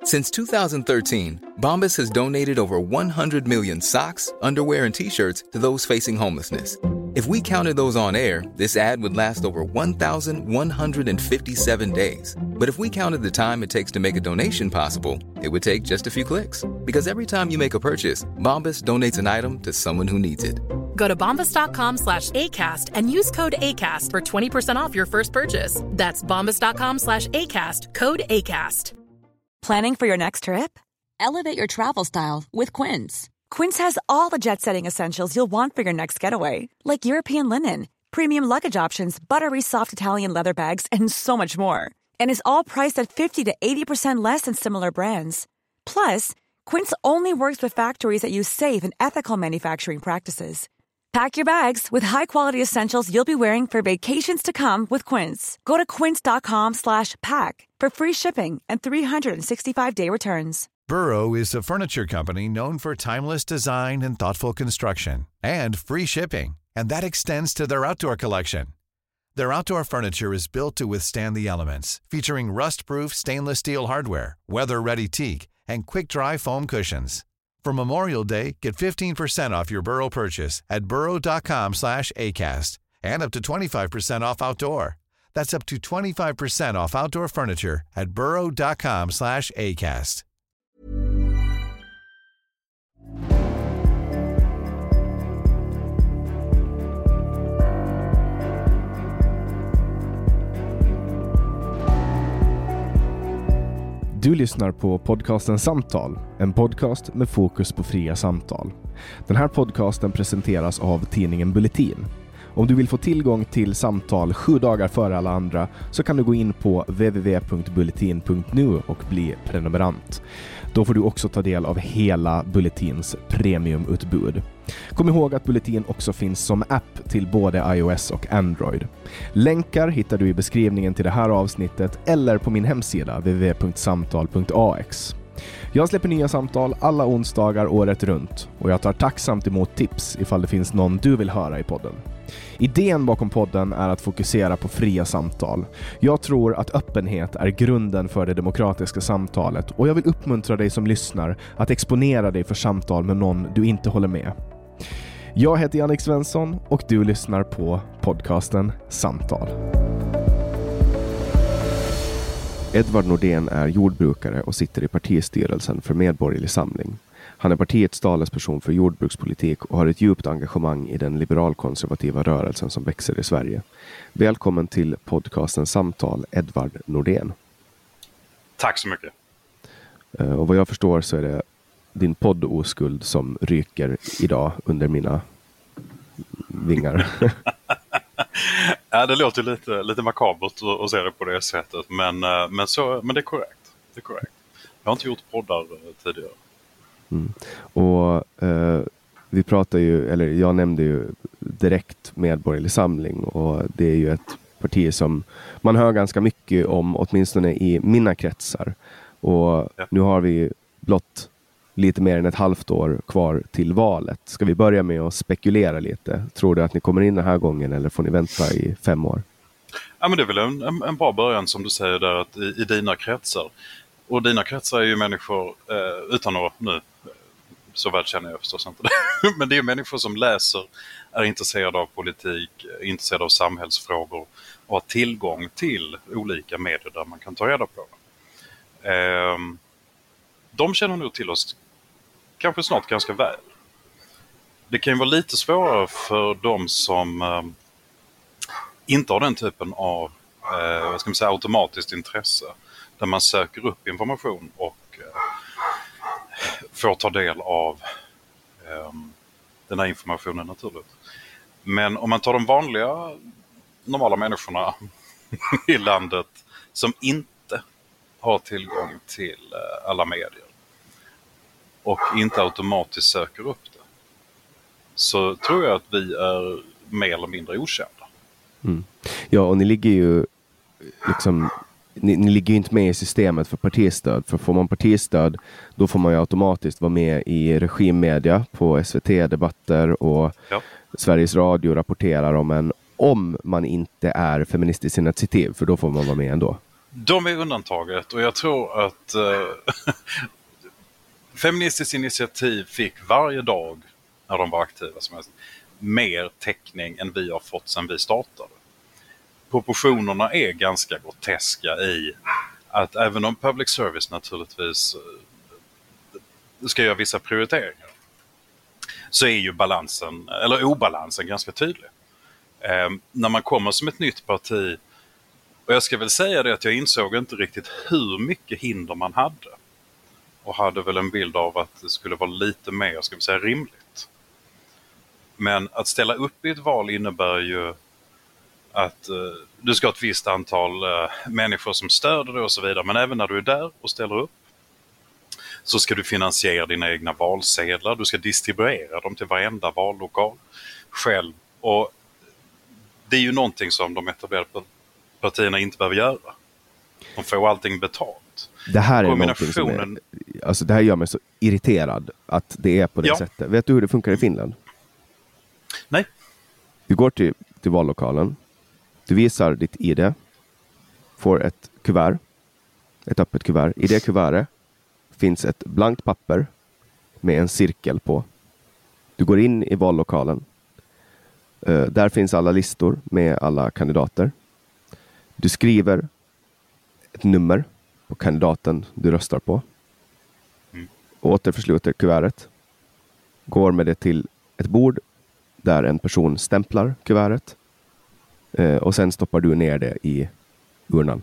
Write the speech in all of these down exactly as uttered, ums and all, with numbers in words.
Since two thousand thirteen, Bombas has donated over one hundred million socks, underwear, and T-shirts to those facing homelessness. If we counted those on air, this ad would last over one thousand one hundred fifty-seven days. But if we counted the time it takes to make a donation possible, it would take just a few clicks. Because every time you make a purchase, Bombas donates an item to someone who needs it. Go to bombas.com slash ACAST and use code ACAST for twenty percent off your first purchase. That's bombas.com slash ACAST, code ACAST. Planning for your next trip? Elevate your travel style with Quince. Quince has all the jet-setting essentials you'll want for your next getaway, like European linen, premium luggage options, buttery soft Italian leather bags, and so much more. And is all priced at fifty to eighty percent less than similar brands. Plus, Quince only works with factories that use safe and ethical manufacturing practices. Pack your bags with high-quality essentials you'll be wearing for vacations to come with Quince. Go to quince.com slash pack for free shipping and three sixty-five day returns. Burrow is a furniture company known for timeless design and thoughtful construction, and free shipping, and that extends to their outdoor collection. Their outdoor furniture is built to withstand the elements, featuring rust-proof stainless steel hardware, weather-ready teak, and quick-dry foam cushions. For Memorial Day, get fifteen percent off your Burrow purchase at burrow.com slash ACAST and up to twenty-five percent off outdoor. That's up to twenty-five percent off outdoor furniture at burrow.com slash ACAST. Du lyssnar på podcasten Samtal, en podcast med fokus på fria samtal. Den här podcasten presenteras av tidningen Bulletin. Om du vill få tillgång till samtal sju dagar före alla andra så kan du gå in på w w w punkt bulletin punkt n u och bli prenumerant. Då får du också ta del av hela Bulletins premiumutbud. Kom ihåg att Bulletin också finns som app till både iOS och Android. Länkar hittar du i beskrivningen till det här avsnittet eller på min hemsida w w w punkt samtal punkt a x. Jag släpper nya samtal alla onsdagar året runt och jag tar tacksamt emot tips ifall det finns någon du vill höra i podden. Idén bakom podden är att fokusera på fria samtal. Jag tror att öppenhet är grunden för det demokratiska samtalet och jag vill uppmuntra dig som lyssnar att exponera dig för samtal med någon du inte håller med. Jag heter Jannik Svensson och du lyssnar på podcasten Samtal. Edvard Nordén är jordbrukare och sitter i partistyrelsen för Medborgerlig Samling. Han är partiets talesperson för jordbrukspolitik och har ett djupt engagemang i den liberalkonservativa rörelsen som växer i Sverige. Välkommen till podcasten Samtal, Edvard Nordén. Tack så mycket. Och vad jag förstår så är det din poddoskuld som ryker idag under mina vingar. Ja, det låter lite, lite makabert att se det på det sättet, men, men, så, men det är korrekt. Det är korrekt. Jag har inte gjort poddar tidigare. Mm. Och eh, vi pratar ju, eller jag nämnde ju direkt Medborgerlig Samling och det är ju ett parti som man hör ganska mycket om, åtminstone i mina kretsar. Och ja. Nu har vi blott lite mer än ett halvt år kvar till valet. Ska vi börja med att spekulera lite? Tror du att ni kommer in den här gången eller får ni vänta i fem år? Ja, men det är väl en, en, en bra början som du säger där, att i, i dina kretsar. Och dina kretsar är ju människor, eh, utan att nu, så väl känner jag förstås inte det. Men det är ju människor som läser, är intresserade av politik, är intresserade av samhällsfrågor och har tillgång till olika medier där man kan ta reda på det. Eh, de känner nog till oss kanske snart ganska väl. Det kan ju vara lite svårare för de som eh, inte har den typen av eh, vad ska man säga, automatiskt intresse. Där man söker upp information och eh, får ta del av eh, den här informationen naturligt. Men om man tar de vanliga, normala människorna i landet som inte har tillgång till eh, alla medier och inte automatiskt söker upp det, så tror jag att vi är mer eller mindre okända. Mm. Ja, och ni ligger ju liksom... Ni, ni ligger ju inte med i systemet för partistöd. För får man partistöd, då får man ju automatiskt vara med i regimmedia på S V T-debatter och ja. Sveriges Radio rapporterar om en, om man inte är Feministiskt initiativ, för då får man vara med ändå. De är undantaget och jag tror att eh, Feministiskt initiativ fick varje dag när de var aktiva som helst mer täckning än vi har fått sedan vi startade. Proportionerna är ganska groteska i att även om public service naturligtvis ska göra vissa prioriteringar, så är ju balansen, eller obalansen, ganska tydlig. Eh, när man kommer som ett nytt parti, och jag ska väl säga det att jag insåg inte riktigt hur mycket hinder man hade. Och hade väl en bild av att det skulle vara lite mer, ska vi säga, rimligt. Men att ställa upp i ett val innebär ju att eh, du ska ha ett visst antal eh, människor som stöder dig och så vidare. Men även när du är där och ställer upp så ska du finansiera dina egna valsedlar. Du ska distribuera dem till varenda vallokal själv. Och det är ju någonting som de etablerade partierna inte behöver göra. De får allting betalt. Det här är någonting som är, alltså det här gör mig så irriterad att det är på det ja. sättet. Vet du hur det funkar i Finland? Nej. Du går till, till vallokalen. Du visar ditt I D. Får ett kuvert. Ett öppet kuvert. I det kuvertet finns ett blankt papper med en cirkel på. Du går in i vallokalen. Uh, där finns alla listor med alla kandidater. Du skriver ett nummer på kandidaten du röstar på. Mm. Och återförsluter kuvertet. Går med det till ett bord där en person stämplar kuvertet. Uh, och sen stoppar du ner det i urnan.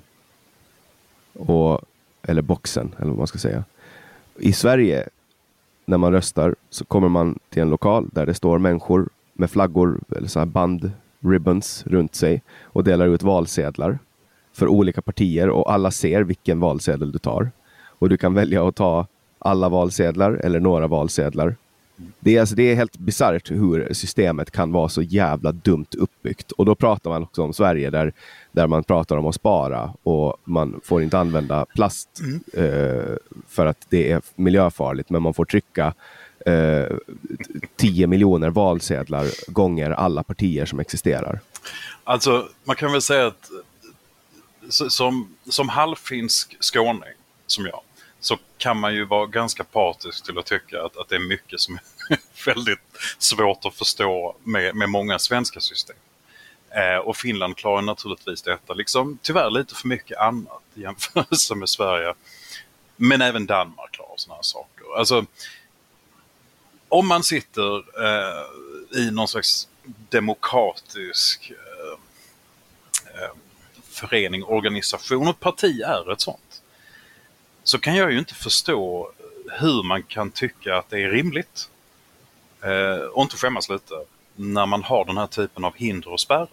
Och, eller boxen, eller vad man ska säga. I Sverige, när man röstar, så kommer man till en lokal där det står människor med flaggor eller så här band, ribbons runt sig och delar ut valsedlar för olika partier, och alla ser vilken valsedel du tar. Och du kan välja att ta alla valsedlar eller några valsedlar. Det är, alltså, det är helt bisarrt hur systemet kan vara så jävla dumt uppbyggt. Och då pratar man också om Sverige där, där man pratar om att spara och man får inte använda plast mm. eh, för att det är miljöfarligt, men man får trycka eh, tio miljoner valsedlar gånger alla partier som existerar. Alltså man kan väl säga att som, som halvfinsk skåning som jag, så kan man ju vara ganska partisk till att tycka att, att det är mycket som är väldigt svårt att förstå med, med många svenska system. Eh, och Finland klarar naturligtvis detta, liksom tyvärr lite för mycket annat i jämförelse med Sverige. Men även Danmark klarar sådana här saker. Alltså, om man sitter eh, i någon slags demokratisk eh, eh, förening, organisation, och parti är ett sånt, så kan jag ju inte förstå hur man kan tycka att det är rimligt eh, och inte skämmas lite när man har den här typen av hinder och spärrar.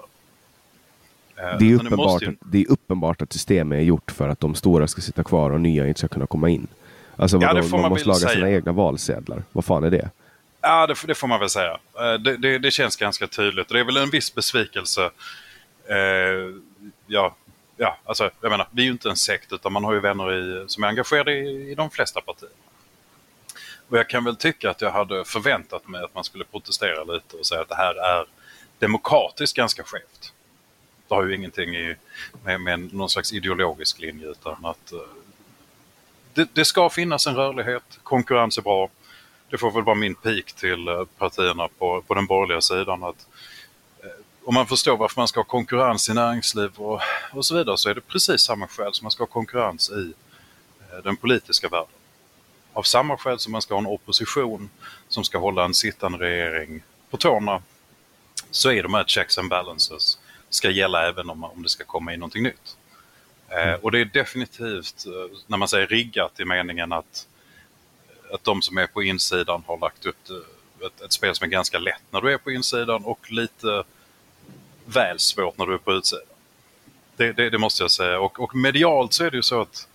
Eh, det, är uppenbart, ju... att, det är uppenbart att systemet är gjort för att de stora ska sitta kvar och nya inte ska kunna komma in. Alltså ja, vadå, det får man, man måste laga säga. sina egna valsedlar. Vad fan är det? Ja, det, det får man väl säga. Eh, det, det, det känns ganska tydligt. Och det är väl en viss besvikelse. Eh, ja, Ja, alltså, jag menar, vi är ju inte en sekt, utan man har ju vänner i, som är engagerade i, i de flesta partier. Och jag kan väl tycka att jag hade förväntat mig att man skulle protestera lite och säga att det här är demokratiskt ganska skevt. Det har ju ingenting i, med, med någon slags ideologisk linje, utan att uh, det, det ska finnas en rörlighet, konkurrens är bra. Det får väl vara min pik till uh, partierna på, på den borgerliga sidan, att om man förstår varför man ska ha konkurrens i näringsliv och, och så vidare, så är det precis samma skäl som man ska ha konkurrens i eh, den politiska världen. Av samma skäl som man ska ha en opposition som ska hålla en sittande regering på tårna, så är de här checks and balances ska gälla även om, om det ska komma in någonting nytt. Eh, och det är definitivt, eh, när man säger riggat, i meningen att, att de som är på insidan har lagt upp ett, ett spel som är ganska lätt när du är på insidan och lite väl svårt när du är på utsidan. Det, det, det måste jag säga. Och, och medialt så är det ju så att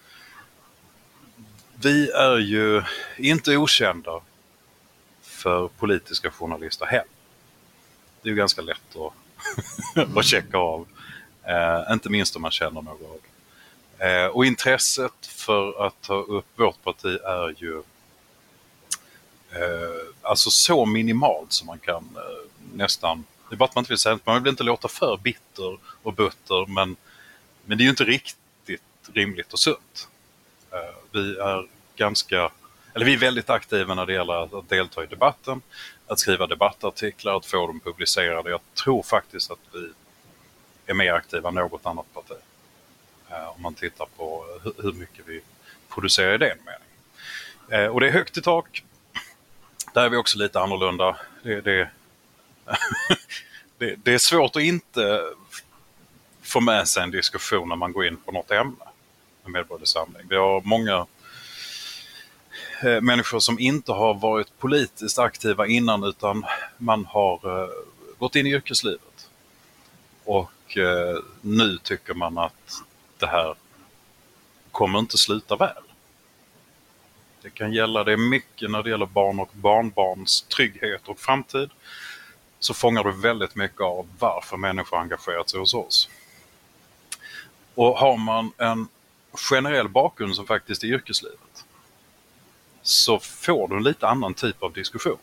vi är ju inte okända för politiska journalister heller. Det är ju ganska lätt att, att checka av. Eh, inte minst om man känner några av det. Eh, och intresset för att ta upp vårt parti är ju eh, alltså så minimalt som man kan eh, nästan. Det är bara att man inte vill säga att man vill inte låta för bitter och butter, men, men det är ju inte riktigt rimligt och sunt. Vi är ganska, eller vi är väldigt aktiva när det gäller att delta i debatten, att skriva debattartiklar, att få dem publicerade. Jag tror faktiskt att vi är mer aktiva än något annat parti. Om man tittar på hur mycket vi producerar i den meningen. Och det är högt i tak. Där är vi också lite annorlunda. Det, det, det, det är svårt att inte få med sig en diskussion när man går in på något ämne med Medborgerlig Samling. Vi har många eh, människor som inte har varit politiskt aktiva innan, utan man har eh, gått in i yrkeslivet. Och eh, nu tycker man att det här kommer inte sluta väl. Det kan gälla, det är mycket när det gäller barn och barnbarns trygghet och framtid. Så fångar du väldigt mycket av varför människor engagerat sig hos oss. Och har man en generell bakgrund som faktiskt är yrkeslivet, så får du en lite annan typ av diskussion.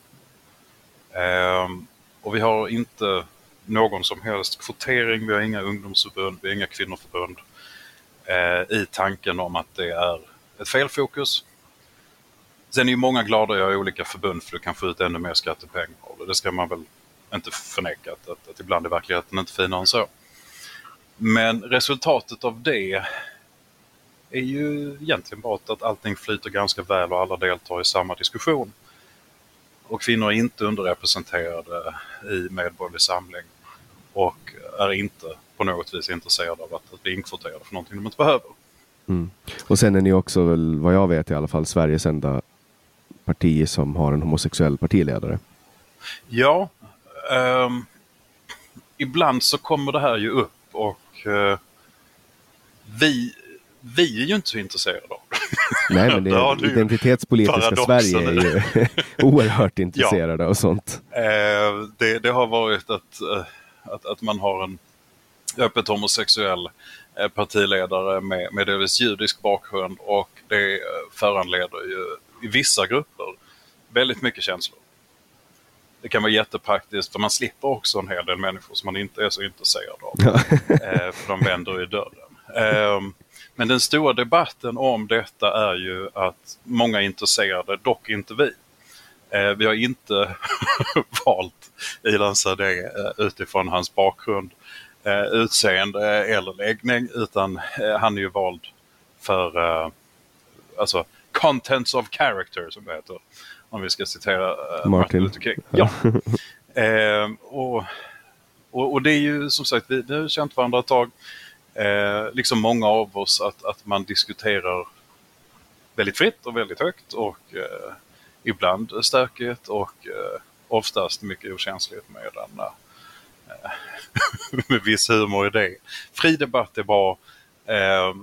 Ehm, och vi har inte någon som helst kvotering, vi har inga ungdomsförbund, vi har inga kvinnoförbund eh, i tanken om att det är ett felfokus. Sen är ju många glada i olika förbund för du kan få ut ännu mer skattepengar. Och det ska man väl inte förneka, att, att, att ibland är verkligheten inte finare än så. Men resultatet av det är ju egentligen bara att allting flyter ganska väl och alla deltar i samma diskussion. Och kvinnor är inte underrepresenterade i Medborgerlig Samling och är inte på något vis intresserade av att, att bli inkvoterade för någonting de inte behöver. Mm. Och sen är ni också, väl, vad jag vet i alla fall, Sveriges enda parti som har en homosexuell partiledare. Ja, um, ibland så kommer det här ju upp och uh, vi, vi är ju inte så intresserade av det. Nej, men det är, identitetspolitiska Sverige är ju oerhört intresserade ja. av sånt. Uh, det, det har varit att, uh, att, att man har en öppet homosexuell partiledare med, med delvis judisk bakgrund, och det föranleder ju i vissa grupper väldigt mycket känslor. Det kan vara jättepraktiskt för man slipper också en hel del människor som man inte är så intresserad av. Ja. eh, för de vänder i dörren. Eh, men den stora debatten om detta är ju att många är intresserade, dock inte vi. Eh, vi har inte valt Ilan Sade eh, utifrån hans bakgrund, eh, utseende eller läggning, utan eh, han är ju vald för eh, alltså contents of character, som det heter, om vi ska citera uh, Martin Luther King. Ja. eh, och, och, och det är ju som sagt, vi, vi har känt varandra ett tag, eh, liksom många av oss, att, att man diskuterar väldigt fritt och väldigt högt och eh, ibland stökigt och eh, oftast mycket okänsligt med en eh, med viss humor i det. Fri debatt är bra. Eh,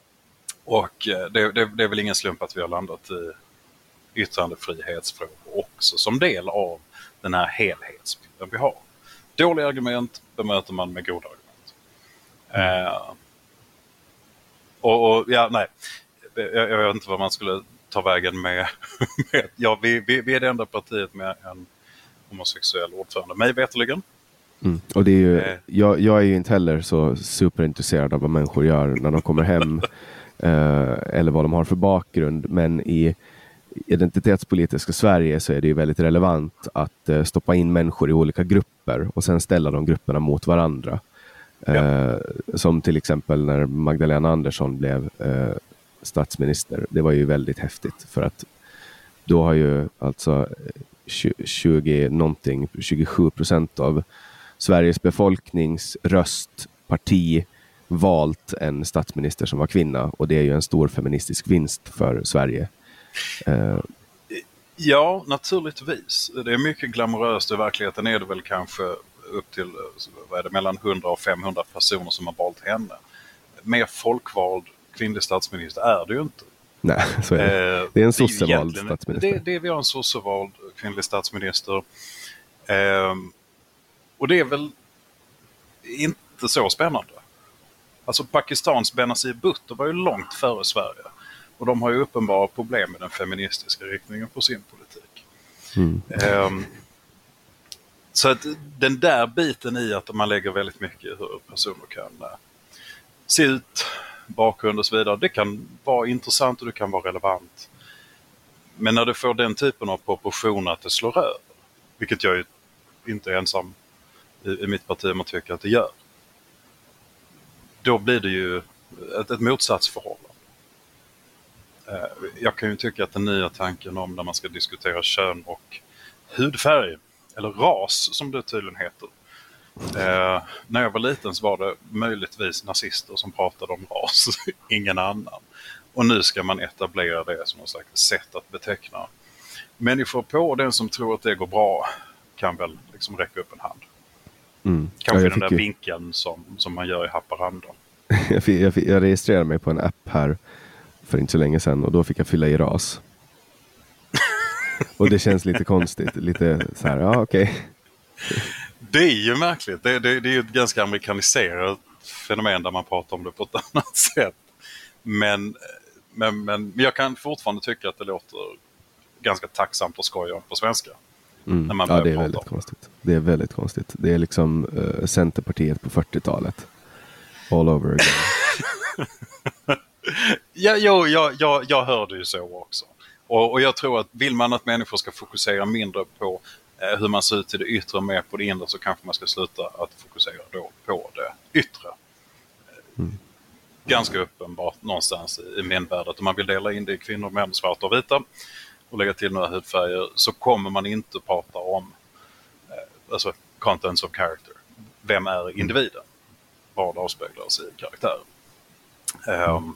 Och det, det, det är väl ingen slump att vi har landat i yttrandefrihetsfrågor också som del av den här helhetsbilden vi har. Dåliga argument bemöter man med goda argument. Mm. Eh, och, och ja, nej, jag, jag vet inte vad man skulle ta vägen med. med ja, vi, vi, vi är det enda partiet med en homosexuell ordförande, mig veterligen. Mm. Och det är ju, eh. jag, jag är ju inte heller så superintresserad av vad människor gör när de kommer hem. Uh, eller vad de har för bakgrund, men i identitetspolitiska Sverige så är det ju väldigt relevant att uh, stoppa in människor i olika grupper och sen ställa de grupperna mot varandra. Uh, ja. Som till exempel när Magdalena Andersson blev uh, statsminister. Det var ju väldigt häftigt, för att då har ju alltså tjugo någonting, tjugosju procent av Sveriges befolkningsröstparti valt en statsminister som var kvinna, och det är ju en stor feministisk vinst för Sverige. Uh. Ja, naturligtvis. Det är mycket glamoröst. I verkligheten är det väl kanske upp till vad är det, mellan hundra och femhundra personer som har valt henne. Mer folkvald kvinnlig statsminister är det ju inte. Nej, så är det. Uh, det är en sossevald statsminister. Det, det är vi har en sossevald kvinnlig statsminister. Uh, och det är väl inte så spännande. Alltså Pakistans Benazir Bhutto var ju långt före Sverige. Och de har ju uppenbara problem med den feministiska riktningen på sin politik. Mm. Um, så att den där biten i att man lägger väldigt mycket i hur personer kan uh, se ut, bakgrund och så vidare. Det kan vara intressant och det kan vara relevant. Men när det får den typen av proportioner att det slår över, vilket jag ju inte är ensam i, i mitt parti om att tycka att det gör, då blir det ju ett, ett motsatsförhållande. Jag kan ju tycka att den nya tanken om när man ska diskutera kön och hudfärg, eller ras som det tydligen heter. Eh, när jag var liten så var det möjligtvis nazister som pratade om ras, ingen annan. Och nu ska man etablera det som något slags sätt att beteckna människor på. Den som tror att det går bra kan väl liksom räcka upp en hand. Mm. Kanske ja, den där ju... vinkeln som, som man gör i Haparanda. jag, fick, jag, fick, jag registrerade mig på en app här för inte så länge sedan och då fick jag fylla i ras. Och det känns lite konstigt. Lite så här, ja okej. Okay. Det är ju märkligt. Det, det, det är ju ett ganska amerikaniserat fenomen där man pratar om det på ett annat sätt. Men, men, men jag kan fortfarande tycka att det låter ganska tacksamt och skoja på svenska. Mm. När man ja, det är väldigt om. konstigt. Det är väldigt konstigt. Det är liksom uh, Centerpartiet på fyrtiotalet. All over again. ja, jo, jag, jag, jag hör det ju så också. Och, och jag tror att vill man att människor ska fokusera mindre på eh, hur man ser ut till det yttre och mer på det inre, så kanske man ska sluta att fokusera då på det yttre. Mm. Ganska uppenbart någonstans i, i min värld att om man vill dela in det i kvinnor, män, svarta och vita och lägga till några hudfärger, så kommer man inte prata om eh, alltså contents of character. Vem är individen? Vad avspeglas i karaktären? Um, mm.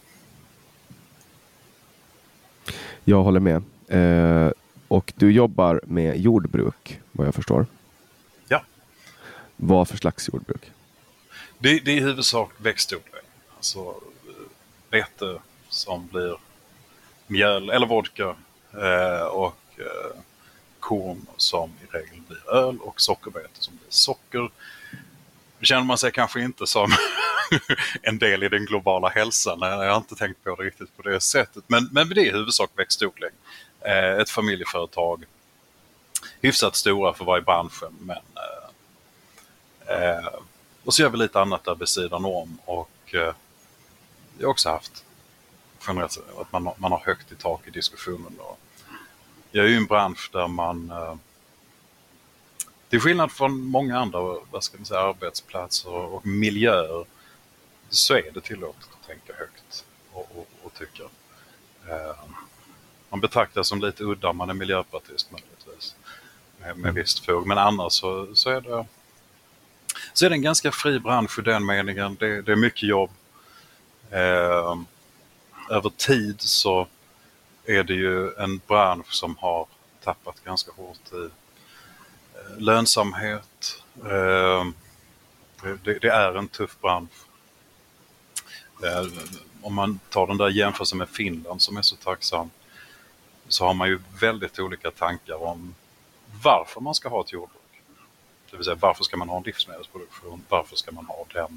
Jag håller med. Eh, och du jobbar med jordbruk, vad jag förstår. Ja. Vad för slags jordbruk? Det, det är i huvudsak växtodling. Alltså vete som blir mjöl eller vodka eh, och eh, korn som i regel blir öl och sockerbete som blir socker. Det känner man sig kanske inte som en del i den globala hälsan. Jag har inte tänkt på det riktigt på det sättet. Men, men det är i huvudsak växtodling. Eh, ett familjeföretag. Hyfsat stora för varje bransch. Men, eh, eh, och så gör vi lite annat där vid sidan om. Och eh, jag har också haft generellt att man, man har högt i tak i diskussionen. Då. Jag är ju i en bransch där man... Eh, till skillnad från många andra vad ska man säga, arbetsplatser och miljöer, så är det tillåtet att tänka högt och, och, och tycka. Eh, man betraktas som lite udda, man är miljöpartist möjligtvis. Med, med visst fog. Men annars så, så, är det, så är det en ganska fri bransch i den meningen. Det, det är mycket jobb. Eh, över tid så är det ju en bransch som har tappat ganska hårt i lönsamhet. Eh, det, det är en tuff bransch. Eh, om man tar den där jämförelsen med Finland som är så tacksam, så har man ju väldigt olika tankar om varför man ska ha ett jordbruk. Det vill säga varför ska man ha en livsmedelsproduktion? Varför ska man ha den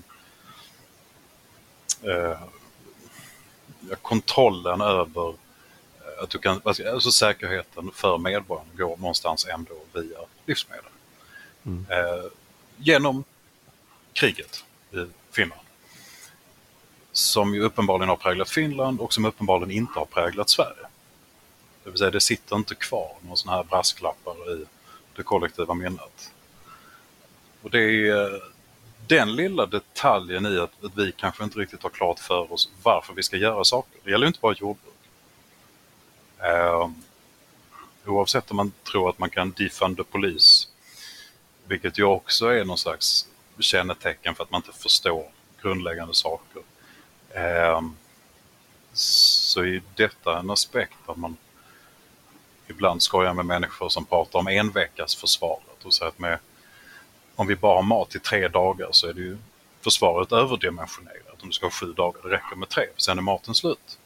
eh, kontrollen över att du kan, alltså säkerheten för medborgarna går någonstans ändå via livsmedel. Mm. Eh, genom kriget i Finland. Som ju uppenbarligen har präglat Finland och som uppenbarligen inte har präglat Sverige. Det vill säga det sitter inte kvar någon sån här brasklappar i det kollektiva minnet. Och det är den lilla detaljen i att, att vi kanske inte riktigt har klart för oss varför vi ska göra saker. Det gäller inte bara jordbruk. Uh, oavsett om man tror att man kan defunda polis, vilket ju också är någon slags kännetecken för att man inte förstår grundläggande saker, uh, så är detta en aspekt att man ibland skojar med människor som pratar om en veckas försvaret och säger att med, om vi bara har mat i tre dagar så är det ju försvaret överdimensionerat. Om du ska ha sju dagar, det räcker med tre, sen är maten slut.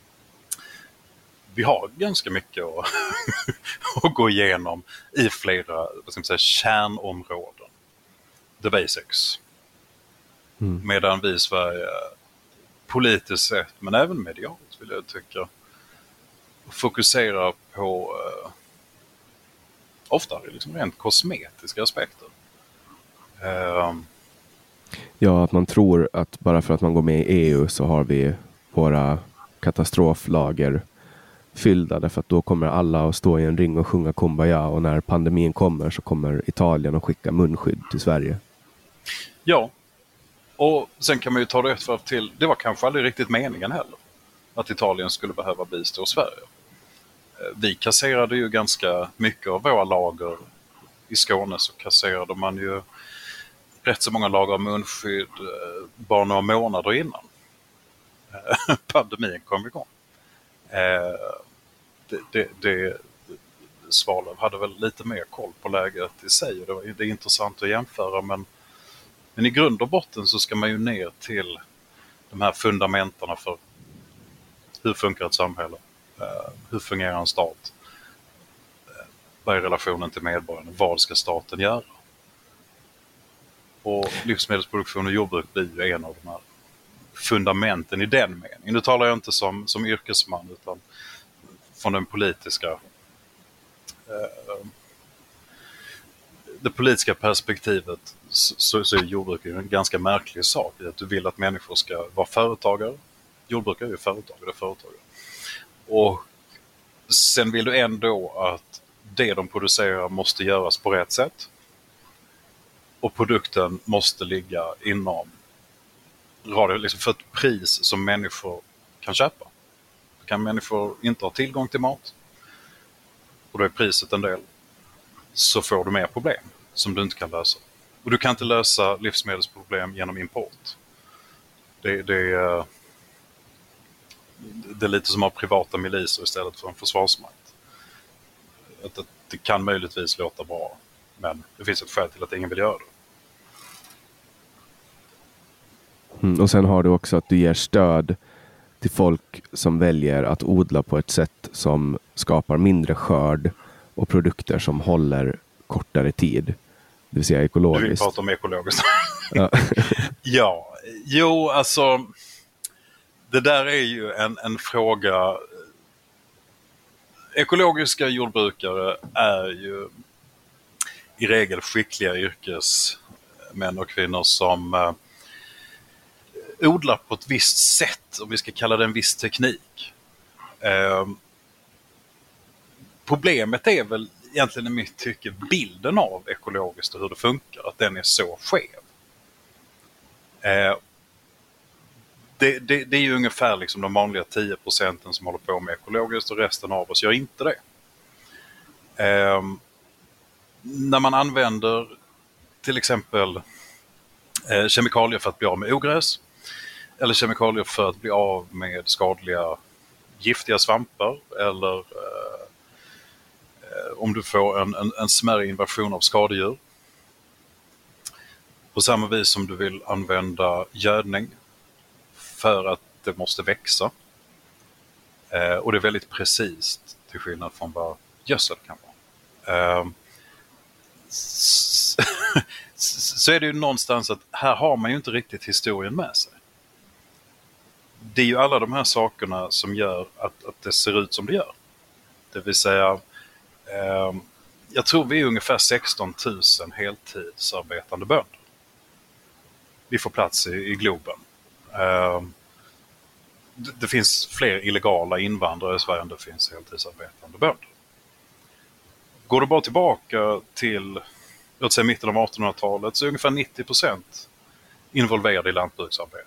Vi har ganska mycket att, att gå igenom i flera vad ska man säga, kärnområden. The basics. Mm. Medan vi i Sverige politiskt sett, men även medialt vill jag tycka, fokuserar på uh, ofta liksom rent kosmetiska aspekter. Uh, ja, att man tror att bara för att man går med i E U så har vi våra katastroflager fyllda, därför att då kommer alla att stå i en ring och sjunga Kumbaya, och när pandemin kommer så kommer Italien att skicka munskydd till Sverige. Ja, och sen kan man ju ta det ett varv till. Det var kanske aldrig riktigt meningen heller att Italien skulle behöva bistå Sverige. Vi kasserade ju ganska mycket av våra lager. I Skåne så kasserade man ju rätt så många lager av munskydd bara några månader innan pandemin kom igång. Det, det, det, Svalöv hade väl lite mer koll på läget i sig, och det, var, det är intressant att jämföra, men, men i grund och botten så ska man ju ner till de här fundamenterna för hur funkar ett samhälle, hur fungerar en stat, vad är relationen till medborgarna, vad ska staten göra? Och livsmedelsproduktion och jordbruk blir ju en av de här fundamenten i den meningen. Nu talar jag inte som, som yrkesman, utan från den politiska eh, det politiska perspektivet så, så är jordbruk en ganska märklig sak i att du vill att människor ska vara företagare. Jordbrukare är ju företagare, det är företagare. Och sen vill du ändå att det de producerar måste göras på rätt sätt. Och produkten måste ligga inom radio, liksom för ett pris som människor kan köpa. Kan människor inte ha tillgång till mat, och då är priset en del, så får du mer problem som du inte kan lösa. Och du kan inte lösa livsmedelsproblem genom import. Det, det, är, det är lite som att ha privata miliser istället för en försvarsmakt. Att det, det kan möjligtvis låta bra, men det finns ett skäl till att ingen vill göra det. Mm, och sen har du också att du ger stöd till folk som väljer att odla på ett sätt som skapar mindre skörd och produkter som håller kortare tid. Det vill säga ekologiskt. Du vill prata om ekologiskt. Ja. Ja, jo alltså det där är ju en, en fråga. Ekologiska jordbrukare är ju i regel skickliga yrkesmän och kvinnor som eh, odlar på ett visst sätt, om vi ska kalla det en viss teknik. Eh, problemet är väl egentligen i mitt tycke bilden av ekologiskt och hur det funkar, att den är så skev. Eh, det, det, det är ju ungefär liksom de vanliga tio procenten som håller på med ekologiskt, och resten av oss gör inte det. Eh, när man använder till exempel eh, kemikalier för att bli av med ogräs, eller kemikalier för att bli av med skadliga giftiga svampar, eller eh, om du får en, en, en smärre invasion av skadedjur. På samma vis som du vill använda gödning för att det måste växa. Eh, och det är väldigt precis till skillnad från vad gödsel kan vara. Eh, så, så är det ju någonstans att här har man ju inte riktigt historien med sig. Det är ju alla de här sakerna som gör att, att det ser ut som det gör. Det vill säga, eh, jag tror vi är ungefär sexton tusen heltidsarbetande bönder. Vi får plats i, i Globen. Eh, det, det finns fler illegala invandrare i Sverige än det finns heltidsarbetande bönder. Går du bara tillbaka till, låt säga mitten av artonhundratalet, så är ungefär nittio procent involverade i lantbruksarbetet.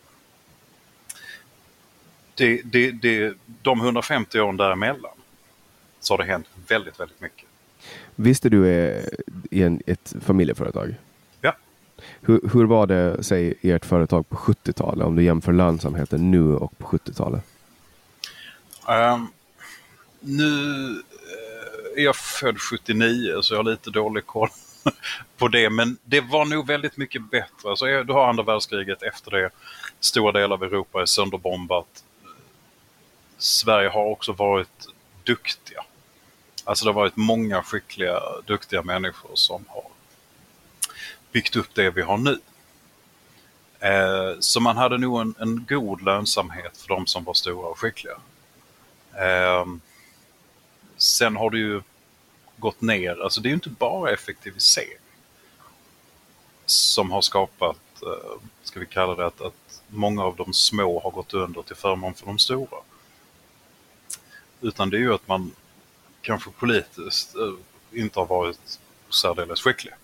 Det, det, det, de hundrafemtio åren däremellan så har det hänt väldigt, väldigt mycket. Visst är du är i en, ett familjeföretag? Ja. Hur, hur var det, säg, ert företag på sjuttiotalet, om du jämför lönsamheten nu och på sjuttiotalet? Um, nu är jag född sjuttionio, så jag har lite dålig koll på det. Men det var nog väldigt mycket bättre. Alltså, du har andra världskriget, efter det stora delar av Europa är sönderbombat. Sverige har också varit duktiga. Alltså det har varit många skickliga, duktiga människor som har byggt upp det vi har nu. Eh, så man hade nog en, en god lönsamhet för de som var stora och skickliga. Eh, sen har det ju gått ner. Alltså det är ju inte bara effektivisering som har skapat ska vi kalla det, att, att många av de små har gått under till förmån för de stora. Utan det är ju att man kanske politiskt inte har varit särdeles skicklig.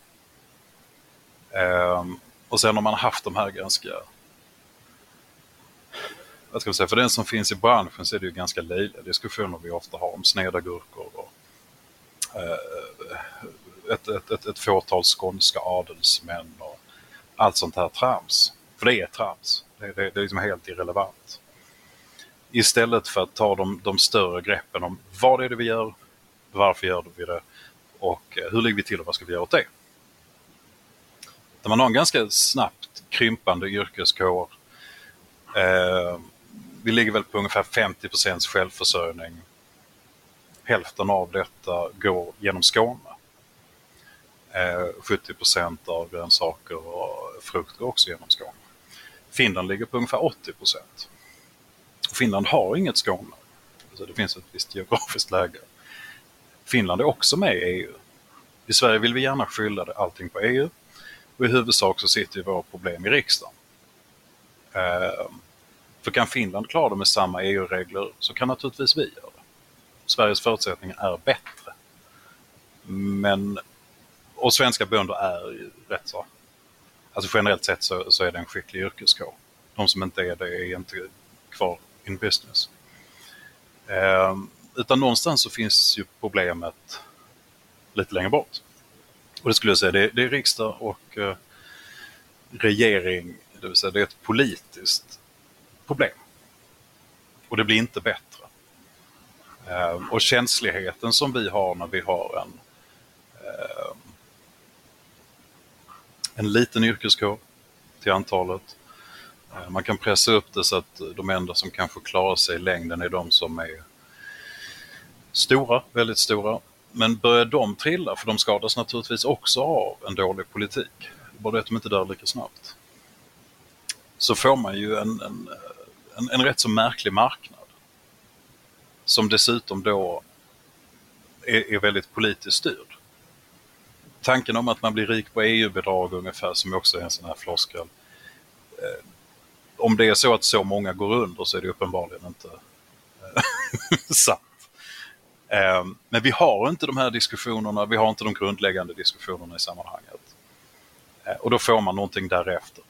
Um, och sen har man haft de här ganska, vad ska man säga, för den som finns i branschen så är det ju ganska löjliga diskussioner vi ofta har om sneda gurkor och uh, ett, ett, ett, ett fåtal skånska adelsmän och allt sånt här trams. För det är trams. Det, det, det är liksom helt irrelevant. Istället för att ta de, de större greppen om vad är det vi gör, varför gör vi det och hur ligger vi till och vad ska vi göra åt det. Där man har en ganska snabbt krympande yrkeskår. Eh, vi ligger väl på ungefär femtio procent självförsörjning. Hälften av detta går genom Skåne. Eh, sjuttio procent av grönsaker och frukt går också genom Skåne. Finland ligger på ungefär åttio procent. Finland har inget Skåne. Så det finns ett visst geografiskt läge. Finland är också med i E U. I Sverige vill vi gärna skylla det allting på E U. Och i huvudsak så sitter ju våra problem i riksdagen. Eh, för kan Finland klara det med samma E U-regler så kan naturligtvis vi göra det. Sveriges förutsättningar är bättre. Men, och svenska bönder är ju rätt så. Alltså generellt sett så, så är det en skicklig yrkeskår. De som inte är det är inte kvar in business. Eh, utan någonstans så finns ju problemet lite längre bort. Och det skulle jag säga, det, det är riksdag och eh, regering, det vill säga det är ett politiskt problem. Och det blir inte bättre. Eh, och känsligheten som vi har när vi har en eh, en liten yrkeskår till antalet. Eh, man kan pressa upp det så att de enda som kanske klarar sig i längden är de som är stora, väldigt stora. Men börjar de trilla, för de skadas naturligtvis också av en dålig politik. Bara att de inte dör lika snabbt. Så får man ju en, en, en, en rätt så märklig marknad. Som dessutom då är, är väldigt politiskt styrd. Tanken om att man blir rik på E U-bidrag ungefär, som också är en sån här floskel. Eh, om det är så att så många går under så är det uppenbarligen inte eh, sant. Men vi har inte de här diskussionerna, vi har inte de grundläggande diskussionerna i sammanhanget. Och då får man någonting därefter.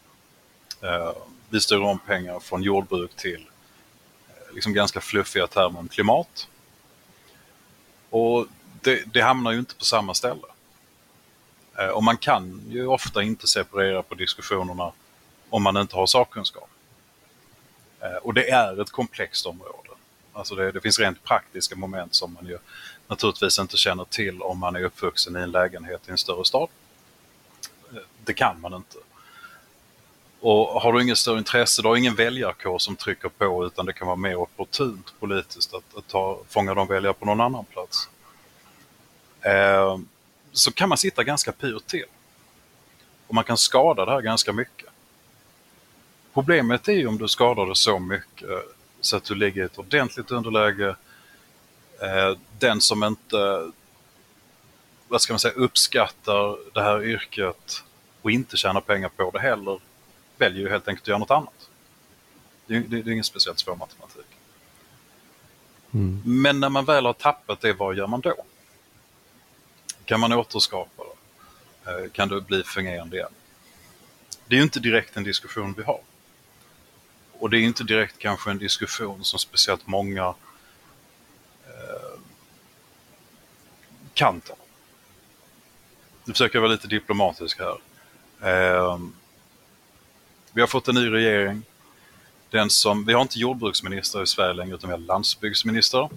Vi styr om pengar från jordbruk till liksom ganska fluffiga termer om klimat. Och det, det hamnar ju inte på samma ställe. Och man kan ju ofta inte separera på diskussionerna om man inte har sakkunskap. Och det är ett komplext område. Alltså det, det finns rent praktiska moment som man ju naturligtvis inte känner till om man är uppvuxen i en lägenhet i en större stad. Det kan man inte. Och har du inget större intresse, du har ingen väljarkår som trycker på, utan det kan vara mer opportunt politiskt att, att ta, fånga de väljare på någon annan plats. Eh, så kan man sitta ganska pyrt till. Och man kan skada det här ganska mycket. Problemet är ju om du skadar det så mycket så att du ligger i ett ordentligt underläge. Eh, den som inte, vad ska man säga, uppskattar det här yrket och inte tjänar pengar på det heller, väljer ju helt enkelt att göra något annat. Det, det, det är ingen speciellt svår matematik. Mm. Men när man väl har tappat det, vad gör man då? Kan man återskapa det? Eh, kan det bli fungerande igen? Det är ju inte direkt en diskussion vi har. Och det är inte direkt kanske en diskussion som speciellt många eh, kan ta. Nu försöker jag vara lite diplomatisk här. Eh, vi har fått en ny regering. Den som, vi har inte jordbruksminister i Sverige längre, utan vi har landsbygdsminister.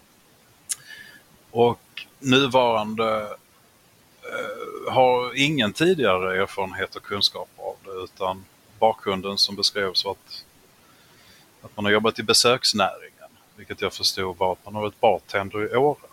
Och nuvarande eh, har ingen tidigare erfarenhet och kunskap av det, utan bakgrunden som beskrevs var att Att man har jobbat i besöksnäringen, vilket jag förstod var att man har varit bartender i Åre.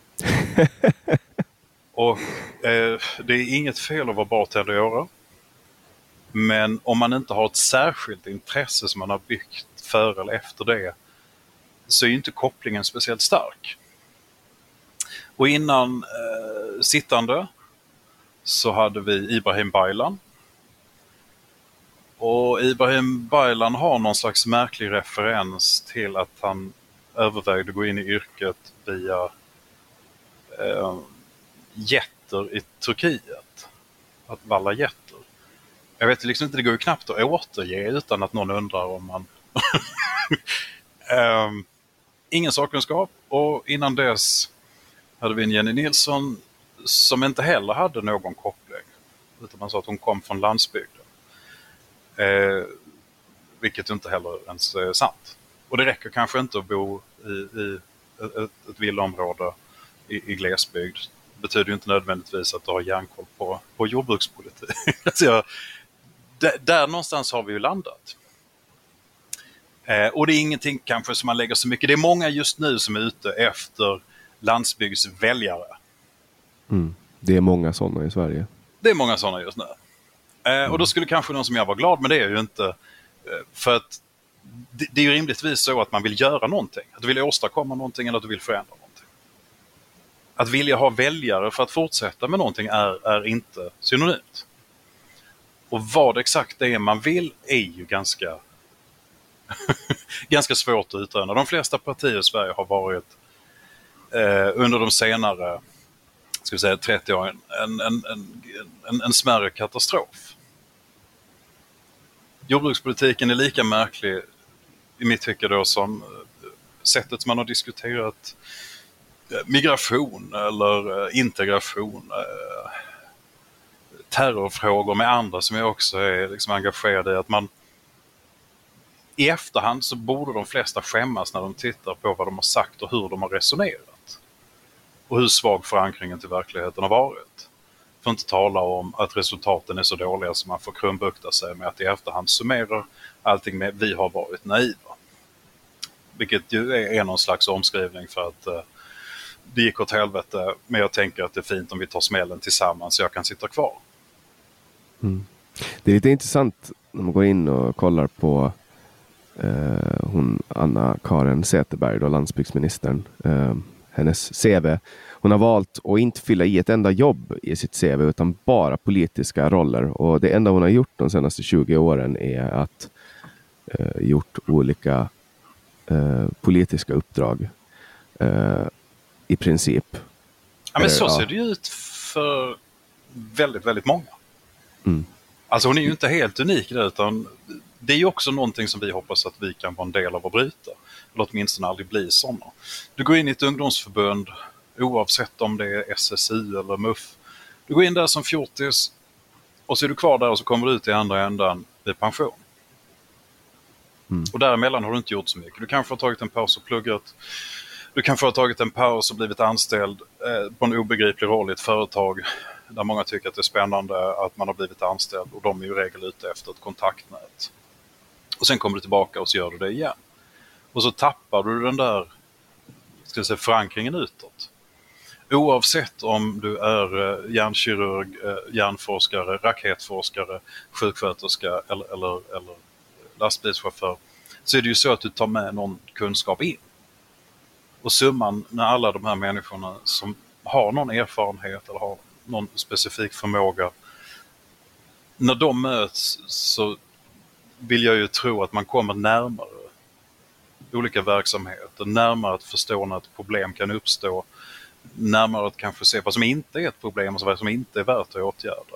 Och eh, det är inget fel att vara bartender i Åre. Men om man inte har ett särskilt intresse som man har byggt före eller efter det, så är inte kopplingen speciellt stark. Och innan eh, sittande så hade vi Ibrahim Baylan, Och Ibrahim Baylan har någon slags märklig referens till att han övervägde att gå in i yrket via eh, getter i Turkiet. Att valla getter. Jag vet liksom inte, det går ju knappt att återge utan att någon undrar om man... um, ingen sakkunskap, och innan dess hade vi en Jenny Nilsson som inte heller hade någon koppling. Utan man sa att hon kom från landsbygden. Eh, vilket inte heller ens är sant. Och det räcker kanske inte att bo i, i ett, ett villaområde i, i glesbygd. Det betyder ju inte nödvändigtvis att du har järnkoll på, på jordbrukspolitik. alltså jag, där, där någonstans har vi ju landat. Eh, och det är ingenting kanske som man lägger så mycket. Det är många just nu som är ute efter landsbygdsväljare. Mm. Det är många sådana i Sverige. Det är många sådana just nu. Eh, mm. Och då skulle kanske någon som jag vara glad, men det är ju inte. Eh, för att det, det är ju rimligtvis så att man vill göra någonting. Att du vill åstadkomma någonting eller att du vill förändra någonting. Att vilja ha väljare för att fortsätta med någonting är, är inte synonymt. Och vad exakt det är man vill är ju ganska ganska svårt att utröna. De flesta partier i Sverige har varit eh, under de senare ska vi säga trettio åren en, en, en, en, en smärre katastrof. Jordbrukspolitiken är lika märklig i mitt tycke då som sättet man har diskuterat migration eller integration, terrorfrågor med andra som jag också är liksom engagerad i. Att man i efterhand så borde de flesta skämmas när de tittar på vad de har sagt och hur de har resonerat. Och hur svag förankringen till verkligheten har varit. För att inte tala om att resultaten är så dåliga som man får krumbukta sig med att i efterhand summerar allting med vi har varit naiva. Vilket ju är någon slags omskrivning för att uh, det gick åt helvete, men jag tänker att det är fint om vi tar smällen tillsammans så jag kan sitta kvar. Mm. Det är lite intressant när man går in och kollar på uh, hon Anna-Karin Säterberg, då, landsbygdsministern. Uh, hennes C V. Hon har valt att inte fylla i ett enda jobb i sitt C V utan bara politiska roller. Och det enda hon har gjort de senaste tjugo åren är att uh, gjort olika uh, politiska uppdrag. Uh, I princip. Ja, men så uh, ser ja. det ju ut för väldigt, väldigt många. Mm. Alltså hon är ju inte helt unik där, utan det är ju också någonting som vi hoppas att vi kan vara en del av att bryta. Eller åtminstone aldrig bli sådana. Du går in i ett ungdomsförbund, oavsett om det är S S U eller M U F. Du går in där som fjortis och så är du kvar där och så kommer du ut i andra ändan i pension. Mm. Och däremellan har du inte gjort så mycket. Du kanske har tagit en paus och pluggat. Du kanske har tagit en paus och blivit anställd eh, på en obegriplig roll i ett företag där många tycker att det är spännande att man har blivit anställd, och de är ju regel ute efter ett kontaktnät. Och sen kommer du tillbaka och så gör du det igen. Och så tappar du den där ska jag säga, förankringen utåt. Oavsett om du är eh, hjärnkirurg, eh, hjärnforskare, raketforskare, sjuksköterska eller, eller, eller lastbilschaufför, så är det ju så att du tar med någon kunskap in. Och summan när alla de här människorna som har någon erfarenhet eller har någon specifik förmåga, när de möts så vill jag ju tro att man kommer närmare olika verksamheter, närmare att förstå när ett problem kan uppstå, närmare att kanske se vad som inte är ett problem och vad som inte är värt att åtgärda.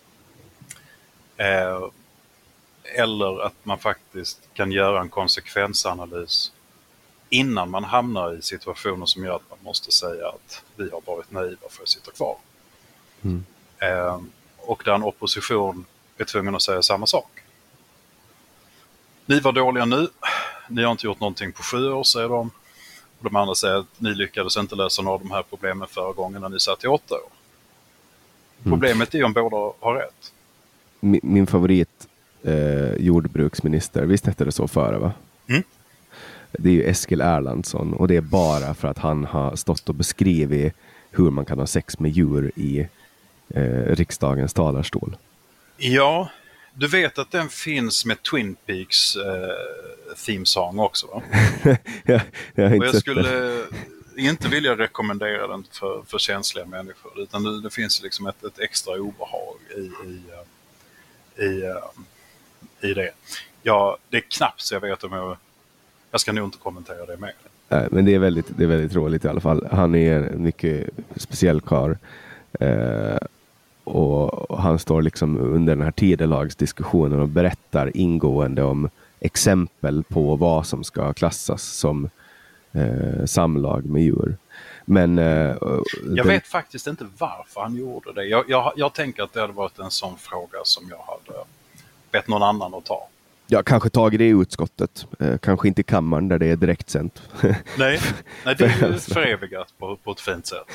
Eh, eller att man faktiskt kan göra en konsekvensanalys innan man hamnar i situationer som gör att man måste säga att vi har varit naiva för att sitta kvar. Mm. Eh, och där en opposition är tvungen att säga samma sak. Ni var dåliga nu, ni har inte gjort någonting på sju år, säger de. Och de andra säger att ni lyckades inte lösa några av de här problemen förra gången när ni satt i åtta år. Mm. Problemet är om båda har rätt. Min, min favorit eh, jordbruksminister, visst hette det så före, va? Mm. Det är ju Eskil Erlandsson, och det är bara för att han har stått och beskrivit hur man kan ha sex med djur i eh, riksdagens talarstol. Ja, du vet att den finns med Twin Peaks eh, themesång också, va? ja, jag har inte och jag sett skulle det. inte vilja rekommendera den för, för känsliga människor, utan det, det finns liksom ett, ett extra obehag i, i, i, i det. Ja, det är knappt så jag vet om jag... Jag ska nog inte kommentera det mer. Nej, men det är väldigt, det är väldigt roligt i alla fall. Han är en mycket speciell karl. Eh, och han står liksom under den här tidelagsdiskussionen och berättar ingående om exempel på vad som ska klassas som eh, samlag med djur. Men eh, jag den... vet faktiskt inte varför han gjorde det. Jag, jag, jag tänker att det hade varit en sån fråga som jag hade bett någon annan att ta. Ja, kanske tagit det i utskottet. Eh, kanske inte i kammaren där det är direkt sänt. Nej, nej, det är ju förevigat på, på ett fint sätt.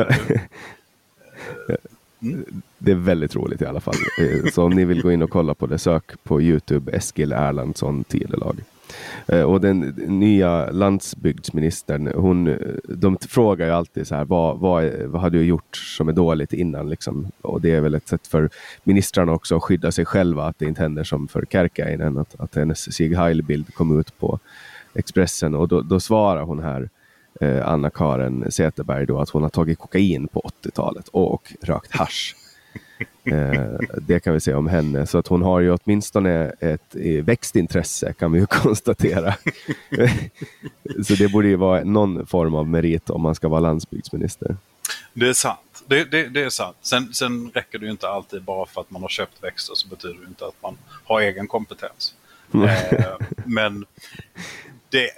Mm. Det är väldigt roligt i alla fall. Så om ni vill gå in och kolla på det, sök på YouTube Eskil Erlandsson tidelag. Och den nya landsbygdsministern, hon, de frågar ju alltid så här, vad, vad, vad har du gjort som är dåligt innan liksom? Och det är väl ett sätt för ministrarna också att skydda sig själva, att det inte händer som för Kärkäinen, att, att hennes Sieg Heil-bild kom ut på Expressen, och då, då svarar hon här, eh, Anna-Karin Säterberg då, att hon har tagit kokain på åttiotalet och, och rökt hasch. Eh, det kan vi säga om henne, så att hon har ju åtminstone ett eh, växtintresse, kan vi ju konstatera. Så det borde ju vara någon form av merit om man ska vara landsbygdsminister. Det är sant. Det, det, det är sant. Sen, sen räcker det ju inte alltid bara för att man har köpt växter, så betyder det inte att man har egen kompetens. eh, men det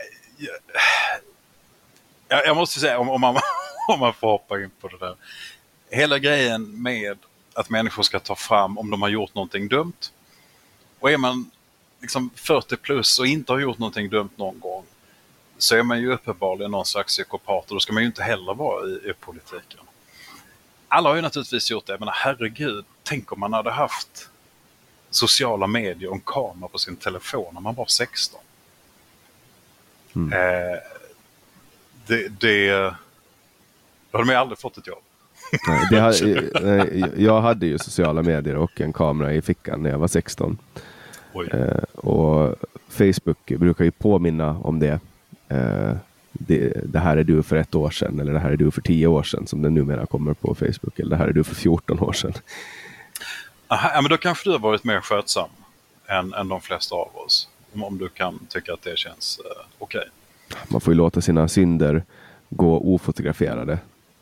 jag, jag måste säga, om, om, man, om man får hoppa in på det där, hela grejen med att människor ska ta fram om de har gjort någonting dumt. Och är man liksom fyrtio plus och inte har gjort någonting dumt någon gång, så är man ju uppenbarligen någon slags psykopat, och då ska man ju inte heller vara i, i politiken. Alla har ju naturligtvis gjort det, men herregud, tänk om man hade haft sociala medier och en kamera på sin telefon när man var sexton. Mm. Eh, det, det, då hade man ju aldrig fått ett jobb. Nej, det hade, jag hade ju sociala medier och en kamera i fickan när jag var sexton. Eh, och Facebook brukar ju påminna om det. Eh, det. Det här är du för ett år sedan, eller det här är du för tio år sedan, som det numera kommer på Facebook, eller det här är du för fjorton år sedan. Aha, ja, men då kanske du har varit mer skötsam än, än de flesta av oss. Om du kan tycka att det känns eh, okej. Okay. Man får ju låta sina synder gå ofotograferade.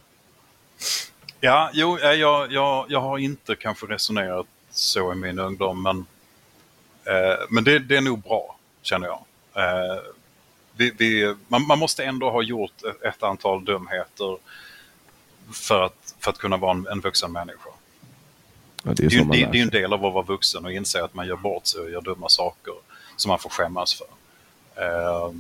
Ja, jo, jag, jag, jag har inte kanske resonerat så i min ungdom, men, eh, men det, det är nog bra, känner jag. Eh, vi, vi, man, man måste ändå ha gjort ett, ett antal dumheter för att, för att kunna vara en, en vuxen människa. Ja, det är ju det, det, det är en del av att vara vuxen och inse att man gör bort sig och gör dumma saker som man får skämmas för. Eh,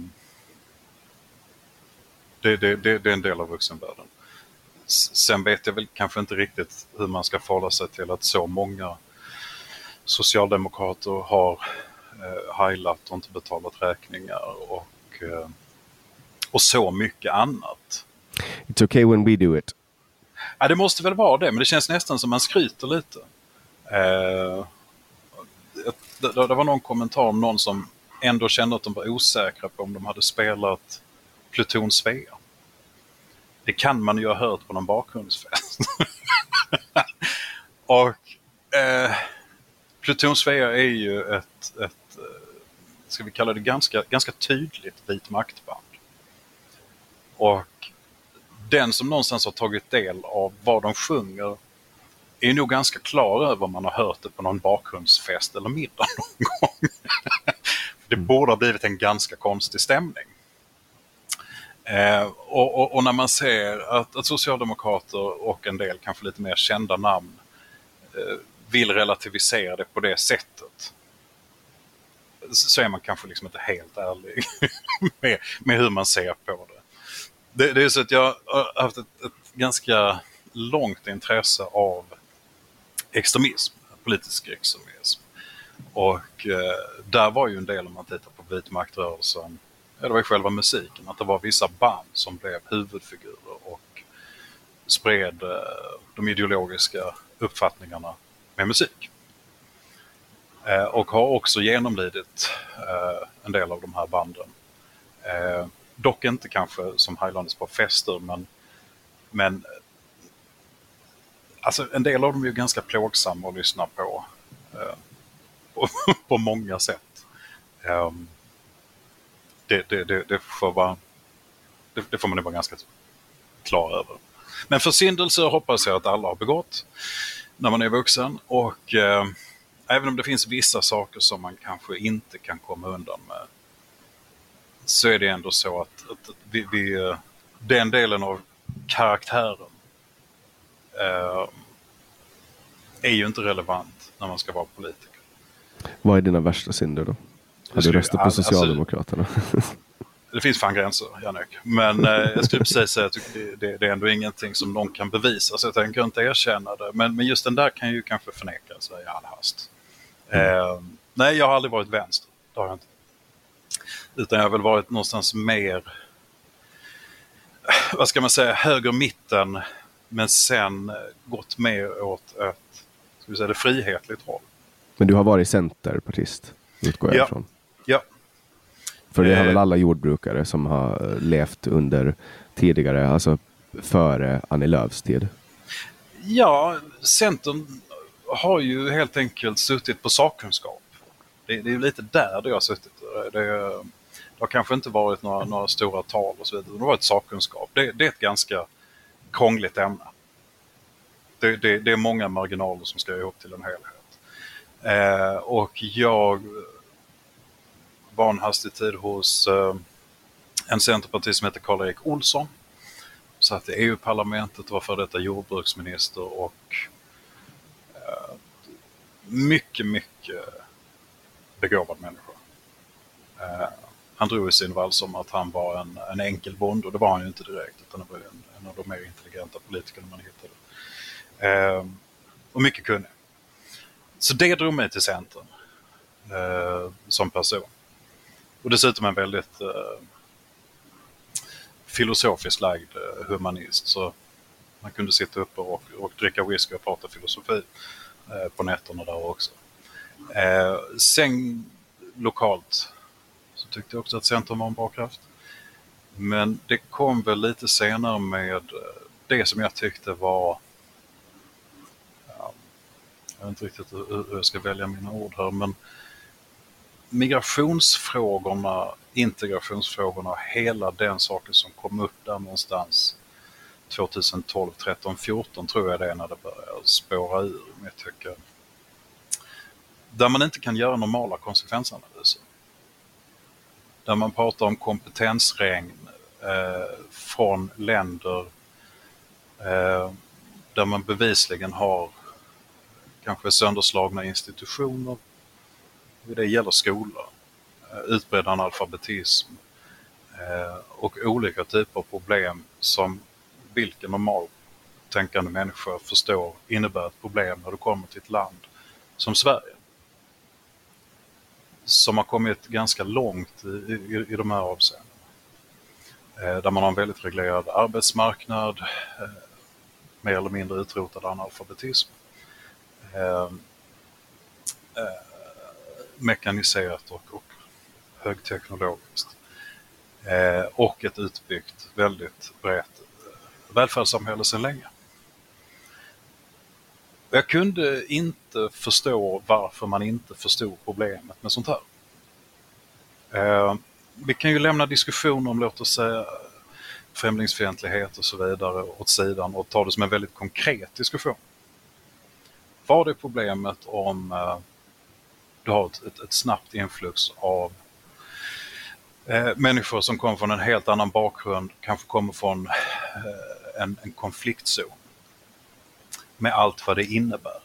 det, det, det, det är en del av vuxenvärlden. Sen vet jag väl kanske inte riktigt hur man ska förhålla sig till att så många socialdemokrater har eh, heilat och inte betalat räkningar och, eh, och så mycket annat. It's okay when we do it. Ja, det måste väl vara det, men det känns nästan som man skryter lite. Eh, det, det var någon kommentar om någon som ändå kände att de var osäkra på om de hade spelat Pluton Svea. Det kan man ju ha hört på någon bakgrundsfest. och eh, Pluton Svea är ju ett, ett, ska vi kalla det ganska, ganska tydligt vit maktband. Och den som någonstans har tagit del av vad de sjunger är nog ganska klar över om man har hört det på någon bakgrundsfest eller middag någon gång. Det borde ha blivit en ganska konstig stämning. Eh, och, och, och när man ser att, att socialdemokrater och en del kanske lite mer kända namn eh, vill relativisera det på det sättet, så är man kanske liksom inte helt ärlig med, med hur man ser på det. Det, det är så att jag har haft ett, ett ganska långt intresse av extremism, politisk extremism. Och eh, där var ju en del, om man tittar på vitmaktrörelsen, det var ju själva musiken, att det var vissa band som blev huvudfigurer och spred eh, de ideologiska uppfattningarna med musik. Eh, och har också genomlidit eh, en del av de här banden. Eh, dock inte kanske som Highlanders på fester, men, men alltså en del av dem är ju ganska plågsamma att lyssna på. Eh, på, på många sätt. Um, det, det, det, det, får vara, det, det får man vara ganska klar över. Men försyndelse hoppas jag att alla har begått när man är vuxen. Och eh, även om det finns vissa saker som man kanske inte kan komma undan med, så är det ändå så att, att, att vi, vi, den delen av karaktären eh, är ju inte relevant när man ska vara politiker. Vad är dina värsta synder då? Har du röstat på alltså, Socialdemokraterna? Det finns fan gränser, Jannik. Men eh, jag skulle precis säga att det, det, det är ändå ingenting som någon kan bevisa, så jag tänker inte erkänna det. Men, men just den där kan ju kanske förnekas i all hast. Eh, nej, jag har aldrig varit vänster. Det har jag inte. Utan jag har väl varit någonstans mer, vad ska man säga, höger mitten, men sen gått mer åt ett, ska vi säga, det frihetligt håll. Men du har varit centerpartist, utgår jag ja. ifrån. Ja. För det har väl alla jordbrukare som har levt under tidigare, alltså före Annie Lööfs tid? Ja, Centern har ju helt enkelt suttit på sakkunskap. Det, det är ju lite där det har suttit. Det, det har kanske inte varit några, några stora tal och så vidare. Det har varit sakkunskap. Det, det är ett ganska krångligt ämne. Det, det, det är många marginaler som ska ihop till en helhet. Eh, och jag var en hastig tid hos eh, en centerpartist som heter Karl-Erik Olsson. Satt i E U-parlamentet, var för detta jordbruksminister och eh, mycket, mycket begåvad människa. Eh, han drog i sin vals om att han var en, en enkel bonde, och det var han ju inte direkt, utan det var en, en av de mer intelligenta politikerna man hittade. Eh, och mycket kunnig. Så det drog mig till Centern eh, som person. Och dessutom en väldigt eh, filosofiskt lagd eh, humanist. Så man kunde sitta uppe och, och dricka whisky och prata filosofi eh, på nätterna där också. Eh, sen lokalt så tyckte jag också att Centern var en bra kraft. Men det kom väl lite senare med det som jag tyckte var, ja, jag vet inte riktigt hur jag ska välja mina ord här, men migrationsfrågorna, integrationsfrågorna, hela den saken som kom upp där någonstans tjugotolv, tretton, fjorton tror jag det är, när det börjar spåra ur, jag tycker. Där man inte kan göra normala konsekvensanalyser. Där man pratar om kompetensregn eh, från länder eh, där man bevisligen har kanske sönderslagna institutioner. Det gäller skolor, utbredd analfabetism eh, och olika typer av problem som vilken normalt tänkande människa förstår innebär ett problem när du kommer till ett land som Sverige. Som har kommit ganska långt i, i, i de här avseendena. Eh, där man har en väldigt reglerad arbetsmarknad, eh, mer eller mindre utrotad analfabetism. Eh, eh, mekaniserat och, och högteknologiskt. Eh, och ett utbyggt, väldigt brett eh, välfärdssamhälle sedan länge. Jag kunde inte förstå varför man inte förstod problemet med sånt här. Eh, vi kan ju lämna diskussioner om, låt oss säga, främlingsfientlighet och så vidare åt sidan och ta det som en väldigt konkret diskussion. Var det problemet om eh, du har ett, ett, ett snabbt influx av eh, människor som kommer från en helt annan bakgrund, kanske kommer från eh, en, en konfliktzon med allt vad det innebär.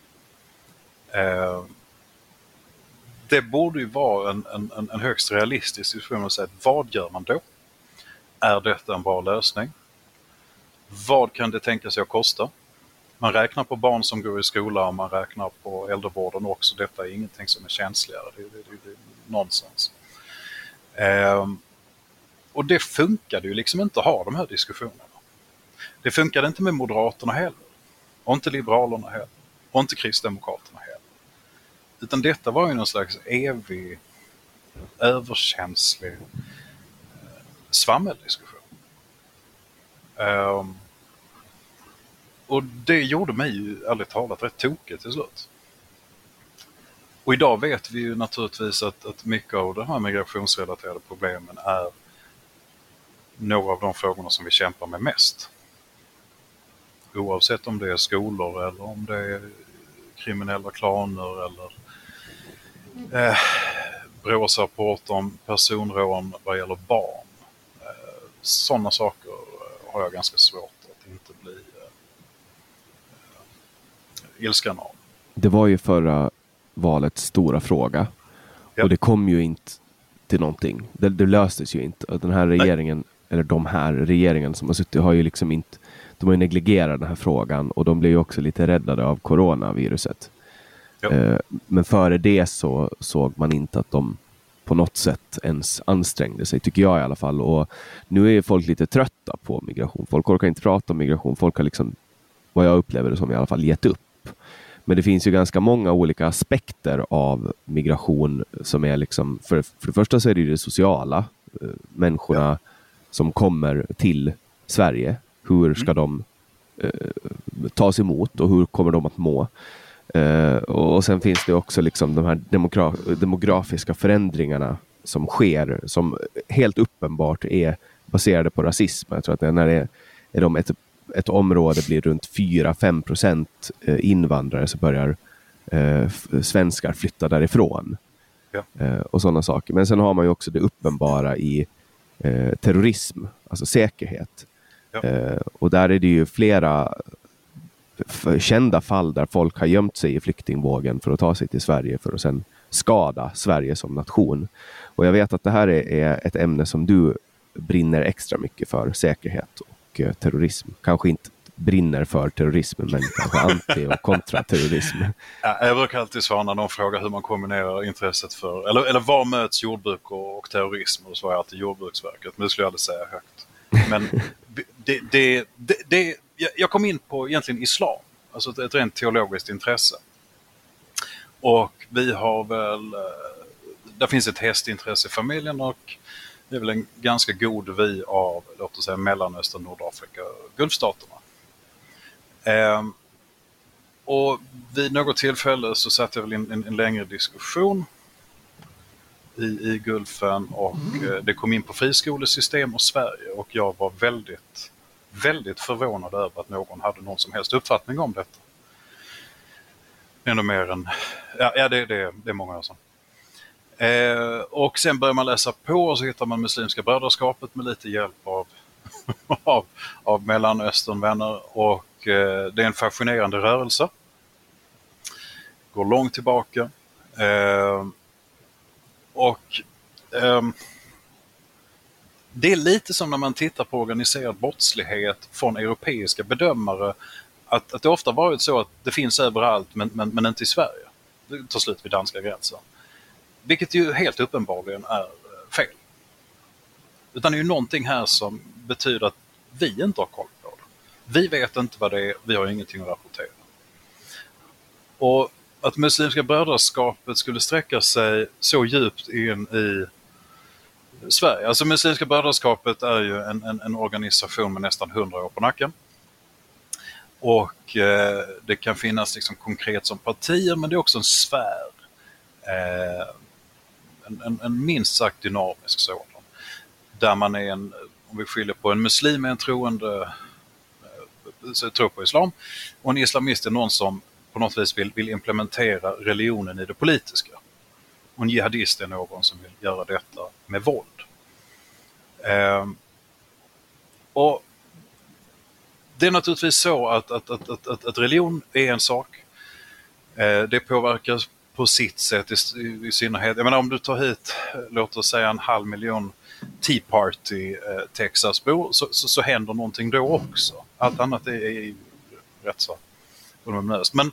Eh, det borde ju vara en, en, en högst realistisk diskussion att säga, vad gör man då? Är detta en bra lösning? Vad kan det tänka sig att kosta? Man räknar på barn som går i skola och man räknar på äldrevården också. Detta är ingenting som är känsligare. Det, det, det, det är nonsens. Eh, och det funkade ju liksom inte att ha de här diskussionerna. Det funkade inte med Moderaterna heller. Och inte Liberalerna heller. Och inte Kristdemokraterna heller. Utan detta var ju någon slags evig, överkänslig eh, svammeldiskussion. Eh, Och det gjorde mig ju ärligt talat rätt tokigt till slut. Och idag vet vi ju naturligtvis att, att mycket av de här migrationsrelaterade problemen är några av de frågorna som vi kämpar med mest. Oavsett om det är skolor eller om det är kriminella klaner eller eh, Brås rapport om personrån vad gäller barn. Eh, sådana saker har jag ganska svårt att inte bli eh, ilskan av. Det var ju förra valets stora fråga. Ja. Och det kom ju inte till någonting. Det, det löstes ju inte. Den här regeringen, Nej. eller de här regeringen som har suttit har ju liksom inte, de har ju negligerat den här frågan och de blev ju också lite räddade av coronaviruset. Ja. Eh, men före det så såg man inte att de på något sätt ens ansträngde sig, tycker jag i alla fall. Och nu är folk lite trötta på migration. Folk orkar inte prata om migration. Folk har liksom, vad jag upplever det som i alla fall, gett upp. Men det finns ju ganska många olika aspekter av migration som är liksom, för, för det första så är det ju det sociala. Eh, människorna ja. som kommer till Sverige. Hur ska mm. de eh, tas emot och hur kommer de att må? Uh, och sen finns det också liksom de här demogra- demografiska förändringarna som sker, som helt uppenbart är baserade på rasism. Jag tror att när det är, är de ett, ett område blir runt fyra till fem procent invandrare så börjar uh, svenskar flytta därifrån. Ja. Uh, och sådana saker. Men sen har man ju också det uppenbara i uh, terrorism, alltså säkerhet. Ja. Uh, och där är det ju flera kända fall där folk har gömt sig i flyktingvågen för att ta sig till Sverige för att sen skada Sverige som nation. Och jag vet att det här är ett ämne som du brinner extra mycket för, säkerhet och terrorism. Kanske inte brinner för terrorism, men kanske anti- och kontraterrorism. Ja, jag brukar alltid svara när någon frågar hur man kombinerar intresset för, eller, eller var möts jordbruk och, och terrorism, och så svarar jag alltid Jordbruksverket, men det skulle jag aldrig säga högt. Men det, det, det, det jag kom in på egentligen islam, alltså ett, ett rent teologiskt intresse. Och vi har väl, där finns ett hästintresse i familjen och det är väl en ganska god vi av, låt oss säga, Mellanöstern, Nordafrika, Gulfstaterna. Ehm, och vid något tillfälle så satt jag väl in en, en längre diskussion i, i Gulfen och mm. det kom in på friskolesystem och Sverige och jag var väldigt väldigt förvånad över att någon hade någon som helst uppfattning om detta. Ändå mer än, ja, ja det, det, det är många år sedan. Eh, och sen börjar man läsa på och så hittar man Muslimska brödraskapet med lite hjälp av, av, av Mellanösternvänner och eh, det är en fascinerande rörelse. Går långt tillbaka. Eh, och eh, det är lite som när man tittar på organiserad brottslighet från europeiska bedömare, att, att det ofta varit så att det finns överallt men, men, men inte i Sverige. Det tar slut vid danska gränsen. Vilket ju helt uppenbarligen är fel. Utan det är ju någonting här som betyder att vi inte har koll på det. Vi vet inte vad det är, vi har ingenting att rapportera. Och att Muslimska brödraskapet skulle sträcka sig så djupt in i Sverige. Alltså Muslimska brödraskapet är ju en, en, en organisation med nästan hundra år på nacken. Och eh, det kan finnas liksom konkret som partier, men det är också en sfär. Eh, en, en, en minst sagt dynamisk sådan. Där man är en, om vi skiljer på en muslim är en troende, eh, tror på islam, och en islamist är någon som på något vis vill, vill implementera religionen i det politiska. Och en jihadist är någon som vill göra detta med våld. Eh, och det är naturligtvis så att, att, att, att, att, att religion är en sak. Eh, det påverkar på sitt sätt i, i, i synnerhet. Jag menar, om du tar hit, låt oss säga en halv miljon Tea Party eh, Texasbor, så, så, så händer någonting då också. Allt annat är, är rätt så voluminöst. Men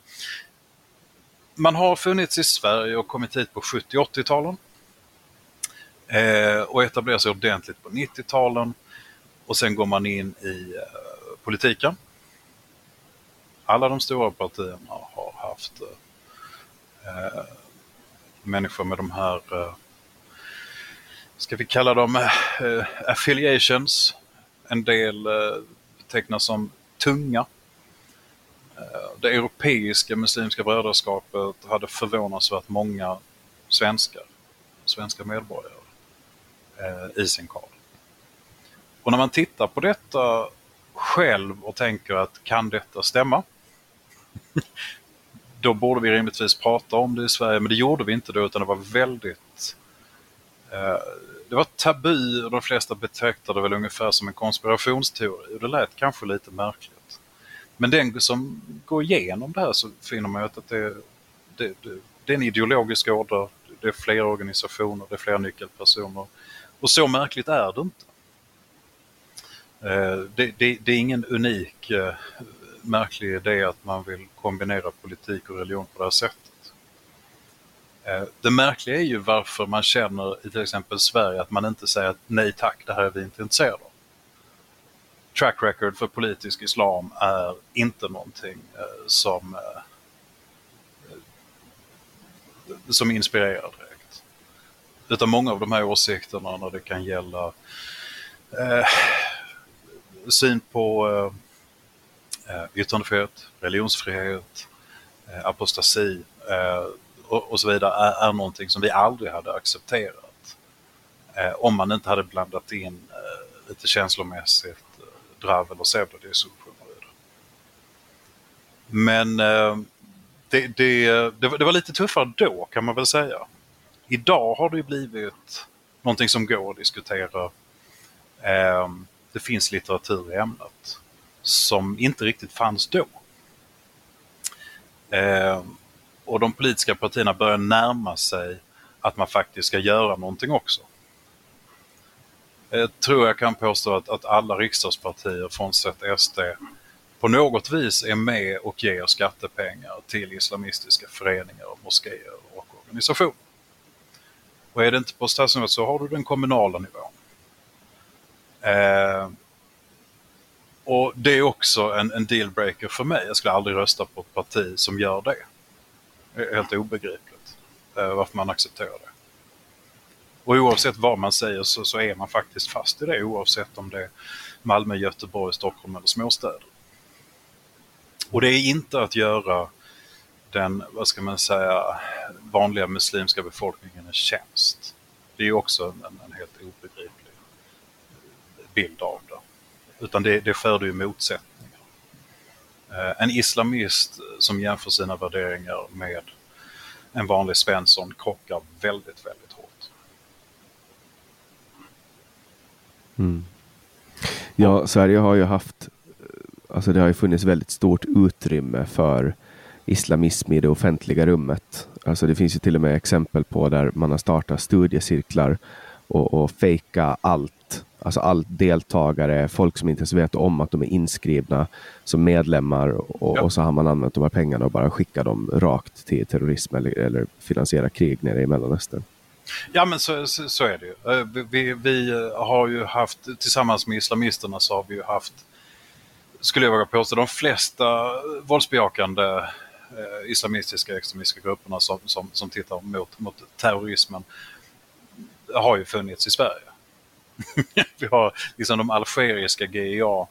man har funnits i Sverige och kommit hit på sjuttio- och åttio-talen. Eh, och etablerar sig ordentligt på nittio-talen. Och sen går man in i eh, politiken. Alla de stora partierna har haft eh, människor med de här, eh, ska vi kalla dem eh, affiliations. En del eh, betecknas som tunga. Det europeiska muslimska brödraskapet hade förvånansvärt många svenskar, svenska medborgare i sin kår. Och när man tittar på detta själv och tänker att kan detta stämma? Då borde vi rimligtvis prata om det i Sverige, men det gjorde vi inte då, utan det var väldigt eh, det var tabu och de flesta betraktade väl ungefär som en konspirationsteori och det lät kanske lite märkligt. Men den som går igenom det här så finner man att det, det, det, det är en ideologisk order, det är flera organisationer, det är flera nyckelpersoner och så märkligt är det inte. Eh, det, det, det är ingen unik eh, märklig idé att man vill kombinera politik och religion på det här sättet. Det märkliga är ju varför man känner i till exempel Sverige att man inte säger att nej tack, det här är vi inte intresserade av. Track record för politisk islam är inte någonting som, som inspirerar direkt. Utan många av de här åsikterna när det kan gälla eh, syn på eh, yttrandefrihet, religionsfrihet, eh, apostasi eh, och, och så vidare är, är någonting som vi aldrig hade accepterat eh, om man inte hade blandat in eh, lite känslomässigt eh, dravel och pseudodiskussioner. Men eh, det, det, det, var, det var lite tuffare då kan man väl säga. Idag har det ju blivit någonting som går att diskutera. Eh, det finns litteratur i ämnet som inte riktigt fanns då. Eh, och de politiska partierna börjar närma sig att man faktiskt ska göra någonting också. Jag tror jag kan påstå att, att alla riksdagspartier frånsett S D på något vis är med och ger skattepengar till islamistiska föreningar, moskéer och organisationer. Och är det inte på statsnivå så har du den kommunala nivån. Eh, och det är också en, en dealbreaker för mig. Jag skulle aldrig rösta på ett parti som gör det. Det är helt obegripligt eh, varför man accepterar det. Och oavsett vad man säger så, så är man faktiskt fast i det, oavsett om det är Malmö, Göteborg, Stockholm eller småstäder. Och det är inte att göra den, vad ska man säga, vanliga muslimska befolkningen en tjänst. Det är ju också en, en helt obegriplig bild av det. Utan det, det föder ju motsättningar. Eh, en islamist som jämför sina värderingar med en vanlig Svensson krockar väldigt, väldigt hårt. Mm. Ja, Sverige har ju haft, alltså det har ju funnits väldigt stort utrymme för islamism i det offentliga rummet. Alltså det finns ju till och med exempel på där man har startat studiecirklar och, och fejka allt. Alltså allt deltagare, folk som inte ens vet om att de är inskrivna som medlemmar och, ja. och så har man använt de här pengarna och bara skickat dem rakt till terrorism eller, eller finansiera krig nere i Mellanöstern. Ja, men så, så, så är det ju. Vi, vi har ju haft, tillsammans med islamisterna så har vi ju haft, skulle jag våga påstå, de flesta våldsbejakande eh, islamistiska extremistiska grupperna som, som, som tittar mot, mot terrorismen har ju funnits i Sverige. Vi har liksom de algeriska G I A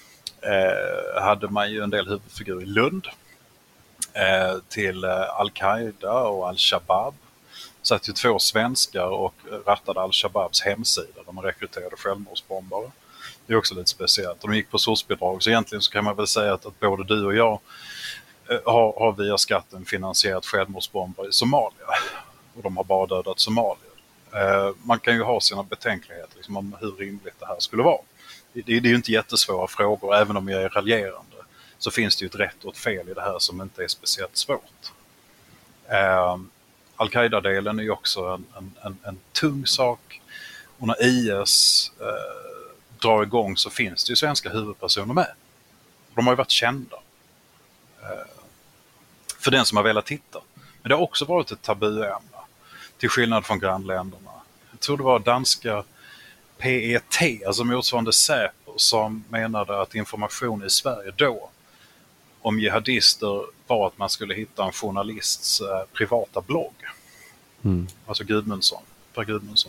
eh, hade man ju en del huvudfigurer i Lund eh, till eh, Al-Qaida och Al-Shabaab. Satt ju två svenskar och rattade Al-Shababs hemsida där man rekryterade självmordsbombare. Det är också lite speciellt. Och de gick på sourcebidrag, så egentligen så kan man väl säga att, att både du och jag eh, har, har via skatten finansierat självmordsbombare i Somalia. Och de har bara dödat somalier. Eh, man kan ju ha sina betänkligheter liksom, om hur rimligt det här skulle vara. Det, det, det är ju inte jättesvåra frågor, även om jag är raljerande. Så finns det ju ett rätt och ett fel i det här som inte är speciellt svårt. Eh, Al-Qaida-delen är ju också en, en, en, en tung sak. Och när I S eh, drar igång så finns det ju svenska huvudpersoner med. De har ju varit kända. Eh, för den som har velat titta. Men det har också varit ett tabuämne. Till skillnad från grannländerna. Jag tror det var danska P E T, alltså motsvarande Säpo, som menade att information i Sverige då om jihadister var att man skulle hitta en journalists eh, privata blogg. Mm. Alltså Gudmundsson, Per Gudmundsson.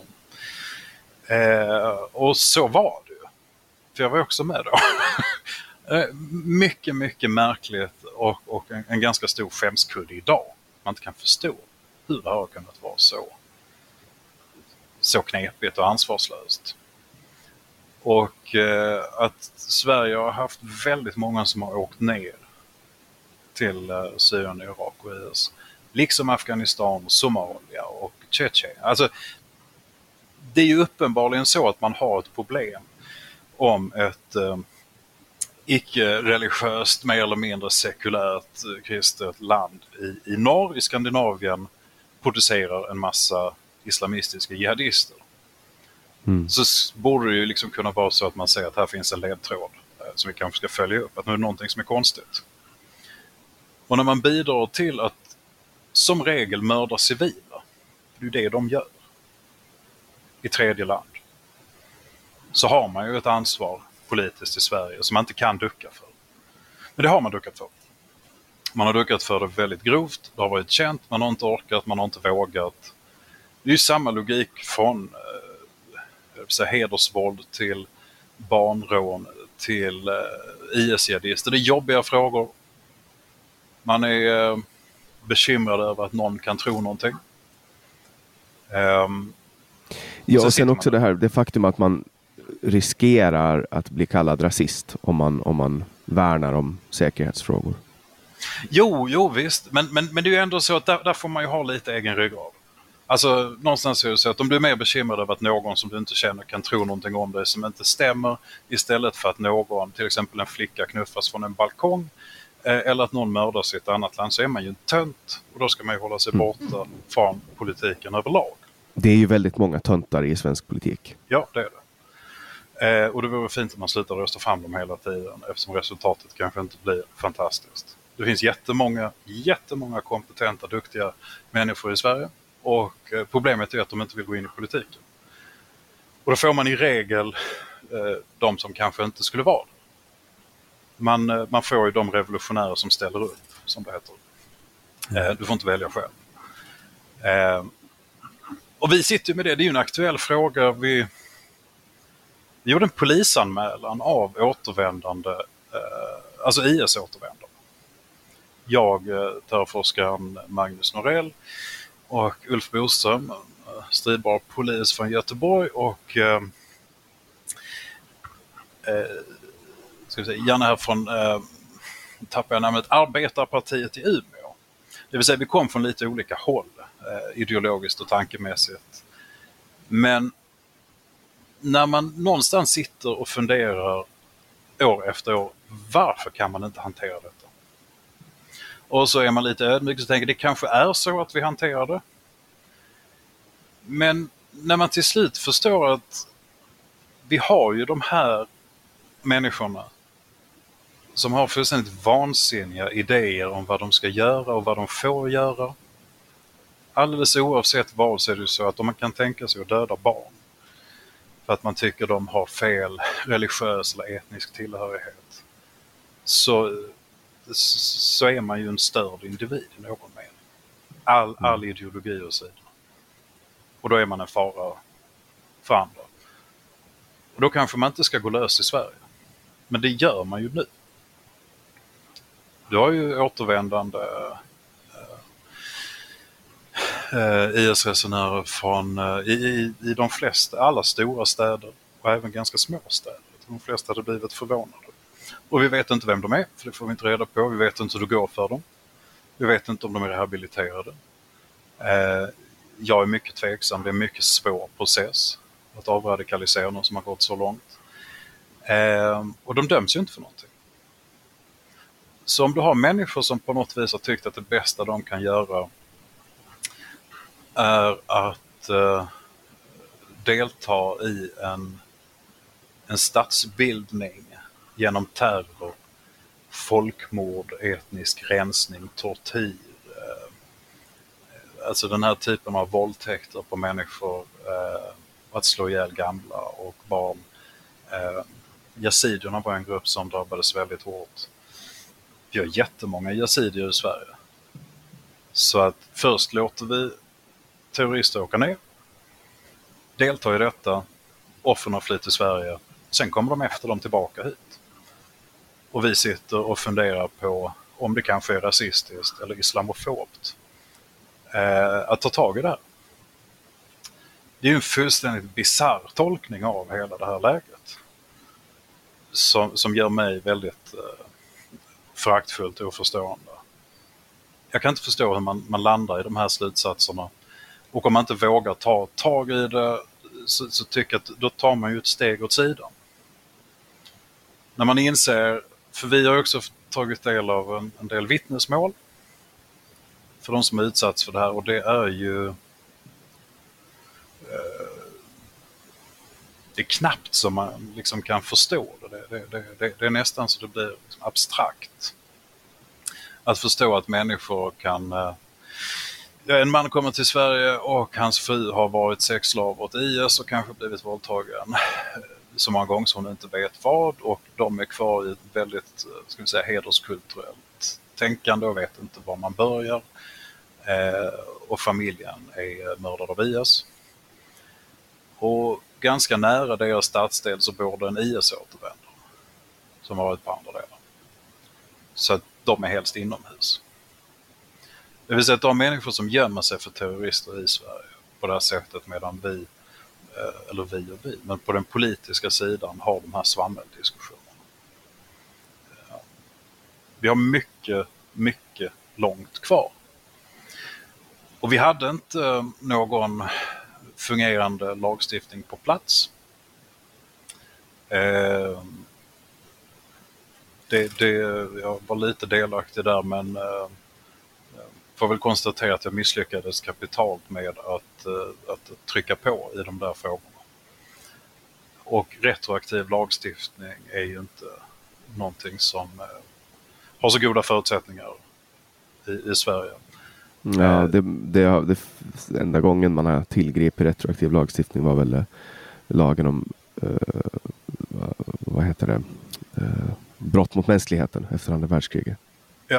Eh, och så var det ju. För jag var också med då. eh, mycket, mycket märkligt och, och en, en ganska stor skämskudde idag. Man inte kan förstå hur det har kunnat vara så, så knepigt och ansvarslöst. Och eh, att Sverige har haft väldigt många som har åkt ner till eh, Syrien, Irak och I S. Liksom Afghanistan, Somalia och Tjetjenien. Alltså, det är ju uppenbarligen så att man har ett problem om ett eh, icke-religiöst, mer eller mindre sekulärt eh, kristet land i, i norr, i Skandinavien, producerar en massa islamistiska jihadister. Mm. Så borde det ju liksom kunna vara så att man säger att här finns en ledtråd eh, som vi kanske ska följa upp, att nu är det någonting som är konstigt. Och när man bidrar till att som regel mörda civila, det är ju det de gör i tredje land, så har man ju ett ansvar politiskt i Sverige som man inte kan ducka för. Men det har man duckat för. Man har duckat för det väldigt grovt, det har varit känt, man har inte orkat, man har inte vågat. Det är ju samma logik från eh, hedersvåld till barnrån till eh, I S-jihadister. Det är jobbiga frågor. Man är eh, bekymrad över att någon kan tro någonting. Um, ja, och sen också det här, det faktum att man riskerar att bli kallad rasist om man, om man värnar om säkerhetsfrågor. Jo, jo visst. Men, men, men det är ju ändå så att där, där får man ju ha lite egen ryggrad. Alltså någonstans är det så att om du är mer bekymrad över att någon som du inte känner kan tro någonting om det som inte stämmer, istället för att någon, till exempel en flicka, knuffas från en balkong eh, eller att någon mördas i ett annat land, så är man ju en tönt, och då ska man ju hålla sig borta mm. från politiken överlag. Det är ju väldigt många töntar i svensk politik. Ja, det är det. Eh, och det vore fint att man slutar rösta fram dem hela tiden, eftersom resultatet kanske inte blir fantastiskt. Det finns jättemånga, jättemånga kompetenta, duktiga människor i Sverige. Och eh, problemet är att de inte vill gå in i politiken. Och då får man i regel eh, de som kanske inte skulle vara det. Man, eh, man får ju de revolutionärer som ställer upp, som det heter. Eh, du får inte välja själv. Eh, och vi sitter ju med det. Det är ju en aktuell fråga. Vi, vi gjorde en polisanmälan av återvändande, eh, alltså I S-återvändare. Jag, eh, terrorforskaren Magnus Norell och Ulf Boström, stridbar polis från Göteborg, och eh, eh, ska vi säga, Janne här från eh, tappar jag namnet, Arbetarpartiet i Umeå. Det vill säga vi kom från lite olika håll, eh, ideologiskt och tankemässigt. Men när man någonstans sitter och funderar år efter år, varför kan man inte hantera detta? Och så är man lite ödmjuk och tänker det kanske är så att vi hanterar det. Men när man till slut förstår att vi har ju de här människorna som har fullständigt vansinniga idéer om vad de ska göra och vad de får göra. Alldeles oavsett vad, så är det så att om man kan tänka sig att döda barn för att man tycker de har fel religiös eller etnisk tillhörighet, så så är man ju en störd individ i någon mening. All, all ideologi och sidor. Och då är man en fara för andra. Och då kanske man inte ska gå lös i Sverige. Men det gör man ju nu. Du har ju återvändande eh, I S-resenärer från eh, i, i, i de flesta, alla stora städer och även ganska små städer. De flesta hade blivit förvånade. Och vi vet inte vem de är, för det får vi inte reda på. Vi vet inte hur det går för dem. Vi vet inte om de är rehabiliterade. Eh, jag är mycket tveksam. Det är en mycket svår process att avradikalisera någon som har gått så långt. Eh, och de döms ju inte för någonting. Så om du har människor som på något vis har tyckt att det bästa de kan göra är att eh, delta i en, en statsbildning genom terror, folkmord, etnisk rensning, tortyr. Eh, alltså den här typen av våldtäkter på människor, eh, att slå ihjäl gamla och barn. Eh, yazidierna var en grupp som drabbades väldigt hårt. Vi har jättemånga yazidier i Sverige. Så att först låter vi terrorister åka ner, delta i detta, offren flyr till Sverige, sen kommer de efter dem tillbaka hit. Och vi sitter och funderar på om det kanske är rasistiskt eller islamofobt, eh, att ta tag i det här. Det är ju en fullständigt bizarr tolkning av hela det här läget som, som gör mig väldigt eh, föraktfullt och oförstående. Jag kan inte förstå hur man, man landar i de här slutsatserna, och om man inte vågar ta tag i det, så, så tycker jag att då tar man ju ett steg åt sidan. När man inser, för vi har också tagit del av en, en del vittnesmål för de som är utsatts för det här, och det är ju det är knappt som man liksom kan förstå det. Det, det, det. det är nästan så det blir liksom abstrakt. Att förstå att människor kan... Ja, en man kommer till Sverige och hans fru har varit sexslav åt I S och kanske blivit våldtagen så många gånger som hon inte vet vad, och de är kvar i ett väldigt, ska vi säga, hederskulturellt tänkande och vet inte var man börjar. Eh, och familjen är mördad av I S. Och ganska nära deras stadsdel så bor det en I S-återvändare som har varit på andra delar. Så att de är helst inomhus. Det vill säga att de människor som gömmer sig för terrorister i Sverige på det här sättet, medan vi, eller vi och vi, men på den politiska sidan har de här svammeldiskussionerna. Vi har mycket, mycket långt kvar. Och vi hade inte någon fungerande lagstiftning på plats. Eh, det, det, jag var lite delaktig där, men eh, får väl konstatera att jag misslyckades kapitalt med att, eh, att trycka på i de där frågorna. Och retroaktiv lagstiftning är ju inte någonting som eh, har så goda förutsättningar i, i Sverige. Ja, det, det, det, det enda gången man har tillgripit retroaktiv lagstiftning var väl lagen om uh, vad heter det uh, brott mot mänskligheten efter andra världskriget. Ja.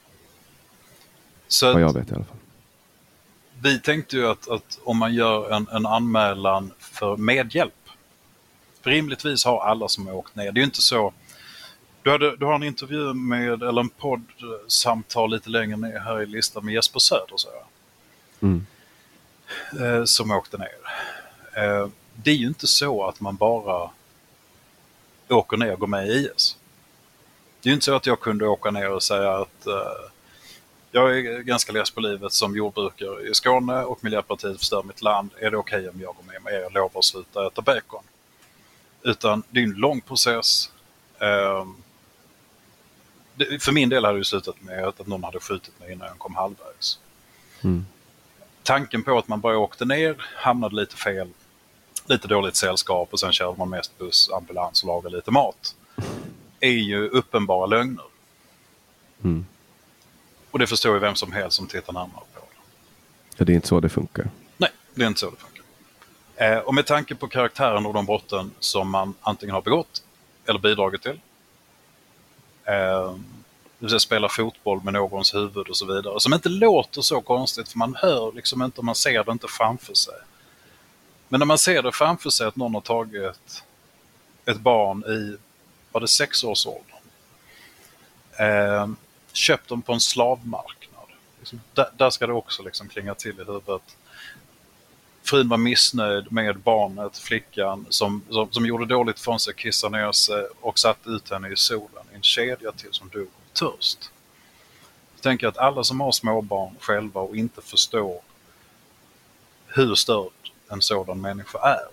Så vad jag vet i alla fall. Vi tänkte ju att, att om man gör en, en anmälan för medhjälp, för rimligtvis har alla som har åkt ner. Det är ju inte så. Du, hade, du har en intervju med, eller en poddsamtal lite längre ner här i listan med Jesper Söder, så jag. Mm. Eh, som åkte ner. Eh, det är ju inte så att man bara åker ner och går med i I S. Det är ju inte så att jag kunde åka ner och säga att eh, jag är ganska less på livet som jordbrukare i Skåne och Miljöpartiet förstör mitt land. Är det okej okay om jag går med med er? Jag lovar att sluta äta bacon. Utan det är en lång process. Eh, För min del hade det slutat med att någon hade skjutit mig innan jag kom halvvägs. Mm. Tanken på att man bara åkte ner, hamnade lite fel, lite dåligt sällskap och sen körde man mest buss, ambulans och lagade lite mat, är ju uppenbara lögner. Mm. Och det förstår ju vem som helst som tittar närmare på det. Ja, det är inte så det funkar. Nej, det är inte så det funkar. Eh, och med tanke på karaktären och de brotten som man antingen har begått eller bidragit till, Eh, det vill säga spela fotboll med någons huvud och så vidare, som inte låter så konstigt, för man hör liksom inte, man ser det inte framför sig. Men när man ser det framför sig att någon har tagit ett barn i, var det sexårsåldern, eh, köpt dem på en slavmarknad, liksom, där, där ska det också liksom klinga till i huvudet. Frun var missnöjd med barnet, flickan, som, som, som gjorde dåligt från sig, kissade ner sig och satt ut henne i solen i en kedja till som dog av törst. Jag tänker att alla som har småbarn själva och inte förstår hur störd en sådan människa är,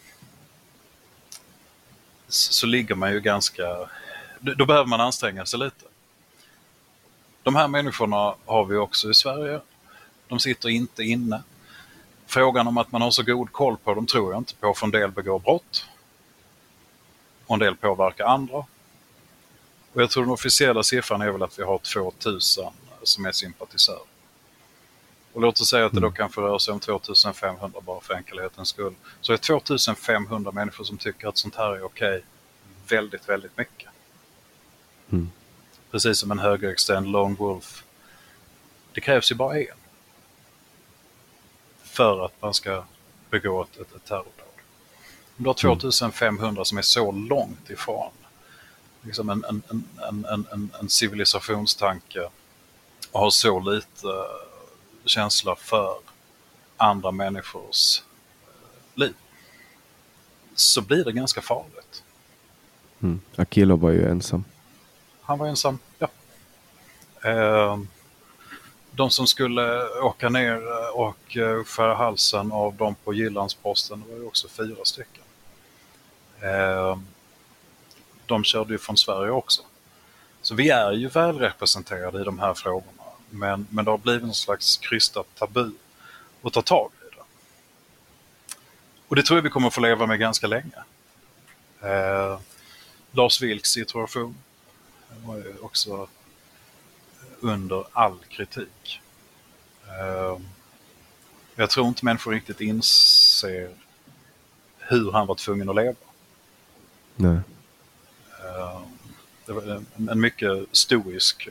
så, så ligger man ju ganska... Då, då behöver man anstränga sig lite. De här människorna har vi också i Sverige. De sitter inte inne. Frågan om att man har så god koll på dem tror jag inte på, för en del begår brott och en del påverkar andra. Och jag tror den officiella siffran är väl att vi har tvåtusen som är sympatisörer. Och låt oss säga att det då kanske rör sig om tvåtusenfemhundra bara för enkelhetens skull. Så är tvåtusenfemhundra människor som tycker att sånt här är okej väldigt, väldigt mycket. Mm. Precis som en högerextrem lone wolf. Det krävs ju bara en för att man ska begå ett, ett, ett terrordåd. Om du har tvåtusenfemhundra som är så långt ifrån liksom en, en, en, en, en, en civilisationstanke och har så lite känsla för andra människors liv, så blir det ganska farligt. Mm. Akilov var ju ensam. Han var ensam, ja. Eh, de som skulle åka ner och skära halsen av dem på Jyllandsposten var ju också fyra stycken. Eh, de körde ju från Sverige också. Så vi är ju väl representerade i de här frågorna. Men, men det har blivit en slags krystat tabu att ta tag i det. Och det tror jag vi kommer att få leva med ganska länge. Eh, Lars Vilks situation var ju också under all kritik. Eh, jag tror inte människor riktigt inser hur han var tvungen att leva. Nej. Eh, det var en, en mycket stoisk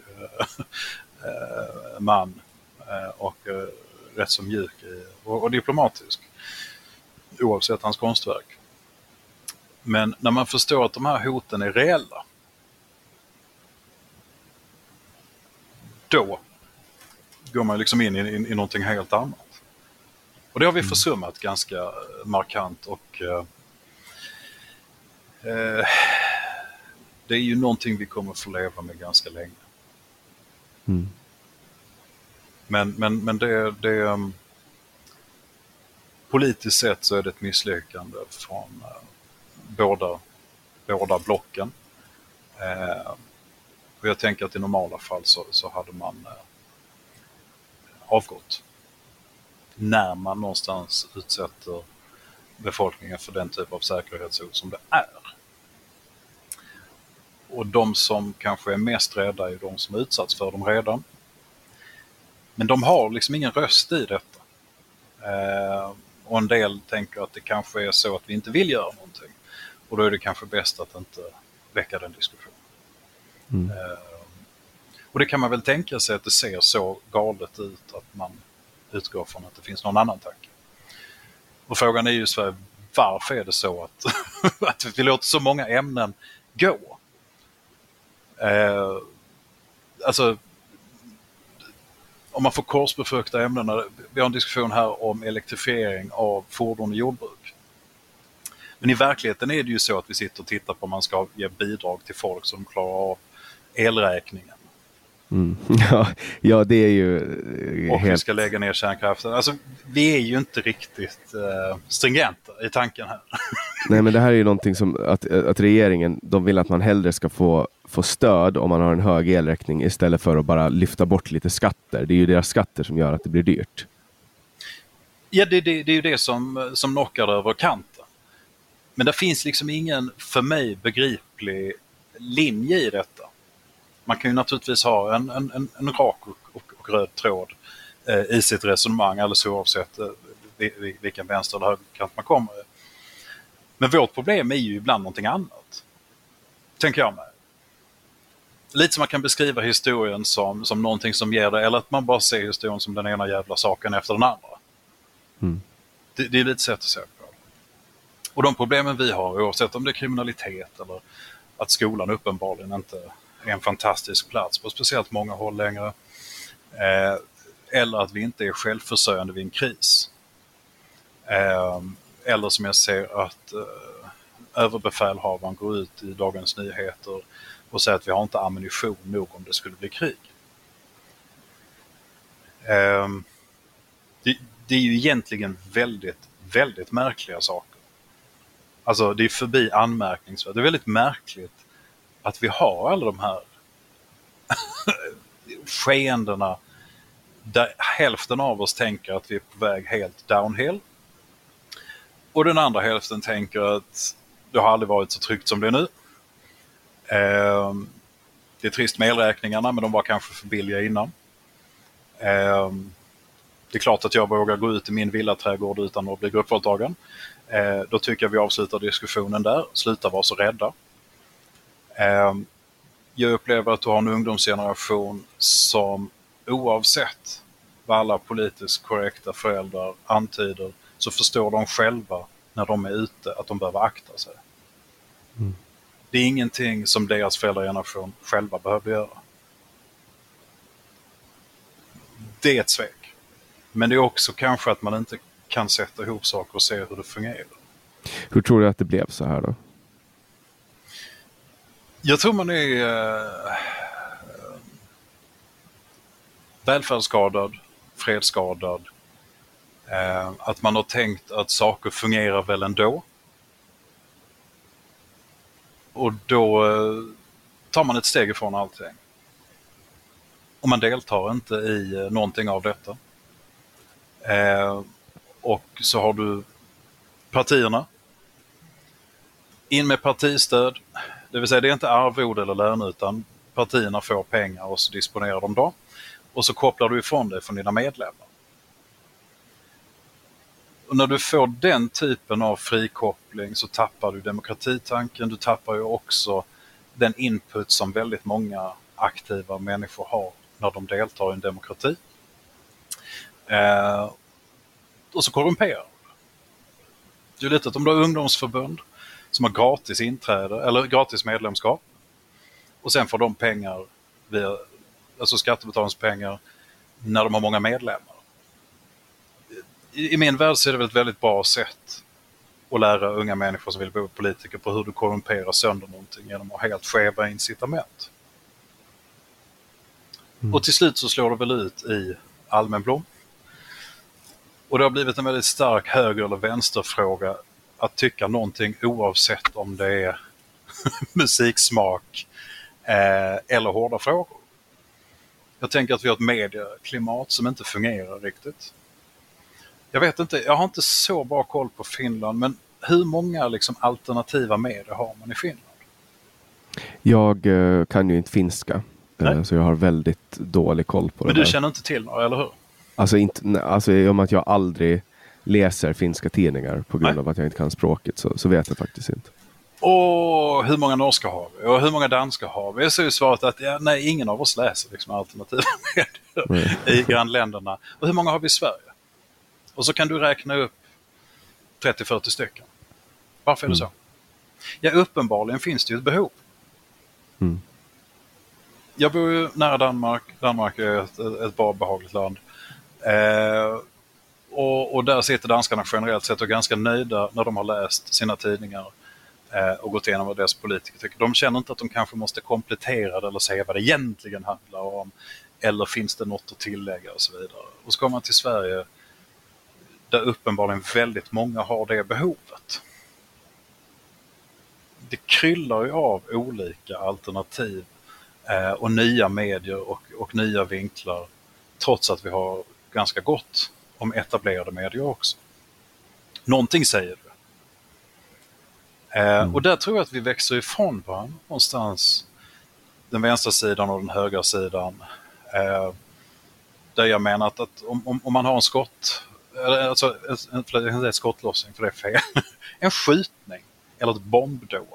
man och rätt så mjuk och, och diplomatisk oavsett hans konstverk. Men när man förstår att de här hoten är reella, då går man liksom in i, i, i någonting helt annat. Och det har vi försummat ganska markant och eh, det är ju någonting vi kommer få leva med ganska länge. Mm. Men, men, men det, det um, politiskt sett så är det ett misslyckande från uh, båda, båda blocken. Uh, och jag tänker att i normala fall så, så hade man uh, avgått. När man någonstans utsätter befolkningen för den typ av säkerhetshot som det är. Och de som kanske är mest rädda är de som utsatts för dem redan. Men de har liksom ingen röst i detta. Eh, och en del tänker att det kanske är så att vi inte vill göra någonting. Och då är det kanske bäst att inte väcka den diskussionen. Mm. Eh, och det kan man väl tänka sig att det ser så galet ut att man utgår från att det finns någon annan tanke. Och frågan är ju så, varför är det så att, att vi låter så många ämnen gå? Eh, alltså om man får korsbefrukta ämnena, vi har en diskussion här om elektrifiering av fordon och jordbruk. Men i verkligheten är det ju så att vi sitter och tittar på om man ska ge bidrag till folk som klarar av elräkningen. Mm. Ja, ja, det är ju och helt... vi ska lägga ner kärnkraften. Alltså, vi är ju inte riktigt uh, stringenta i tanken här. Nej, men det här är ju någonting som att, att regeringen, de vill att man hellre ska få, få stöd om man har en hög elräkning istället för att bara lyfta bort lite skatter. Det är ju deras skatter som gör att det blir dyrt. Ja, det, det, det är ju det som, som knockar över kanten. Men det finns liksom ingen för mig begriplig linje i detta. Man kan ju naturligtvis ha en, en, en, en rak och, och, och röd tråd eh, i sitt resonemang, alldeles oavsett eh, vilken vänster eller högerkant man kommer i. Men vårt problem är ju ibland någonting annat, tänker jag med. Lite som man kan beskriva historien som, som någonting som ger det, eller att man bara ser historien som den ena jävla saken efter den andra. Mm. Det, det är lite sätt att se på. Och de problemen vi har, oavsett om det är kriminalitet eller att skolan uppenbarligen inte är en fantastisk plats på speciellt många håll längre, eh, eller att vi inte är självförsörjande vid en kris. Eh, eller som jag ser att eh, överbefälhavaren går ut i Dagens Nyheter och säger att vi har inte ammunition nog om det skulle bli krig. Eh, det, det är ju egentligen väldigt, väldigt märkliga saker. Alltså det är förbi anmärkningsvärt. Det är väldigt märkligt att vi har alla de här skeendena där hälften av oss tänker att vi är på väg helt downhill. Och den andra hälften tänker att det har aldrig varit så tryggt som det är nu. Eh, det är trist med elräkningarna, men de var kanske för billiga innan. Eh, det är klart att jag vågar gå ut i min villaträdgård utan att bli gruppvåldtagen. Eh, då tycker jag vi avslutar diskussionen där. Sluta vara så rädda. Eh, jag upplever att du har en ungdomsgeneration som oavsett vad alla politiskt korrekta föräldrar antyder, så förstår de själva när de är ute att de behöver akta sig. Mm. Det är ingenting som deras föräldrageneration själva behövde göra. Det är ett svek. Men det är också kanske att man inte kan sätta ihop saker och se hur det fungerar. Hur tror du att det blev så här då? Jag tror man är äh, välfärdsskadad, fredsskadad. Äh, att man har tänkt att saker fungerar väl ändå. Och då äh, tar man ett steg ifrån allting. Och man deltar inte i äh, någonting av detta. Äh, och så har du partierna. In med partistöd. Det vill säga det är inte arvode eller lön utan partierna får pengar och så disponerar de dem. Och så kopplar du ifrån det från dina medlemmar. Och när du får den typen av frikoppling så tappar du demokratitanken. Du tappar ju också den input som väldigt många aktiva människor har när de deltar i en demokrati. Eh, och så korrumperar det är lite att om du har ungdomsförbund som har gratis inträde eller gratis medlemskap och sen får de pengar via, alltså skattebetalarpengar när de har många medlemmar. I, I min värld så är det väl ett väldigt bra sätt att lära unga människor som vill bli politiker på hur du korrumperar sönder någonting genom att ha helt skeva incitament. Mm. Och till slut så slår det väl ut i allmän blom. Och det har blivit en väldigt stark höger- eller vänsterfråga att tycka någonting oavsett om det är musiksmak eh, eller hårda frågor. Jag tänker att vi har ett medieklimat som inte fungerar riktigt. Jag vet inte, jag har inte så bra koll på Finland, men hur många liksom, alternativa medier har man i Finland? Jag eh, kan ju inte finska, eh, så jag har väldigt dålig koll på men det. Men du där. känner inte till några, eller hur? Alltså, inte, alltså i och med att jag aldrig läser finska tidningar på grund Nej. av att jag inte kan språket så, så vet jag faktiskt inte. Och hur många norska har vi? Och hur många danska har vi? Så är ju svaret att ja, nej, ingen av oss läser liksom alternativa medier i grannländerna. Och hur många har vi i Sverige? Och så kan du räkna upp trettio till fyrtio stycken. Varför är det Mm. så? Ja, uppenbarligen finns det ju ett behov. Mm. Jag bor ju nära Danmark. Danmark är ett, ett bra behagligt land. Eh, och, och där sitter danskarna generellt sett och ganska nöjda när de har läst sina tidningar eh, och gått igenom vad deras politiker tycker. De känner inte att de kanske måste komplettera det eller säga vad det egentligen handlar om. Eller finns det något att tillägga och så vidare. Och så kommer man till Sverige där uppenbarligen väldigt många har det behovet. Det kryllar ju av olika alternativ eh, och nya medier och, och nya vinklar trots att vi har ganska gott om etablerade medier också. Någonting säger du. Eh, mm. Och där tror jag att vi växer ifrån varandra någonstans. Den vänstra sidan och den högra sidan. Eh, där jag menar att, att om, om, om man har en skott, alltså en, jag kan säga skottlossning för det är fel. En skjutning eller ett bombdåd.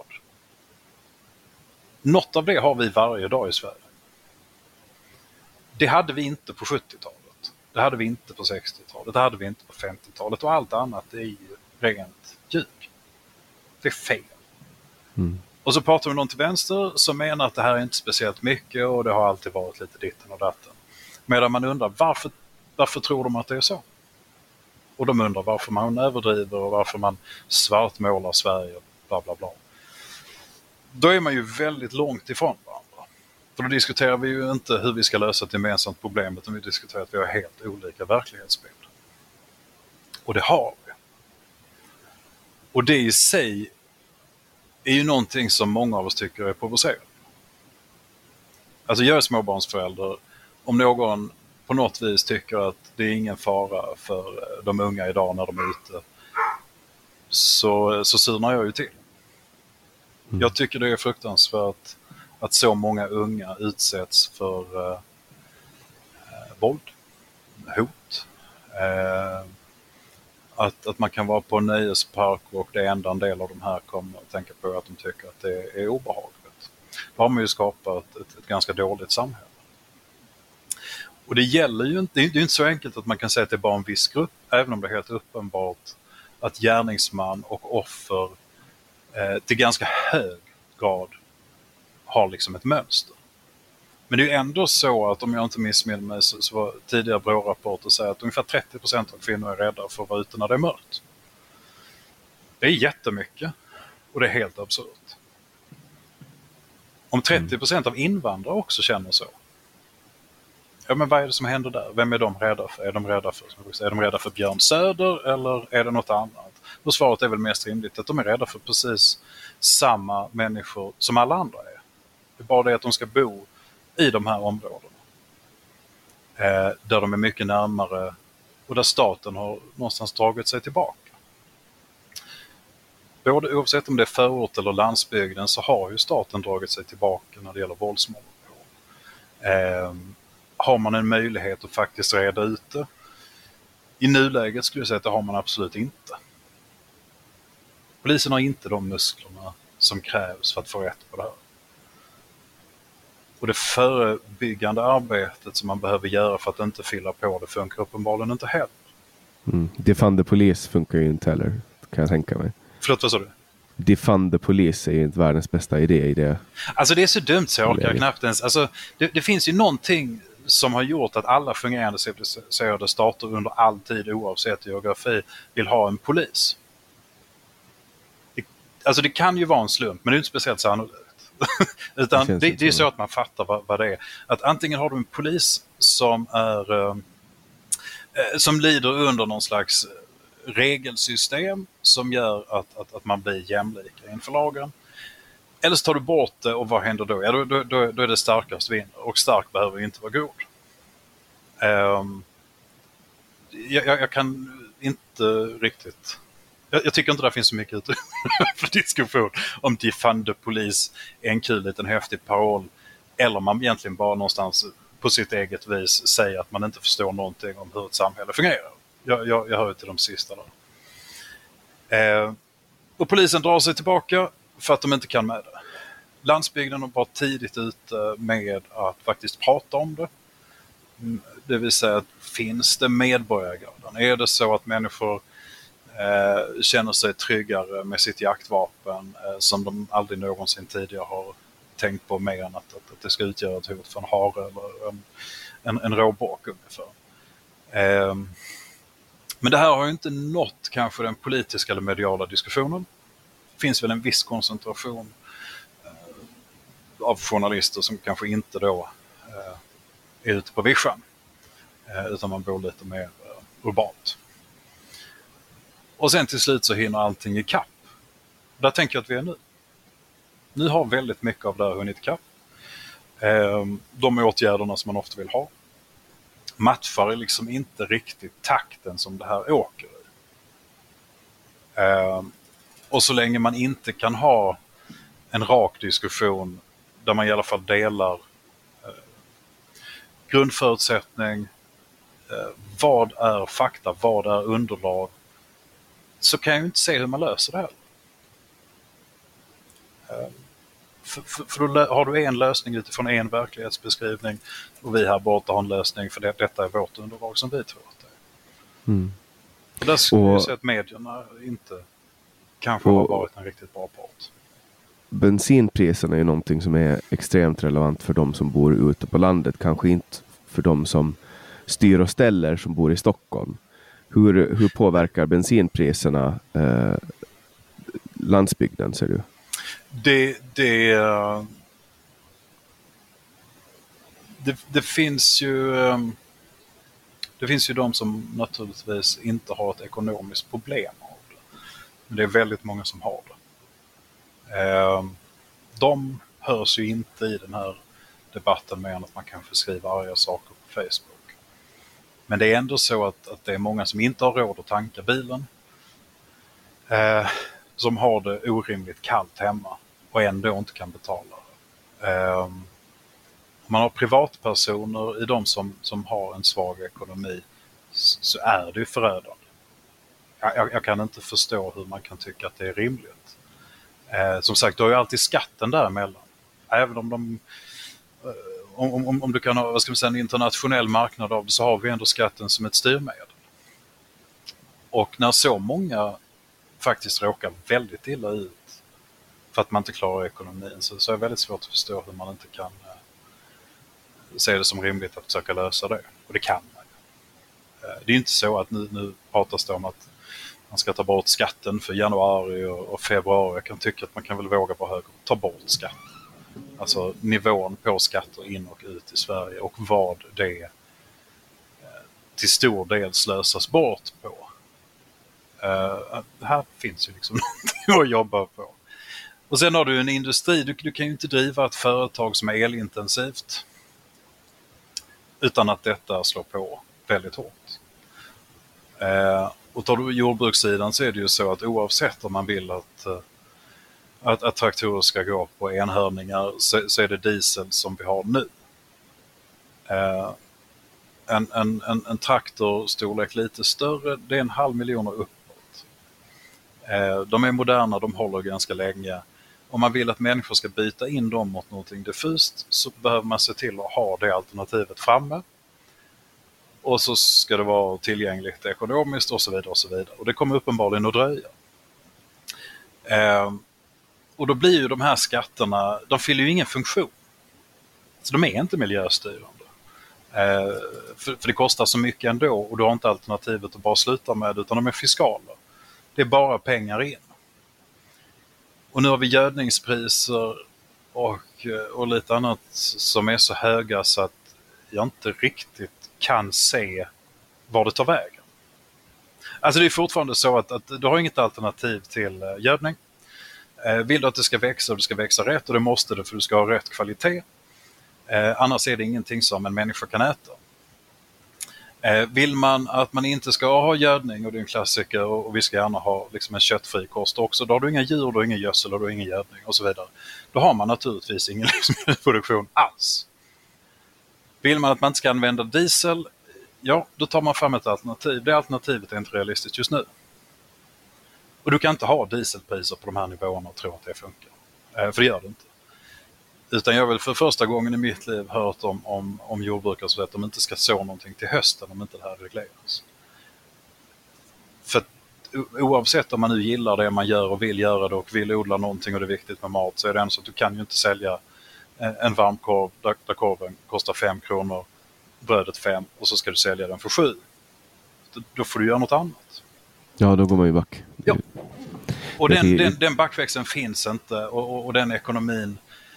Något av det har vi varje dag i Sverige. Det hade vi inte på sjuttiotalet. Det hade vi inte på sextiotalet. Det hade vi inte på femtiotalet. Och allt annat är ju rent ljug. Det är fel. Mm. Och så pratar vi någon till vänster som menar att det här är inte speciellt mycket och det har alltid varit lite ditten och datten. Medan man undrar varför, varför tror de att det är så? Och de undrar varför man överdriver och varför man svartmålar Sverige och bla bla bla. Då är man ju väldigt långt ifrån varandra. För då diskuterar vi ju inte hur vi ska lösa ett gemensamt problem utan vi diskuterar att vi har helt olika verklighetsbild. Och det har vi. Och det i sig är ju någonting som många av oss tycker är provocerande. Alltså jag är småbarnsförälder. Om någon på något vis tycker att det är ingen fara för de unga idag när de är ute så, så surnar jag ju till. Mm. Jag tycker det är fruktansvärt att så många unga utsätts för eh, våld, hot. Eh, att, att man kan vara på en nöjespark och det enda en del av de här kommer att tänka på att de tycker att det är obehagligt. Då har man ju skapat ett, ett ganska dåligt samhälle. Och det gäller ju inte, det är ju inte så enkelt att man kan säga att det är bara en viss grupp, även om det är helt uppenbart att gärningsman och offer eh, till ganska hög grad har liksom ett mönster. Men det är ju ändå så att om jag inte missminner mig så, så var tidigare B R A-rapporter säger att ungefär trettio procent av kvinnor är rädda för att vara ute när det är mörkt. Det är jättemycket och det är helt absurt. Om trettio procent av invandrare också känner så. Ja, men vad är det som händer där? Vem är de rädda för? Är de rädda för, är de rädda för Björn Söder eller är det något annat? Och svaret är väl mest rimligt att de är rädda för precis samma människor som alla andra är. Det är bara det att de ska bo i de här områdena. Eh, där de är mycket närmare och där staten har någonstans dragit sig tillbaka. Både oavsett om det är förort eller landsbygden så har ju staten dragit sig tillbaka när det gäller våldsmål. Eh, har man en möjlighet att faktiskt reda ut det? I nuläget skulle jag säga att det har man absolut inte. Polisen har inte de musklerna som krävs för att få rätt på det här. Och det förebyggande arbetet som man behöver göra för att inte fylla på det funkar uppenbarligen inte heller. Mm. Defund the police funkar ju inte heller, kan jag tänka mig. Förlåt, vad sa du? Defund the police är ju inte världens bästa idé i det. Alltså det är så dumt så jag orkar knappt ens. Alltså, det, det finns ju någonting som har gjort att alla fungerande civiliserade stater under all tid oavsett geografi vill ha en polis. Det, alltså det kan ju vara en slump, men det är inte speciellt sannolikt. Utan det, det, det är så att man fattar vad, vad det är. Att antingen har du en polis som är eh, som lider under någon slags regelsystem som gör att, att, att man blir jämlika inför lagen. Eller så tar du bort det och vad händer då? Ja, då, då, då är det starkast vinner och stark behöver ju inte vara god. Um, jag, jag kan inte riktigt... Jag, jag tycker inte det finns så mycket ute för diskussion om defund the police är en kul liten häftig paroll eller man egentligen bara någonstans på sitt eget vis säger att man inte förstår någonting om hur ett samhälle fungerar. Jag, jag, jag hör ju till de sista där. Eh, och polisen drar sig tillbaka för att de inte kan med det. Landsbygden har varit tidigt ute med att faktiskt prata om det. Det vill säga att finns det medborgargarden? Är det så att människor eh, känner sig tryggare med sitt jaktvapen eh, som de aldrig någonsin tidigare har tänkt på mer än att, att, att det ska utgöra ett hot för en hare eller en, en, en råbock ungefär. Eh, men det här har ju inte nått kanske den politiska eller mediala diskussionen. Det finns väl en viss koncentration eh, av journalister som kanske inte då eh, är ute på vischan eh, utan man bor lite mer eh, urbant. Och sen till slut så hinner allting i kapp. Där tänker jag att vi är nu. Nu har väldigt mycket av det här hunnit i kapp. Eh, de åtgärderna som man ofta vill ha matchar liksom inte riktigt takten som det här åker i. Eh, och så länge man inte kan ha en rak diskussion där man i alla fall delar eh, grundförutsättning, eh, vad är fakta, vad är underlag, så kan jag ju inte se hur man löser det här. Eh, för, för, för då har du en lösning utifrån en verklighetsbeskrivning och vi här borta har en lösning för det, detta är vårt underlag som vi tror att det är. Mm. Och där skulle och, jag säga att medierna inte kanske och, har varit en riktigt bra part. Bensinpriserna är ju någonting som är extremt relevant för de som bor ute på landet. Kanske inte för de som styr och ställer som bor i Stockholm. Hur, hur påverkar bensinpriserna eh, landsbygden, ser du? Det, det, det, det finns ju det finns ju de som naturligtvis inte har ett ekonomiskt problem av det. Men det är väldigt många som har det. De hörs ju inte i den här debatten med att man kanske skriver arga saker på Facebook. Men det är ändå så att, att det är många som inte har råd att tanka bilen. Eh, som har det orimligt kallt hemma och ändå inte kan betala det. Eh, man har privatpersoner i de som, som har en svag ekonomi, så är det ju förödande. Jag, jag kan inte förstå hur man kan tycka att det är rimligt. Eh, som sagt, du har ju alltid skatten däremellan. Även om de eh, om, om, om du kan ha, vad ska man säga, en internationell marknad av det, så har vi ändå skatten som ett styrmedel. Och när så många faktiskt råkar väldigt illa ut för att man inte klarar ekonomin. Så, så är det väldigt svårt att förstå hur man inte kan eh, se det som rimligt att försöka lösa det. Och det kan man. Eh, det är ju inte så att nu, nu pratas det om att man ska ta bort skatten för januari och, och februari. Jag kan tycka att man kan väl våga på högre ta bort skatt. Alltså nivån på skatter in och ut i Sverige och vad det eh, till stor del slösas bort på. Uh, här finns ju liksom någonting att jobba på. Och sen har du en industri, du, du kan ju inte driva ett företag som är elintensivt utan att detta slår på väldigt hårt. Uh, och tar du jordbrukssidan så är det ju så att oavsett om man vill att, uh, att, att traktorer ska gå på enhörningar så, så är det diesel som vi har nu. Uh, en, en, en, en traktor storlek lite större, det är en halv miljon upp. De är moderna, de håller ganska länge. Om man vill att människor ska byta in dem mot någonting diffust så behöver man se till att ha det alternativet framme. Och så ska det vara tillgängligt ekonomiskt och så vidare och så vidare. Och det kommer uppenbarligen att dröja. Eh, och då blir ju de här skatterna, de fyller ju ingen funktion. Så de är inte miljöstyrande. Eh, för, för det kostar så mycket ändå och du har inte alternativet att bara sluta med utan de är fiskala. Det är bara pengar in. Och nu har vi gödningspriser och, och lite annat som är så höga så att jag inte riktigt kan se var det tar vägen. Alltså det är fortfarande så att, att du har inget alternativ till gödning. Eh, vill du att det ska växa och det ska växa rätt och det måste det för du ska ha rätt kvalitet. Eh, annars är det ingenting som en människa kan äta. Eh, vill man att man inte ska ha gödning och det är en klassiker och, och vi ska gärna ha liksom en köttfri kost också. Då har du inga djur, du har ingen gödsel och du har ingen gödning och så vidare. Då har man naturligtvis ingen livsmedelsproduktion alls. Vill man att man inte ska använda diesel, ja då tar man fram ett alternativ. Det alternativet är inte realistiskt just nu. Och du kan inte ha dieselpriser på de här nivåerna och tro att det funkar. Eh, för det gör det inte. Utan jag har väl för första gången i mitt liv hört om, om, om jordbrukare så att de inte ska så någonting till hösten om inte det här regleras. För att, oavsett om man nu gillar det man gör och vill göra det och vill odla någonting och det är viktigt med mat så är det ändå så att du kan ju inte sälja en varmkorv där, där korven kostar fem kronor, brödet fem och så ska du sälja den för sju. Då, då får du göra något annat. Ja, då går man ju back. Ja. Och den, den, den backväxeln finns inte och, och, och den ekonomin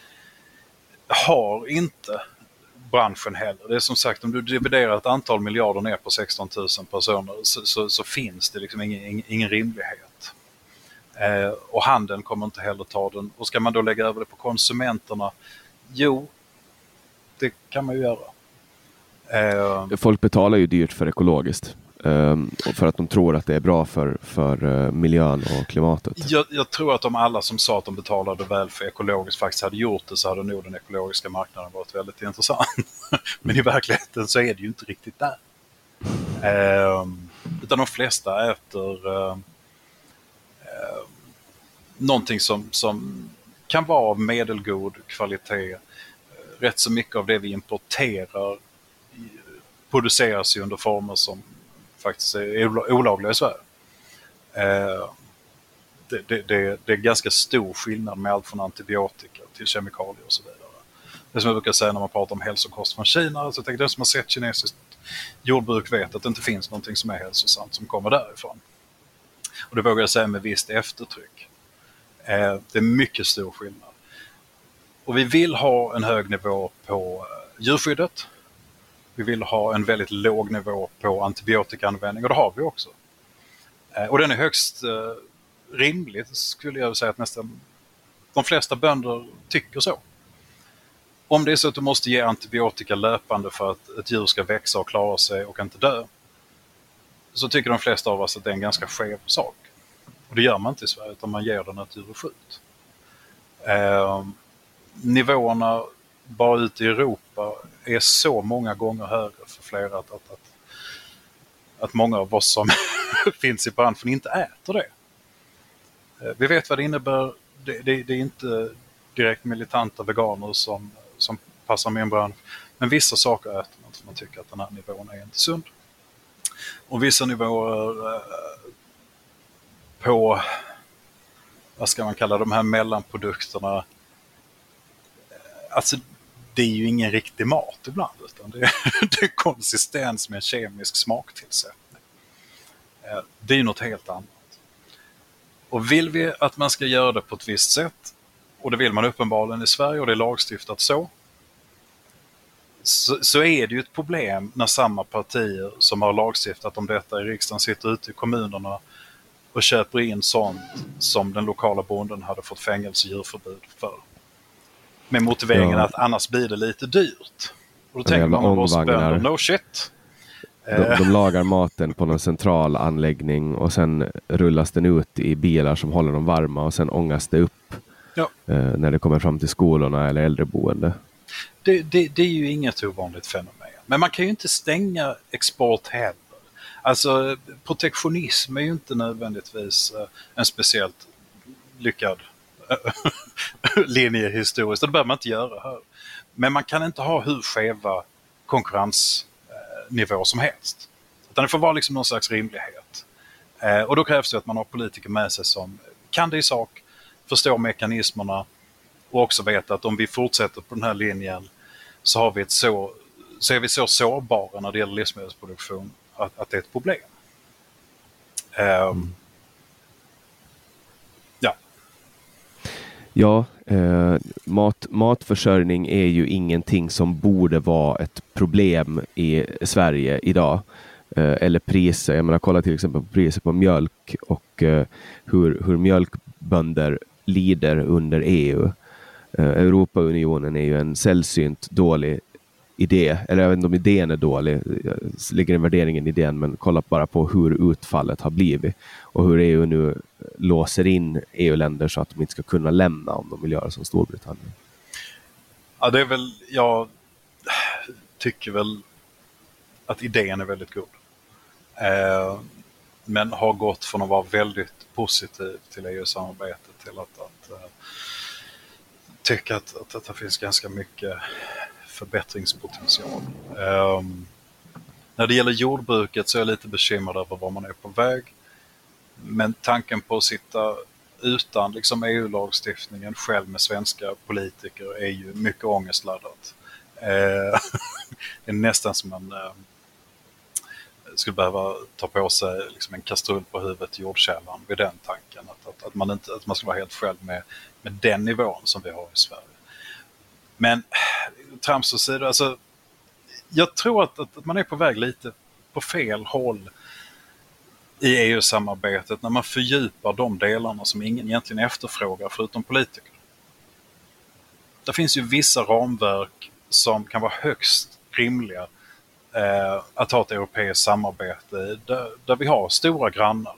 har inte branschen heller. Det är som sagt, om du dividerar ett antal miljarder ner på sexton tusen personer så, så, så finns det liksom ingen, ingen, ingen rimlighet. Eh, och handeln kommer inte heller ta den. Och ska man då lägga över det på konsumenterna? Jo, det kan man ju göra. Eh, Folk betalar ju dyrt för ekologiskt. Um, för att de tror att det är bra för, för uh, miljön och klimatet. Jag, jag tror att om alla som sa att de betalade väl för ekologiskt faktiskt hade gjort det så hade nog den ekologiska marknaden varit väldigt intressant. Men i verkligheten så är det ju inte riktigt där. Um, utan de flesta äter uh, uh, någonting som, som kan vara av medelgod kvalitet. Rätt så mycket av det vi importerar produceras ju under former som faktiskt är olagliga i Sverige. Eh, det, det, det, det är ganska stor skillnad med allt från antibiotika till kemikalier och så vidare. Det som jag brukar säga när man pratar om hälsokost från Kina, så jag tänker den som har sett kinesiskt jordbruk vet att det inte finns någonting som är hälsosamt som kommer därifrån. Och det vågar jag säga med visst eftertryck. Eh, det är mycket stor skillnad. Och vi vill ha en hög nivå på djurskyddet. Vi vill ha en väldigt låg nivå på antibiotikaanvändning och det har vi också. Eh, och den är högst eh, rimligt skulle jag säga att nästan de flesta bönder tycker så. Om det är så att du måste ge antibiotika löpande för att ett djur ska växa och klara sig och inte dö, så tycker de flesta av oss att det är en ganska skev sak. Och det gör man inte i Sverige utan man ger den ett djur och skjut. Eh, nivåerna bara ute i Europa är så många gånger högre för flera att, att, att, att många av oss som finns i branschen inte äter det. Vi vet vad det innebär. Det, det, det är inte direkt militanta veganer som, som passar med en bransch. Men vissa saker äter man för man tycker att den här nivån är inte sund. Och vissa nivåer eh, på vad ska man kalla de här mellanprodukterna, alltså det är ju ingen riktig mat ibland, utan det är, det är konsistens med en kemisk smaktillsättning. Det är ju något helt annat. Och vill vi att man ska göra det på ett visst sätt, och det vill man uppenbarligen i Sverige och det är lagstiftat så, så, så är det ju ett problem när samma partier som har lagstiftat om detta i riksdagen sitter ute i kommunerna och köper in sånt som den lokala bonden hade fått fängelsedjurförbud för. Med motiveringen ja. att annars blir det lite dyrt. Och då tänker man på oss bönder, no shit. De, de lagar maten på någon central anläggning och sen rullas den ut i bilar som håller dem varma och sen ångas det upp ja. eh, när det kommer fram till skolorna eller äldreboende. Det, det, det är ju inget ovanligt fenomen. Men man kan ju inte stänga export heller. Alltså protektionism är ju inte nödvändigtvis en speciellt lyckad linje historiskt. Det behöver man inte göra här. Men man kan inte ha hur skeva konkurrensnivåer som helst. Utan det får vara liksom någon slags rimlighet. Och då krävs det att man har politiker med sig som kan det i sak, förstår mekanismerna och också vet att om vi fortsätter på den här linjen så, har vi ett så, så är vi så sårbara när det gäller livsmedelsproduktion att, att det är ett problem. Mm. Um, ja. Ja, eh, mat, matförsörjning är ju ingenting som borde vara ett problem i Sverige idag. Eh, eller priser, jag menar kolla till exempel på priser på mjölk och eh, hur, hur mjölkbönder lider under E U. Eh, Europaunionen är ju en sällsynt dålig idé, eller jag vet inte om idén är dålig, jag lägger en värdering i idén, men kolla bara på hur utfallet har blivit och hur E U nu låser in E U-länder så att de inte ska kunna lämna om de vill göra som Storbritannien. Ja, det är väl, jag tycker väl att idén är väldigt god. Eh, men har gått från att vara väldigt positiv till E U-samarbetet till att, att uh, tycka att, att, att det finns ganska mycket förbättringspotential. Um, när det gäller jordbruket så är jag lite bekymrad över var man är på väg. Men tanken på att sitta utan liksom E U-lagstiftningen själv med svenska politiker är ju mycket ångestladdat. Uh, det är nästan som man uh, skulle behöva ta på sig liksom en kastrull på huvudet i jordkällan vid den tanken. Att, att, att, man inte, att man ska vara helt själv med, med den nivån som vi har i Sverige. Men trams och sidor, alltså, jag tror att, att man är på väg lite på fel håll i E U-samarbetet när man fördjupar de delarna som ingen egentligen efterfrågar förutom politiker. Det finns ju vissa ramverk som kan vara högst rimliga eh, att ha ett europeiskt samarbete där, där vi har stora grannar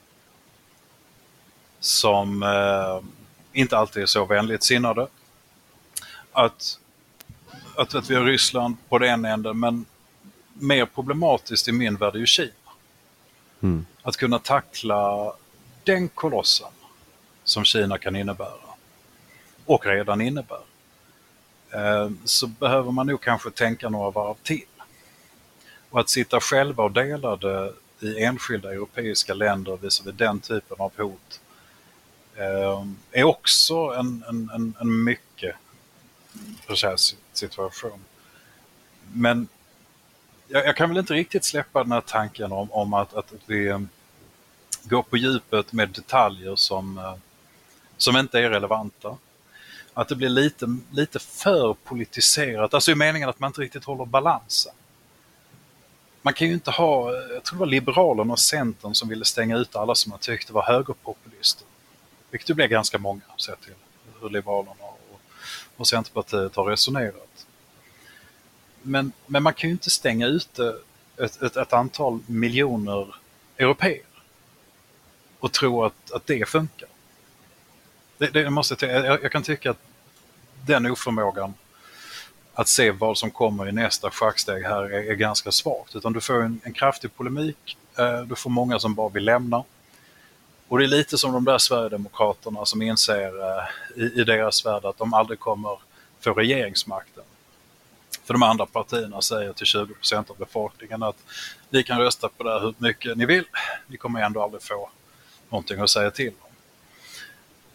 som eh, inte alltid är så vänligt sinnade. Att, att, att vi har Ryssland på den änden, men mer problematiskt i min värld är ju Kina. Mm. Att kunna tackla den kolossen som Kina kan innebära och redan innebär. Eh, så behöver man nog kanske tänka några varv till. Och att sitta själva och dela det i enskilda europeiska länder visavi den typen av hot eh, är också en, en, en, en mycket situation. Men jag, jag kan väl inte riktigt släppa den här tanken om, om att, att vi um, går på djupet med detaljer som, uh, som inte är relevanta. Att det blir lite, lite för politiserat. Alltså i meningen att man inte riktigt håller balansen. Man kan ju inte ha, jag tror det var Liberalerna och Centern som ville stänga ut alla som man tyckte var högerpopulister. Vilket det blev ganska många, sett till hur Liberalerna och Centerpartiet har resonerat. Men, men man kan ju inte stänga ut ett, ett, ett antal miljoner europeer och tro att, att det funkar. Det, det måste, jag, jag kan tycka att den oförmågan att se vad som kommer i nästa schacksteg här är, är ganska svagt. Utan du får en, en kraftig polemik, du får många som bara vill lämna. Och det är lite som de där Sverigedemokraterna som inser eh, i, i deras värld att de aldrig kommer få regeringsmakten. För de andra partierna säger till tjugo procent av befolkningen att ni kan rösta på det hur mycket ni vill. Ni kommer ändå aldrig få någonting att säga till om.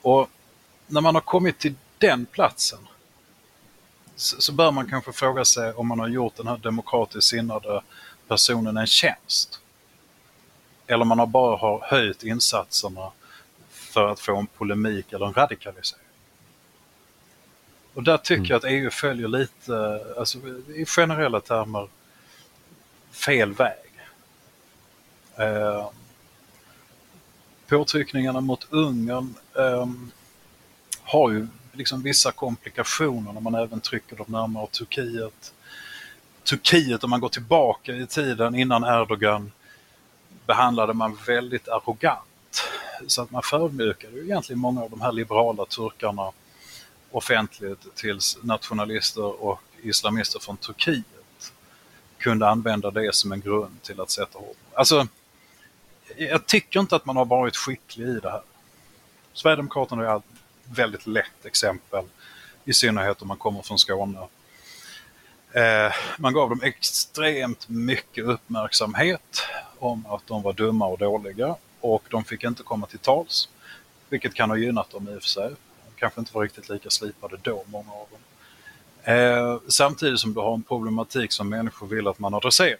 Och när man har kommit till den platsen så, så bör man kanske fråga sig om man har gjort den här demokratiskt sinnade personen en tjänst. Eller man har bara har höjt insatserna för att få en polemik eller en radikalisering. Och där tycker mm. jag att E U följer lite, alltså i generella termer, fel väg. Eh, påtryckningarna mot Ungern eh, har ju liksom vissa komplikationer när man även trycker dem närmare Turkiet. Turkiet, om man går tillbaka i tiden innan Erdogan, behandlade man väldigt arrogant. Så att man förmjukade ju egentligen många av de här liberala turkarna offentligt tills nationalister och islamister från Turkiet kunde använda det som en grund till att sätta hårt. Alltså, jag tycker inte att man har varit skicklig i det här. Sverigedemokraterna är ett väldigt lätt exempel, i synnerhet om man kommer från Skåne. Eh, man gav dem extremt mycket uppmärksamhet om att de var dumma och dåliga, och de fick inte komma till tals, vilket kan ha gynnat dem i och för sig. De kanske inte var riktigt lika slipade då, många av dem. Eh, samtidigt som du har en problematik som människor vill att man adresserar.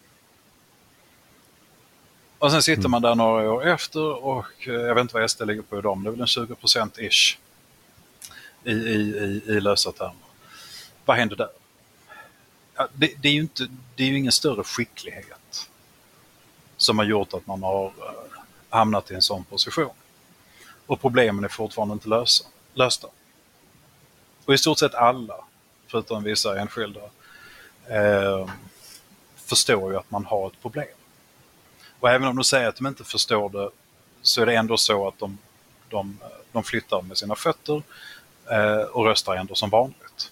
Och sen sitter man där några år efter och jag vet inte vad S D ligger på i dem. Det är väl en tjugo procent ish i, i, i, i lösa termer. Vad händer där? Ja, det, det, är ju inte, det är ju ingen större skicklighet som har gjort att man har uh, hamnat i en sån position. Och problemen är fortfarande inte lösa, lösta. Och i stort sett alla, förutom vissa enskilda, eh, förstår ju att man har ett problem. Och även om de säger att de inte förstår det, så är det ändå så att de, de, de flyttar med sina fötter eh, och röstar ändå som vanligt.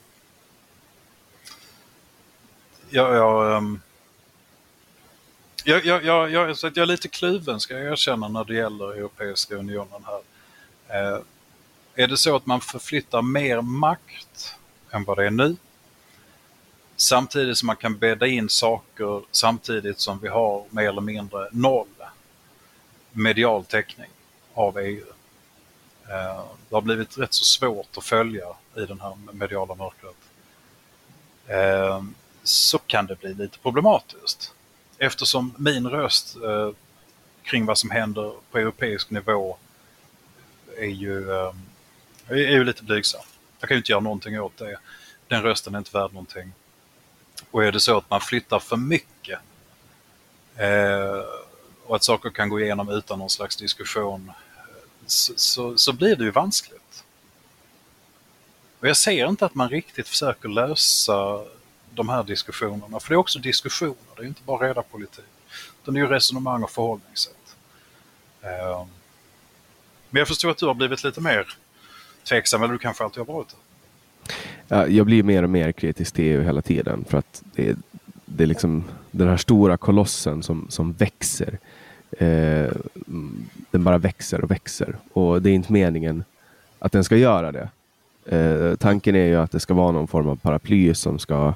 Jag, jag, um, jag, jag, jag, jag, så att jag är lite kluven, ska jag erkänna, när det gäller Europeiska unionen här. Eh, är det så att man förflyttar mer makt än vad det är nu, samtidigt som man kan bädda in saker samtidigt som vi har mer eller mindre noll medial täckning av E U. Eh, det har blivit rätt så svårt att följa i den här mediala mörkret. Eh, så kan det bli lite problematiskt. Eftersom min röst eh, kring vad som händer på europeisk nivå är ju, eh, är ju lite blygsam. Jag kan ju inte göra någonting åt det. Den rösten är inte värd någonting. Och är det så att man flyttar för mycket eh, och att saker kan gå igenom utan någon slags diskussion, så, så, så blir det ju vanskligt. Och jag ser inte att man riktigt försöker lösa de här diskussionerna. För det är också diskussioner, det är inte bara reda politik. Det är ju resonemang och förhållningssätt. Eh, men jag förstår att du har blivit lite mer tveksam, eller du kanske alltid har varit det. Ja, jag blir mer och mer kritisk till E U hela tiden, för att det är, det är liksom den här stora kolossen som, som växer. Eh, den bara växer och växer, och det är inte meningen att den ska göra det. Eh, tanken är ju att det ska vara någon form av paraply som ska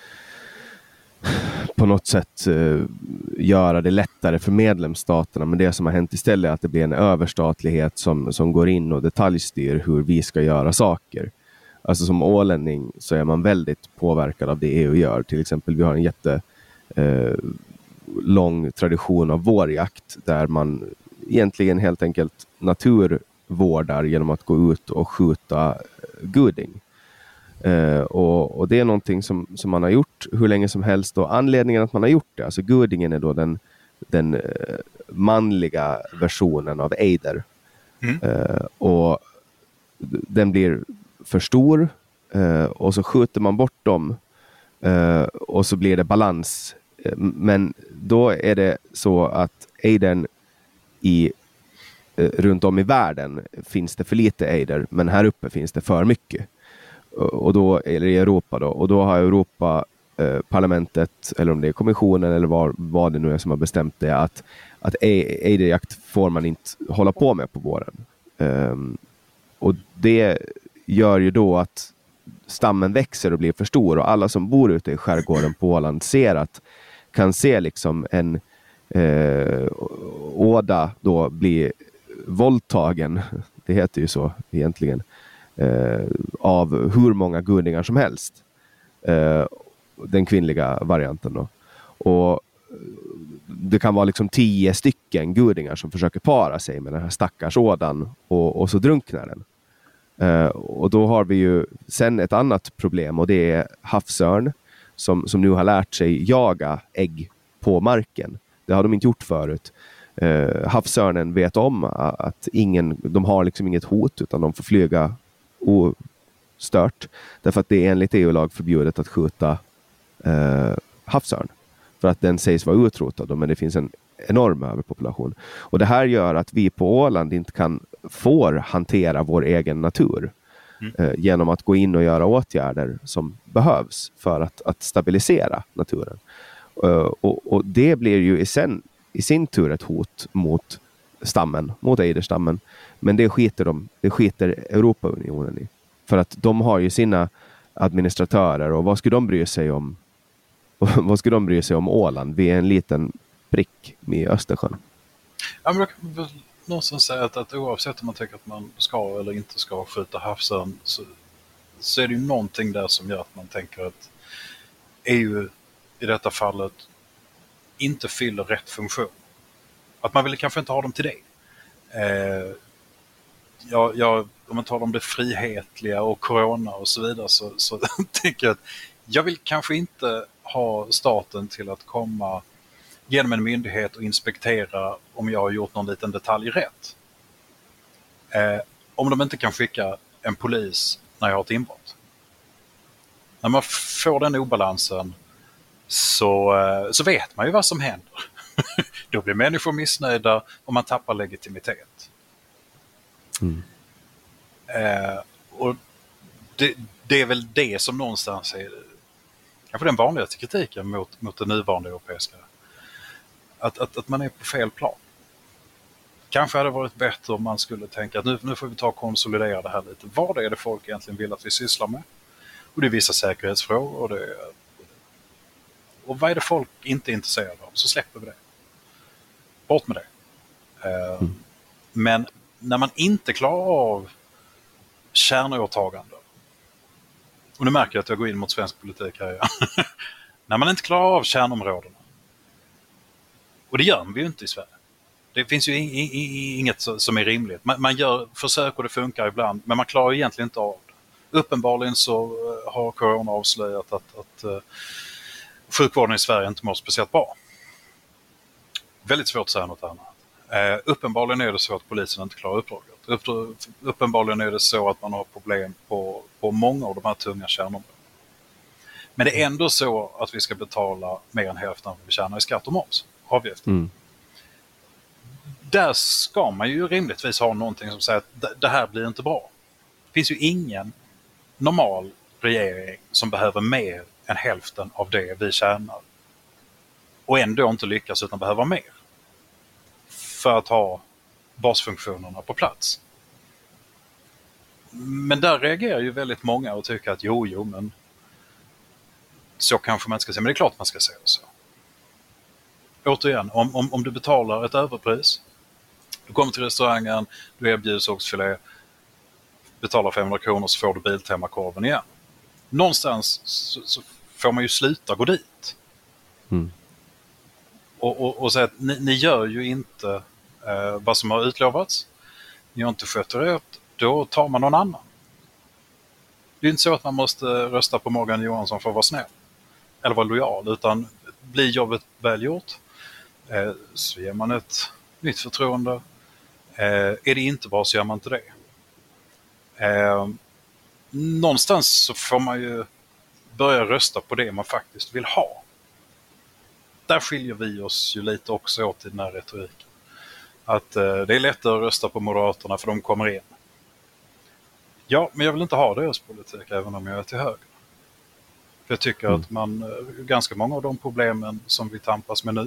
på något sätt eh, göra det lättare för medlemsstaterna, men det som har hänt istället är att det blir en överstatlighet som, som går in och detaljstyr hur vi ska göra saker. Alltså som ålänning så är man väldigt påverkad av det E U gör. Till exempel vi har en jätte eh, lång tradition av vårjakt där man egentligen helt enkelt naturvårdar genom att gå ut och skjuta guding. Eh, och, och det är någonting som, som man har gjort hur länge som helst, och anledningen att man har gjort det, alltså gudingen är då den, den eh, manliga versionen av Eider. Mm. Eh, och den blir för stor eh, och så skjuter man bort dem eh, och så blir det balans. Eh, men då är det så att Eidern i eh, runt om i världen finns det för lite Eider, men här uppe finns det för mycket. Och då, eller i Europa då, och då har Europa eh, parlamentet, eller om det är kommissionen eller vad, vad det nu är som har bestämt det, att, att Eiderjakt får man inte hålla på med på våren. Um, och det gör ju då att stammen växer och blir för stor, och alla som bor ute i skärgården på Åland ser att, kan se liksom en eh, åda då bli våldtagen det heter ju så egentligen, eh, av hur många gudingar som helst. Eh, den kvinnliga varianten då. Och det kan vara liksom tio stycken gudingar som försöker para sig med den här stackars ådan, och, och så drunknar den. Uh, och då har vi ju sen ett annat problem, och det är havsörn som, som nu har lärt sig jaga ägg på marken. Det har de inte gjort förut. Uh, havsörnen vet om att ingen, de har liksom inget hot, utan de får flyga ostört. Därför att det är enligt E U-lag förbjudet att skjuta uh, havsörn. För att den sägs vara utrotad, men det finns en enorm överpopulation. Och det här gör att vi på Åland inte kan får hantera vår egen natur mm. eh, genom att gå in och göra åtgärder som behövs för att, att stabilisera naturen. Uh, och, och det blir ju i, sen, i sin tur ett hot mot stammen, mot ejderstammen. Men det skiter, de, det skiter Europaunionen i. För att de har ju sina administratörer, och vad skulle de bry sig om vad skulle de bry sig om Åland? Vi är en liten prick i Östersjön. Ja, men då kan man väl någonstans säga att, att oavsett om man tänker att man ska eller inte ska skjuta havsörn, så, så är det ju någonting där som gör att man tänker att E U i detta fallet inte fyller rätt funktion. Att man vill kanske inte ha dem till det. Eh, jag, jag, om man talar om det frihetliga och corona och så vidare, så, så tänker jag att jag vill kanske inte ha staten till att komma genom en myndighet och inspektera om jag har gjort någon liten detalj rätt. Eh, om de inte kan skicka en polis när jag har ett inbrott. När man får den obalansen så, eh, så vet man ju vad som händer. Då blir människor missnöjda och man tappar legitimitet. Mm. Eh, och det, det är väl det som någonstans är kanske den vanligaste kritiken mot, mot det nuvarande europeiska. Att, att, att man är på fel plan. Kanske hade det varit bättre om man skulle tänka att nu, nu får vi ta och konsolidera det här lite. Vad är det folk egentligen vill att vi sysslar med? Och det är vissa säkerhetsfrågor. Och, det, och vad är det folk inte är intresserade av? Så släpper vi det. Bort med det. Uh, mm. Men när man inte klarar av kärnåtaganden. Och nu märker jag att jag går in mot svensk politik här igen. När man inte klarar av kärnområdena. Och det gör vi ju inte i Sverige. Det finns ju i, i, inget som är rimligt. Man, man gör försök och det funkar ibland, men man klarar egentligen inte av det. Uppenbarligen så har corona avslöjat att, att uh, sjukvården i Sverige inte mår speciellt bra. Väldigt svårt att säga något annat. Uh, uppenbarligen är det så att polisen inte klarar uppdraget. Upp, uppenbarligen är det så att man har problem på, på många av de här tunga kärnområdena. Men det är ändå så att vi ska betala mer än hälften av vad vi tjänar i skatt och moms. Avgift. Mm. Där ska man ju rimligtvis ha någonting som säger att det här blir inte bra. Det finns ju ingen normal regering som behöver mer än hälften av det vi tjänar. Och ändå inte lyckas utan behöver mer. För att ha basfunktionerna på plats. Men där reagerar ju väldigt många och tycker att jo, jo, men så kanske man ska säga. Men det är klart man ska säga så. Återigen, om, om, om du betalar ett överpris, du kommer till restaurangen, du erbjuds oxfilé, betalar femhundra kronor så får du Biltema-korven igen. Någonstans så, så får man ju sluta gå dit. Mm. Och, och, och säga att ni, ni gör ju inte eh, vad som har utlovats. Ni har inte skött rätt, då tar man någon annan. Det är inte så att man måste rösta på Morgan Johansson för att vara snäll. Eller vara lojal, utan blir jobbet väl gjort eh, så ger man ett nytt förtroende. Eh, är det inte bra så gör man inte det. Eh, någonstans så får man ju börja rösta på det man faktiskt vill ha. Där skiljer vi oss ju lite också åt i den här retoriken. Att eh, det är lättare att rösta på Moderaterna för de kommer in. Ja, men jag vill inte ha deras politik även om jag är till höger. För jag tycker mm. att man, ganska många av de problemen som vi tampas med nu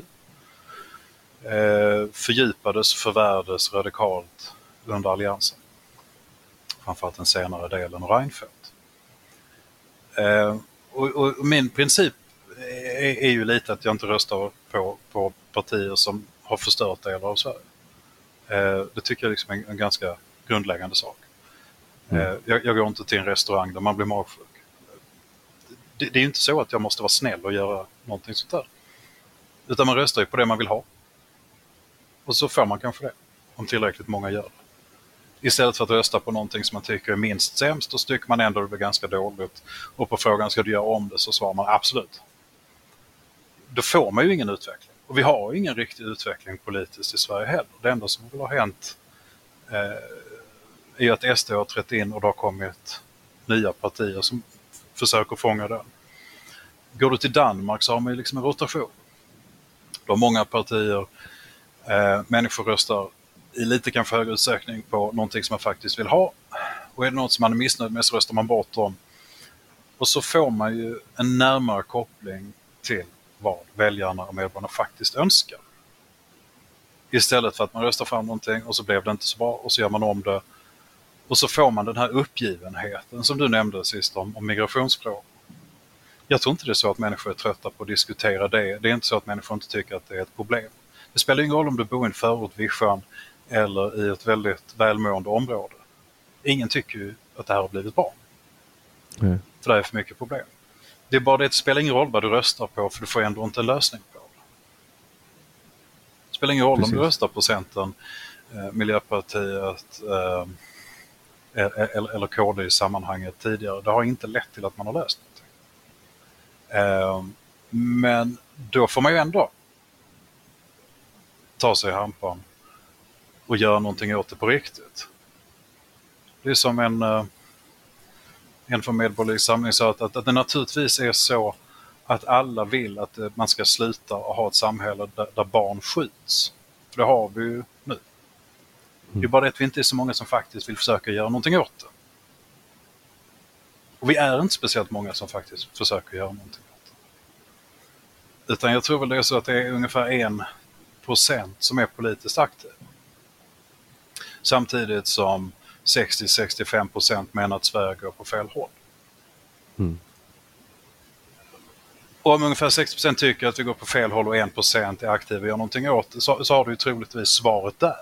eh, fördjupades, förvärdes radikalt under alliansen. Framförallt den senare delen av Reinfeldt. Eh, och, och min princip är, är ju lite att jag inte röstar på, på partier som har förstört delar av Sverige. Eh, det tycker jag liksom är en, en ganska grundläggande sak. Mm. Jag, jag går inte till en restaurang där man blir magsjuk. Det, det är ju inte så att jag måste vara snäll och göra någonting sånt där. Utan man röstar ju på det man vill ha. Och så får man kanske det, om tillräckligt många gör det. Istället för att rösta på någonting som man tycker är minst sämst, och så tycker man ändå det blir ganska dåligt. Och på frågan, ska du göra om det, så svarar man absolut. Då får man ju ingen utveckling. Och vi har ingen riktig utveckling politiskt i Sverige heller. Det enda som väl har hänt eh, är ju att S D har trätt in och det har kommit nya partier som försöker fånga den. Går du till Danmark så har man ju liksom en rotation. Då har många partier, eh, människor röstar i lite kanske högre utsträckning på någonting som man faktiskt vill ha. Och är det något som man är missnöjd med så röstar man bort dem. Och så får man ju en närmare koppling till vad väljarna och medborgarna faktiskt önskar. Istället för att man röstar fram någonting och så blev det inte så bra och så gör man om det. Och så får man den här uppgivenheten som du nämnde sist om, om migrationsfrågor. Jag tror inte det är så att människor är trötta på att diskutera det. Det är inte så att människor inte tycker att det är ett problem. Det spelar ingen roll om du bor i en förort, Vischan, eller i ett väldigt välmående område. Ingen tycker ju att det här har blivit bra. Mm. För det är för mycket problem. Det är bara det att det spelar ingen roll vad du röstar på, för du får ändå inte en lösning på det. Det spelar ingen roll Precis. Om du röstar på Centern, eh, Miljöpartiet eh, eller, eller K D i sammanhanget tidigare. Det har inte lett till att man har löst någonting. Eh, men då får man ju ändå ta sig i hampan och göra någonting åt det på riktigt. Det är som en, en från Medborgerlig Samling sa att, att, att det naturligtvis är så att alla vill att man ska sluta och ha ett samhälle där, där barn skjuts. För det har vi ju nu. Det är bara det att vi inte är så många som faktiskt vill försöka göra någonting åt det. Och vi är inte speciellt många som faktiskt försöker göra någonting åt det. Utan jag tror väl det är så att det är ungefär en procent som är politiskt aktiv. Samtidigt som sextio till sextiofem procent menar att Sverige går på fel håll. Mm. Och om ungefär sextio procent tycker att vi går på fel håll och en procent är aktiva och gör någonting åt det, så, så har du ju troligtvis svaret där.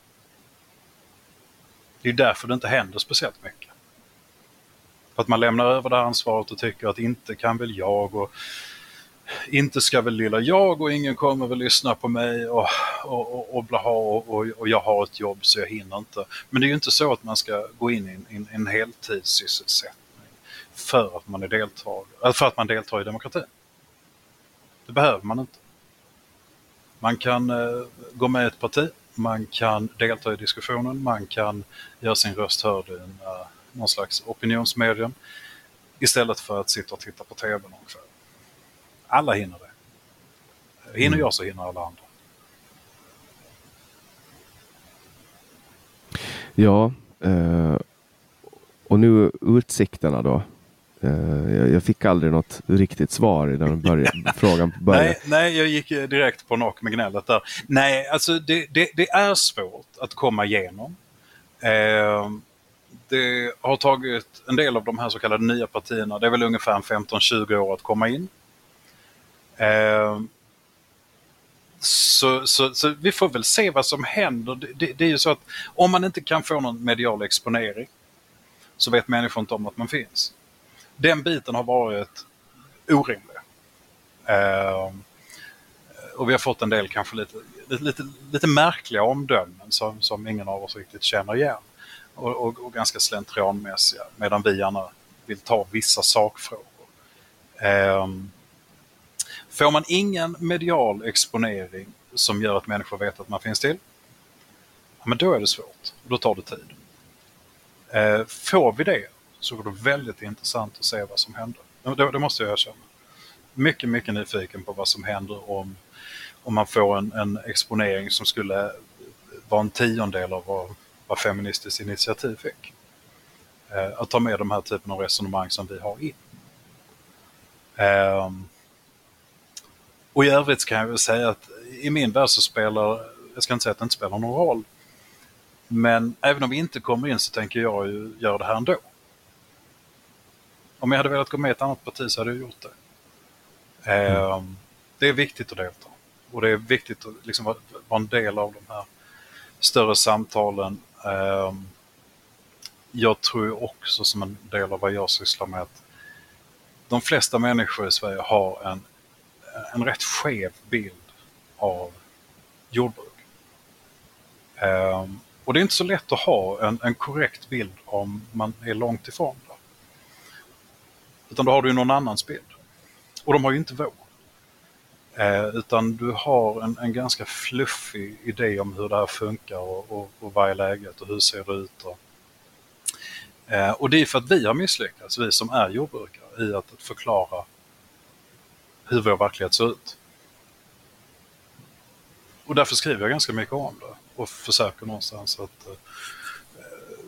Det är därför det inte händer speciellt mycket. För att man lämnar över det här ansvaret och tycker att inte kan väl jag och inte ska väl lilla jag och ingen kommer väl lyssna på mig och, och, och, och, blaha, och, och, och jag har ett jobb så jag hinner inte. Men det är ju inte så att man ska gå in i en, in, en heltidssysselsättning för att man är deltagare, för att man deltar i demokratin. Det behöver man inte. Man kan uh, gå med i ett parti, man kan delta i diskussionen, man kan göra sin röst hörd i en, uh, någon slags opinionsmedium istället för att sitta och titta på tv någon kväll. Alla hinner det. Hinner jag så hinner alla andra. Ja, eh, och nu utsikterna då. Eh, jag fick aldrig något riktigt svar i den början, frågan började. Nej, nej, jag gick direkt på knock med gnället där. Nej, alltså det, det, det är svårt att komma igenom. Eh, det har tagit en del av de här så kallade nya partierna, det är väl ungefär femton till tjugo år att komma in. Eh, så, så, så vi får väl se vad som händer. Det, det, det är ju så att om man inte kan få någon medial exponering så vet människor inte om att man finns. Den biten har varit orimlig. Eh, och vi har fått en del kanske lite, lite, lite, lite märkliga omdömen som, som ingen av oss riktigt känner igen. Och, och, och ganska slentrianmässiga, medan vi gärna vill ta vissa sakfrågor. Eh, Får man ingen medial exponering som gör att människor vet att man finns till, ja, men då är det svårt. Då tar det tid. Eh, får vi det så går det väldigt intressant att se vad som händer. Det, det måste jag erkänna. Mycket, mycket nyfiken på vad som händer om, om man får en, en exponering som skulle vara en tiondel av vad, vad Feministiskt initiativ fick. Eh, att ta med de här typen av resonemang som vi har in. Eh, Och i övrigt kan jag väl säga att i min värld så spelar, jag ska inte säga att det inte spelar någon roll, men även om vi inte kommer in så tänker jag ju göra det här ändå. Om jag hade velat gå med i ett annat parti så hade jag gjort det. Mm. Det är viktigt att delta. Och det är viktigt att liksom vara en del av de här större samtalen. jag tror också som en del av vad jag sysslar med att de flesta människor i Sverige har en, en rätt skev bild av jordbruk. Um, och det är inte så lätt att ha en, en korrekt bild om man är långt ifrån det. Utan då har du ju någon annans bild. Och de har ju inte vår. Uh, utan du har en, en ganska fluffig idé om hur det här funkar och, och, och vad är läget och hur ser det ut. Och, uh, och det är för att vi har misslyckats, vi som är jordbrukare, i att, att förklara hur vår verklighet ser ut. Och därför skriver jag ganska mycket om det och försöker någonstans att eh,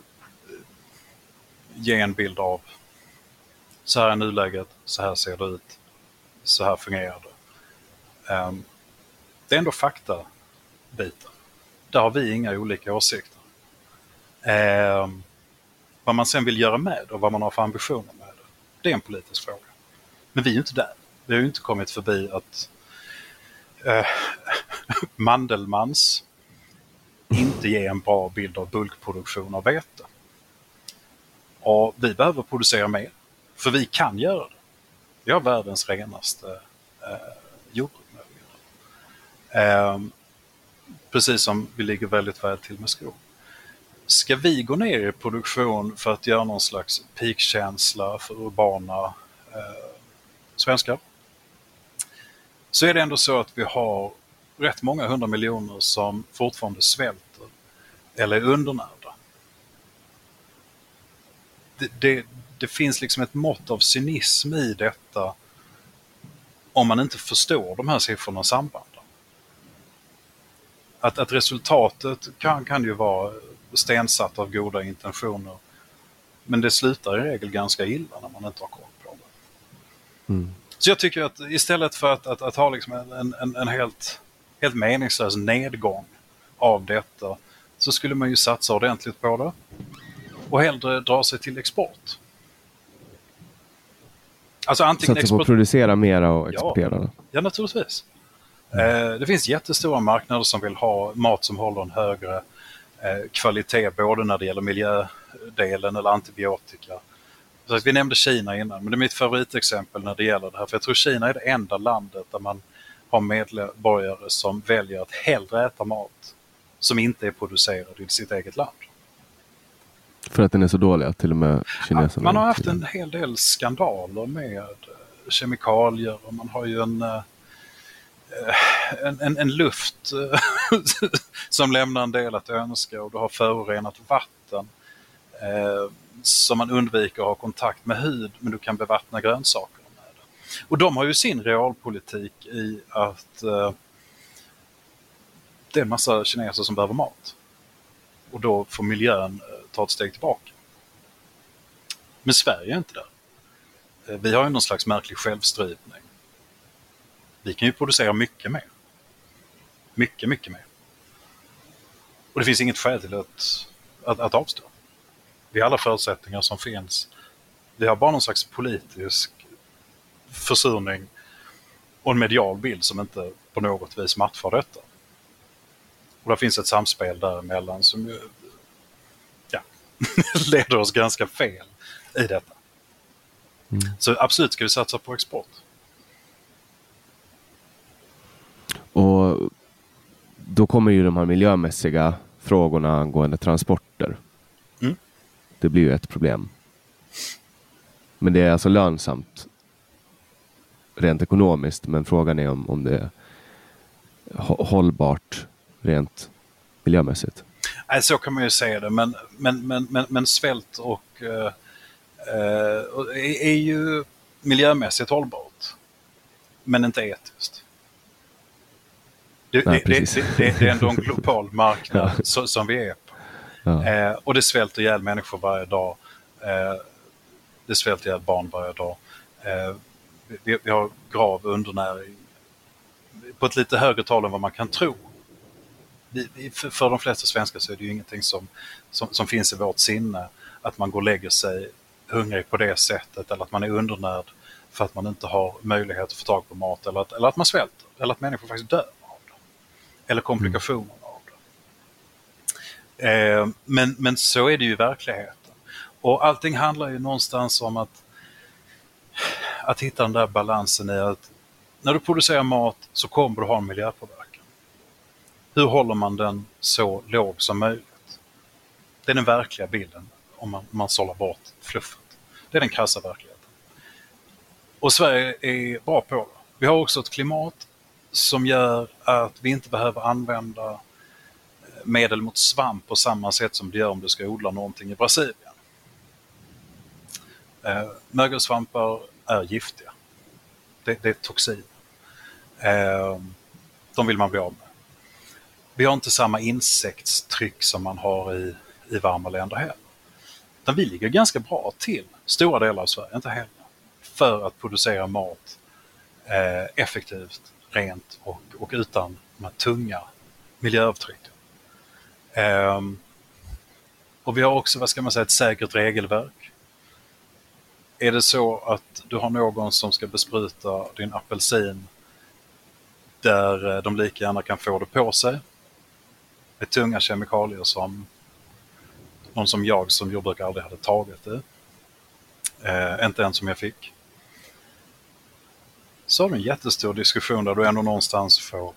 ge en bild av så här är nuläget, så här ser det ut, så här fungerar det. Um, det är ändå fakta-biten. Där har vi inga olika åsikter. Um, vad man sen vill göra med och vad man har för ambitioner med det, det är en politisk fråga. Men vi är ju inte där. Vi har ju inte kommit förbi att Uh, Mandelmans inte ger en bra bild av bulkproduktion av vete. Och vi behöver producera mer, för vi kan göra det. Vi har världens renaste uh, jordbruk. Uh, precis som vi ligger väldigt väl till med skog. Ska vi gå ner i produktion för att göra någon slags peakkänsla för urbana uh, svenskar? Så är det ändå så att vi har rätt många hundra miljoner som fortfarande svälter eller är undernärda. Det, det, det finns liksom ett mått av cynism i detta om man inte förstår de här siffrorna och sambanden. Att, att resultatet kan, kan ju vara stensatt av goda intentioner, men det slutar i regel ganska illa när man inte har koll på det. Mm. Så jag tycker att istället för att, att, att ha liksom en, en, en helt, helt meningslös nedgång av detta, så skulle man ju satsa ordentligt på det och hellre dra sig till export. Alltså antingen satsa export... på att producera mera och exportera. Ja, ja naturligtvis. Mm. Eh, det finns jättestora marknader som vill ha mat som håller en högre eh, kvalitet, både när det gäller miljödelen eller antibiotika. Så vi nämnde Kina innan, men det är mitt favoritexempel när det gäller det här. För jag tror Kina är det enda landet där man har medborgare som väljer att hellre äta mat som inte är producerad i sitt eget land. För att den är så dålig, till och med kineserna. Ja, man har haft en hel del skandaler med kemikalier och man har ju en, en, en, en luft som lämnar en del att önska, och du har förorenat vatten som man undviker att ha kontakt med hud, men du kan bevattna grönsaker med det. Och de har ju sin realpolitik i att eh, det är en massa kineser som behöver mat. Och då får miljön eh, ta ett steg tillbaka. Men Sverige är inte där. Eh, vi har ju någon slags märklig självstridning. Vi kan ju producera mycket mer. Mycket, mycket mer. Och det finns inget skäl till att, att, att avstå. Vi har alla förutsättningar som finns. Vi har bara någon slags politisk försurning och en medial bild som inte på något vis matchar detta. Och det finns ett samspel däremellan som ju, ja, leder oss ganska fel i detta. Mm. Så absolut ska vi satsa på export. Och då kommer ju de här miljömässiga frågorna angående transporter. Mm. Det blir ju ett problem. Men det är alltså lönsamt rent ekonomiskt, men frågan är om, om det är hållbart rent miljömässigt. Nej, så kan man ju säga det, men, men, men, men, men svält och uh, uh, är, är ju miljömässigt hållbart, men inte etiskt. Det, Nej, det, det, det, det är ändå en global marknad så, som vi är på. Ja. Eh, och det svälter ihjäl människor varje dag. Eh, det svälter ihjäl barn varje dag. Eh, vi, vi har grav undernäring på ett lite högre tal än vad man kan tro. Vi, vi, för, för de flesta svenskar så är det ju ingenting som, som, som finns i vårt sinne. Att man går och lägger sig hungrig på det sättet, eller att man är undernärd för att man inte har möjlighet att få tag på mat, eller att, eller att man svälter, eller att människor faktiskt dör av det. Eller komplikationer mm. av det. Eh, men, men så är det ju i verkligheten. Och allting handlar ju någonstans om att, att hitta den där balansen i att när du producerar mat så kommer du ha en miljöpåverkan. Hur håller man den så låg som möjligt? Det är den verkliga bilden om man, man sållar bort fluffet. Det är den krassa verkligheten. Och Sverige är bra på det. Vi har också ett klimat som gör att vi inte behöver använda medel mot svamp på samma sätt som det gör om du ska odla någonting i Brasilien. Eh, mögelsvampar är giftiga. Det, det är toxin. Eh, de vill man bli av med. Vi har inte samma insektstryck som man har i, i varma länder heller. Utan vi ligger ganska bra till, stora delar av Sverige, inte heller, för att producera mat eh, effektivt, rent och, och utan de här tunga miljöavtrycken. Eh, och vi har också, vad ska man säga, ett säkert regelverk. Är det så att du har någon som ska bespruta din apelsin där de lika gärna kan få det på sig med tunga kemikalier som någon som jag som jordbrukare aldrig hade tagit det. Eh, inte en som jag fick. Så har du en jättestor diskussion där du ändå någonstans får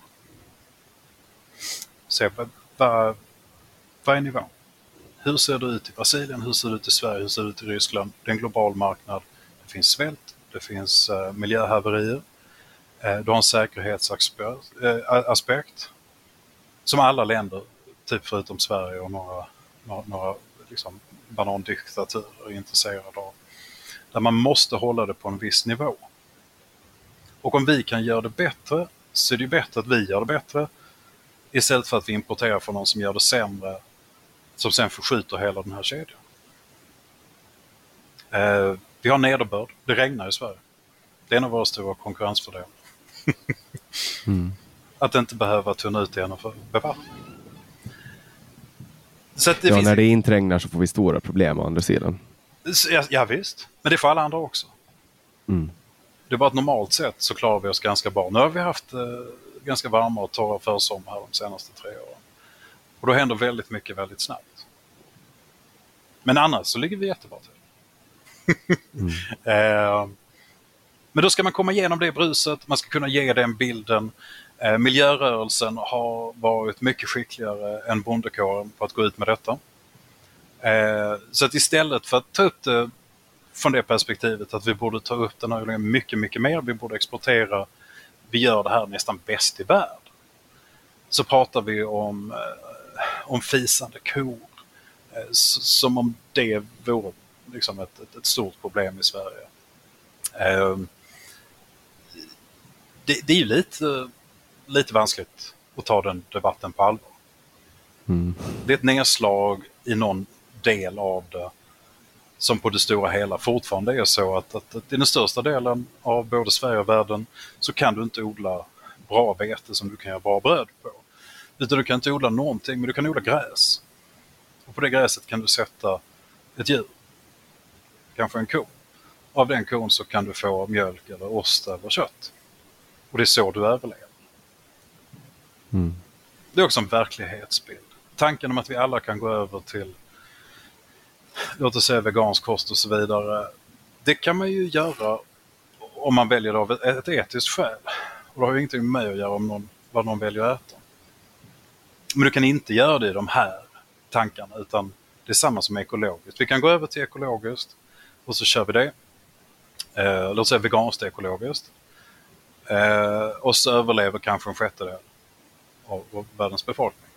se vad, vad, vad är nivån? Hur ser det ut i Brasilien? Hur ser det ut i Sverige? Hur ser det ut i Ryssland? Det är en global marknad. Det finns svält. Det finns uh, miljöhaverier. Uh, du har en säkerhetsaspekt uh, som alla länder, typ förutom Sverige och några, några, några liksom banandiktaturer är intresserade av. Där man måste hålla det på en viss nivå. Och om vi kan göra det bättre så är det bättre att vi gör det bättre istället för att vi importerar från någon som gör det sämre som sen förskjuter hela den här kedjan. Eh, vi har nederbörd. Det regnar i Sverige. Det är en av våra stora konkurrensfördelar. mm. Att inte behöva tunna ut igen för bevattning. Så att det ja, finns... när det inte regnar så får vi stora problem å andra sidan. Ja, ja visst. Men det får alla andra också. Mm. Det är bara att normalt sett så klarar vi oss ganska bra. Nu har vi haft eh, ganska varma och torra försommar här de senaste tre åren. Och då händer väldigt mycket väldigt snabbt. Men annars så ligger vi jättebra till. mm. eh, men då ska man komma igenom det bruset. Man ska kunna ge den bilden. Eh, miljörörelsen har varit mycket skickligare än bondekåren på att gå ut med detta. Eh, så att istället för att ta upp det från det perspektivet att vi borde ta upp den här mycket, mycket mer. Vi borde exportera. Vi gör det här nästan bäst i världen. Så pratar vi om... Eh, om fisande kor. Som om det vore liksom ett, ett, ett stort problem i Sverige. Det, det är ju lite, lite vanskligt att ta den debatten på allvar. Mm. Det är ett nedslag i någon del av det som på det stora hela fortfarande är så att, att, att i den största delen av både Sverige och världen så kan du inte odla bra vete som du kan göra bra bröd på. Utan du kan inte odla någonting, men du kan odla gräs. Och på det gräset kan du sätta ett djur. Kanske en ko. Av den kon så kan du få mjölk eller ost eller kött. Och det är så du överlever. Mm. Det är också en verklighetsbild. Tanken om att vi alla kan gå över till, låt oss säga vegansk kost och så vidare. Det kan man ju göra om man väljer av ett, ett etiskt skäl. Och det har ju ingenting med mig att göra om någon, vad någon väljer att äta. Men du kan inte göra det i de här tankarna utan det är samma som ekologiskt. Vi kan gå över till ekologiskt och så kör vi det. Eh, låt säga veganskt ekologiskt. Eh, och så överlever kanske en sjättedel av, av världens befolkning.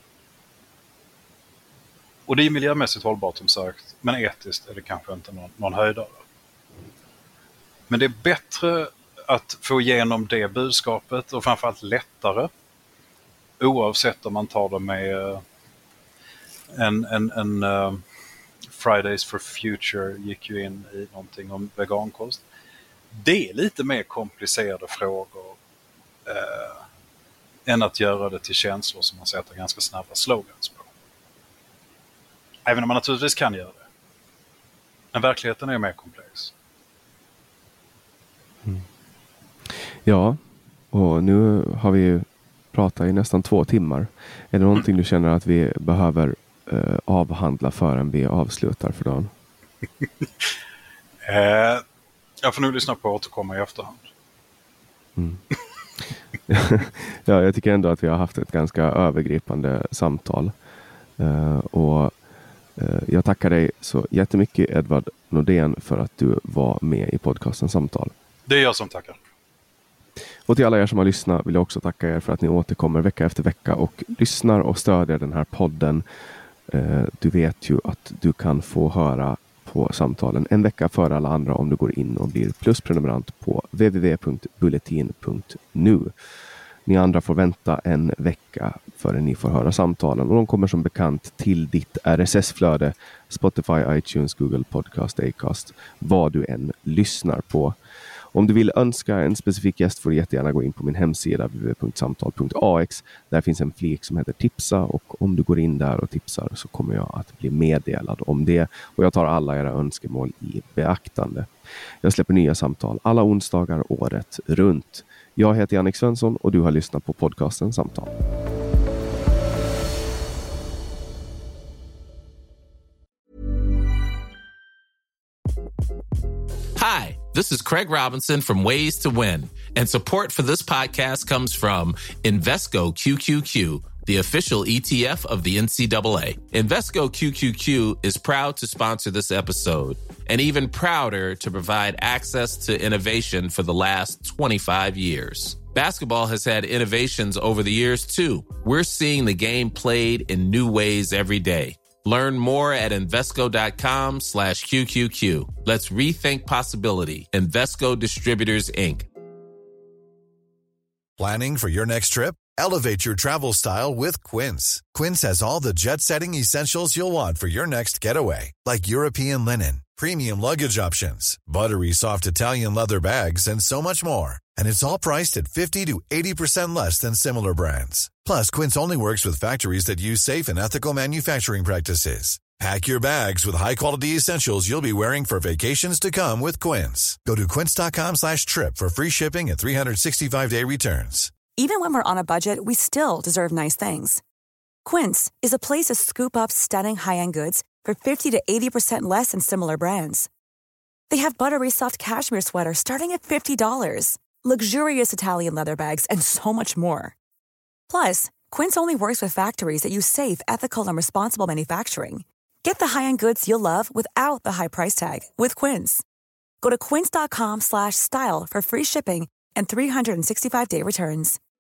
Och det är miljömässigt hållbart som sagt, men etiskt är det kanske inte någon, någon höjdare. Men det är bättre att få igenom det budskapet och framförallt lättare. Oavsett om man tar det med en, en, en uh, Fridays for Future gick ju in i någonting om vegankost. Det är lite mer komplicerade frågor uh, än att göra det till känslor som man sätter ganska snabba slogans på. Även om man naturligtvis kan göra det. Men verkligheten är mer komplex. Mm. Ja, och nu har vi ju pratat i nästan två timmar. Är det någonting mm. du känner att vi behöver eh, avhandla förrän vi avslutar för dagen? eh, jag får nog lyssna på och återkomma i efterhand. Mm. Ja, jag tycker ändå att vi har haft ett ganska övergripande samtal. Uh, och uh, jag tackar dig så jättemycket, Edvard Nordén, för att du var med i podcasten Samtal. Det är jag som tackar. Och till alla er som har lyssnat vill jag också tacka er för att ni återkommer vecka efter vecka och lyssnar och stödjer den här podden. Uh, du vet ju att du kan få höra på samtalen en vecka före alla andra om du går in och blir plusprenumerant på w w w punkt bulletin punkt nu. Ni andra får vänta en vecka före ni får höra samtalen, och de kommer som bekant till ditt R S S-flöde, Spotify, iTunes, Google Podcast, Acast, vad du än lyssnar på. Om du vill önska en specifik gäst får du jättegärna gå in på min hemsida w w w punkt samtal punkt a x. Där finns en flik som heter tipsa, och om du går in där och tipsar så kommer jag att bli meddelad om det, och jag tar alla era önskemål i beaktande. Jag släpper nya samtal alla onsdagar året runt. Jag heter Jannik Svensson och du har lyssnat på podcasten Samtal. Hi, this is Craig Robinson from Ways to Win, and support for this podcast comes from Invesco Q Q Q, the official E T F of the N C double A. Invesco Q Q Q is proud to sponsor this episode, and even prouder to provide access to innovation for the last twenty-five years. Basketball has had innovations over the years, too. We're seeing the game played in new ways every day. Learn more at Invesco.com slash QQQ. Let's rethink possibility. Invesco Distributors, Incorporated. Planning for your next trip? Elevate your travel style with Quince. Quince has all the jet-setting essentials you'll want for your next getaway, like European linen, premium luggage options, buttery soft Italian leather bags, and so much more. And it's all priced at fifty to eighty percent less than similar brands. Plus, Quince only works with factories that use safe and ethical manufacturing practices. Pack your bags with high-quality essentials you'll be wearing for vacations to come with Quince. Go to quince.com slash trip for free shipping and three sixty-five day returns. Even when we're on a budget, we still deserve nice things. Quince is a place to scoop up stunning high-end goods for fifty to eighty percent less than similar brands. They have buttery soft cashmere sweaters starting at fifty dollars, luxurious Italian leather bags, and so much more. Plus, Quince only works with factories that use safe, ethical, and responsible manufacturing. Get the high-end goods you'll love without the high price tag with Quince. Go to quince.com slash style for free shipping and three sixty-five day returns.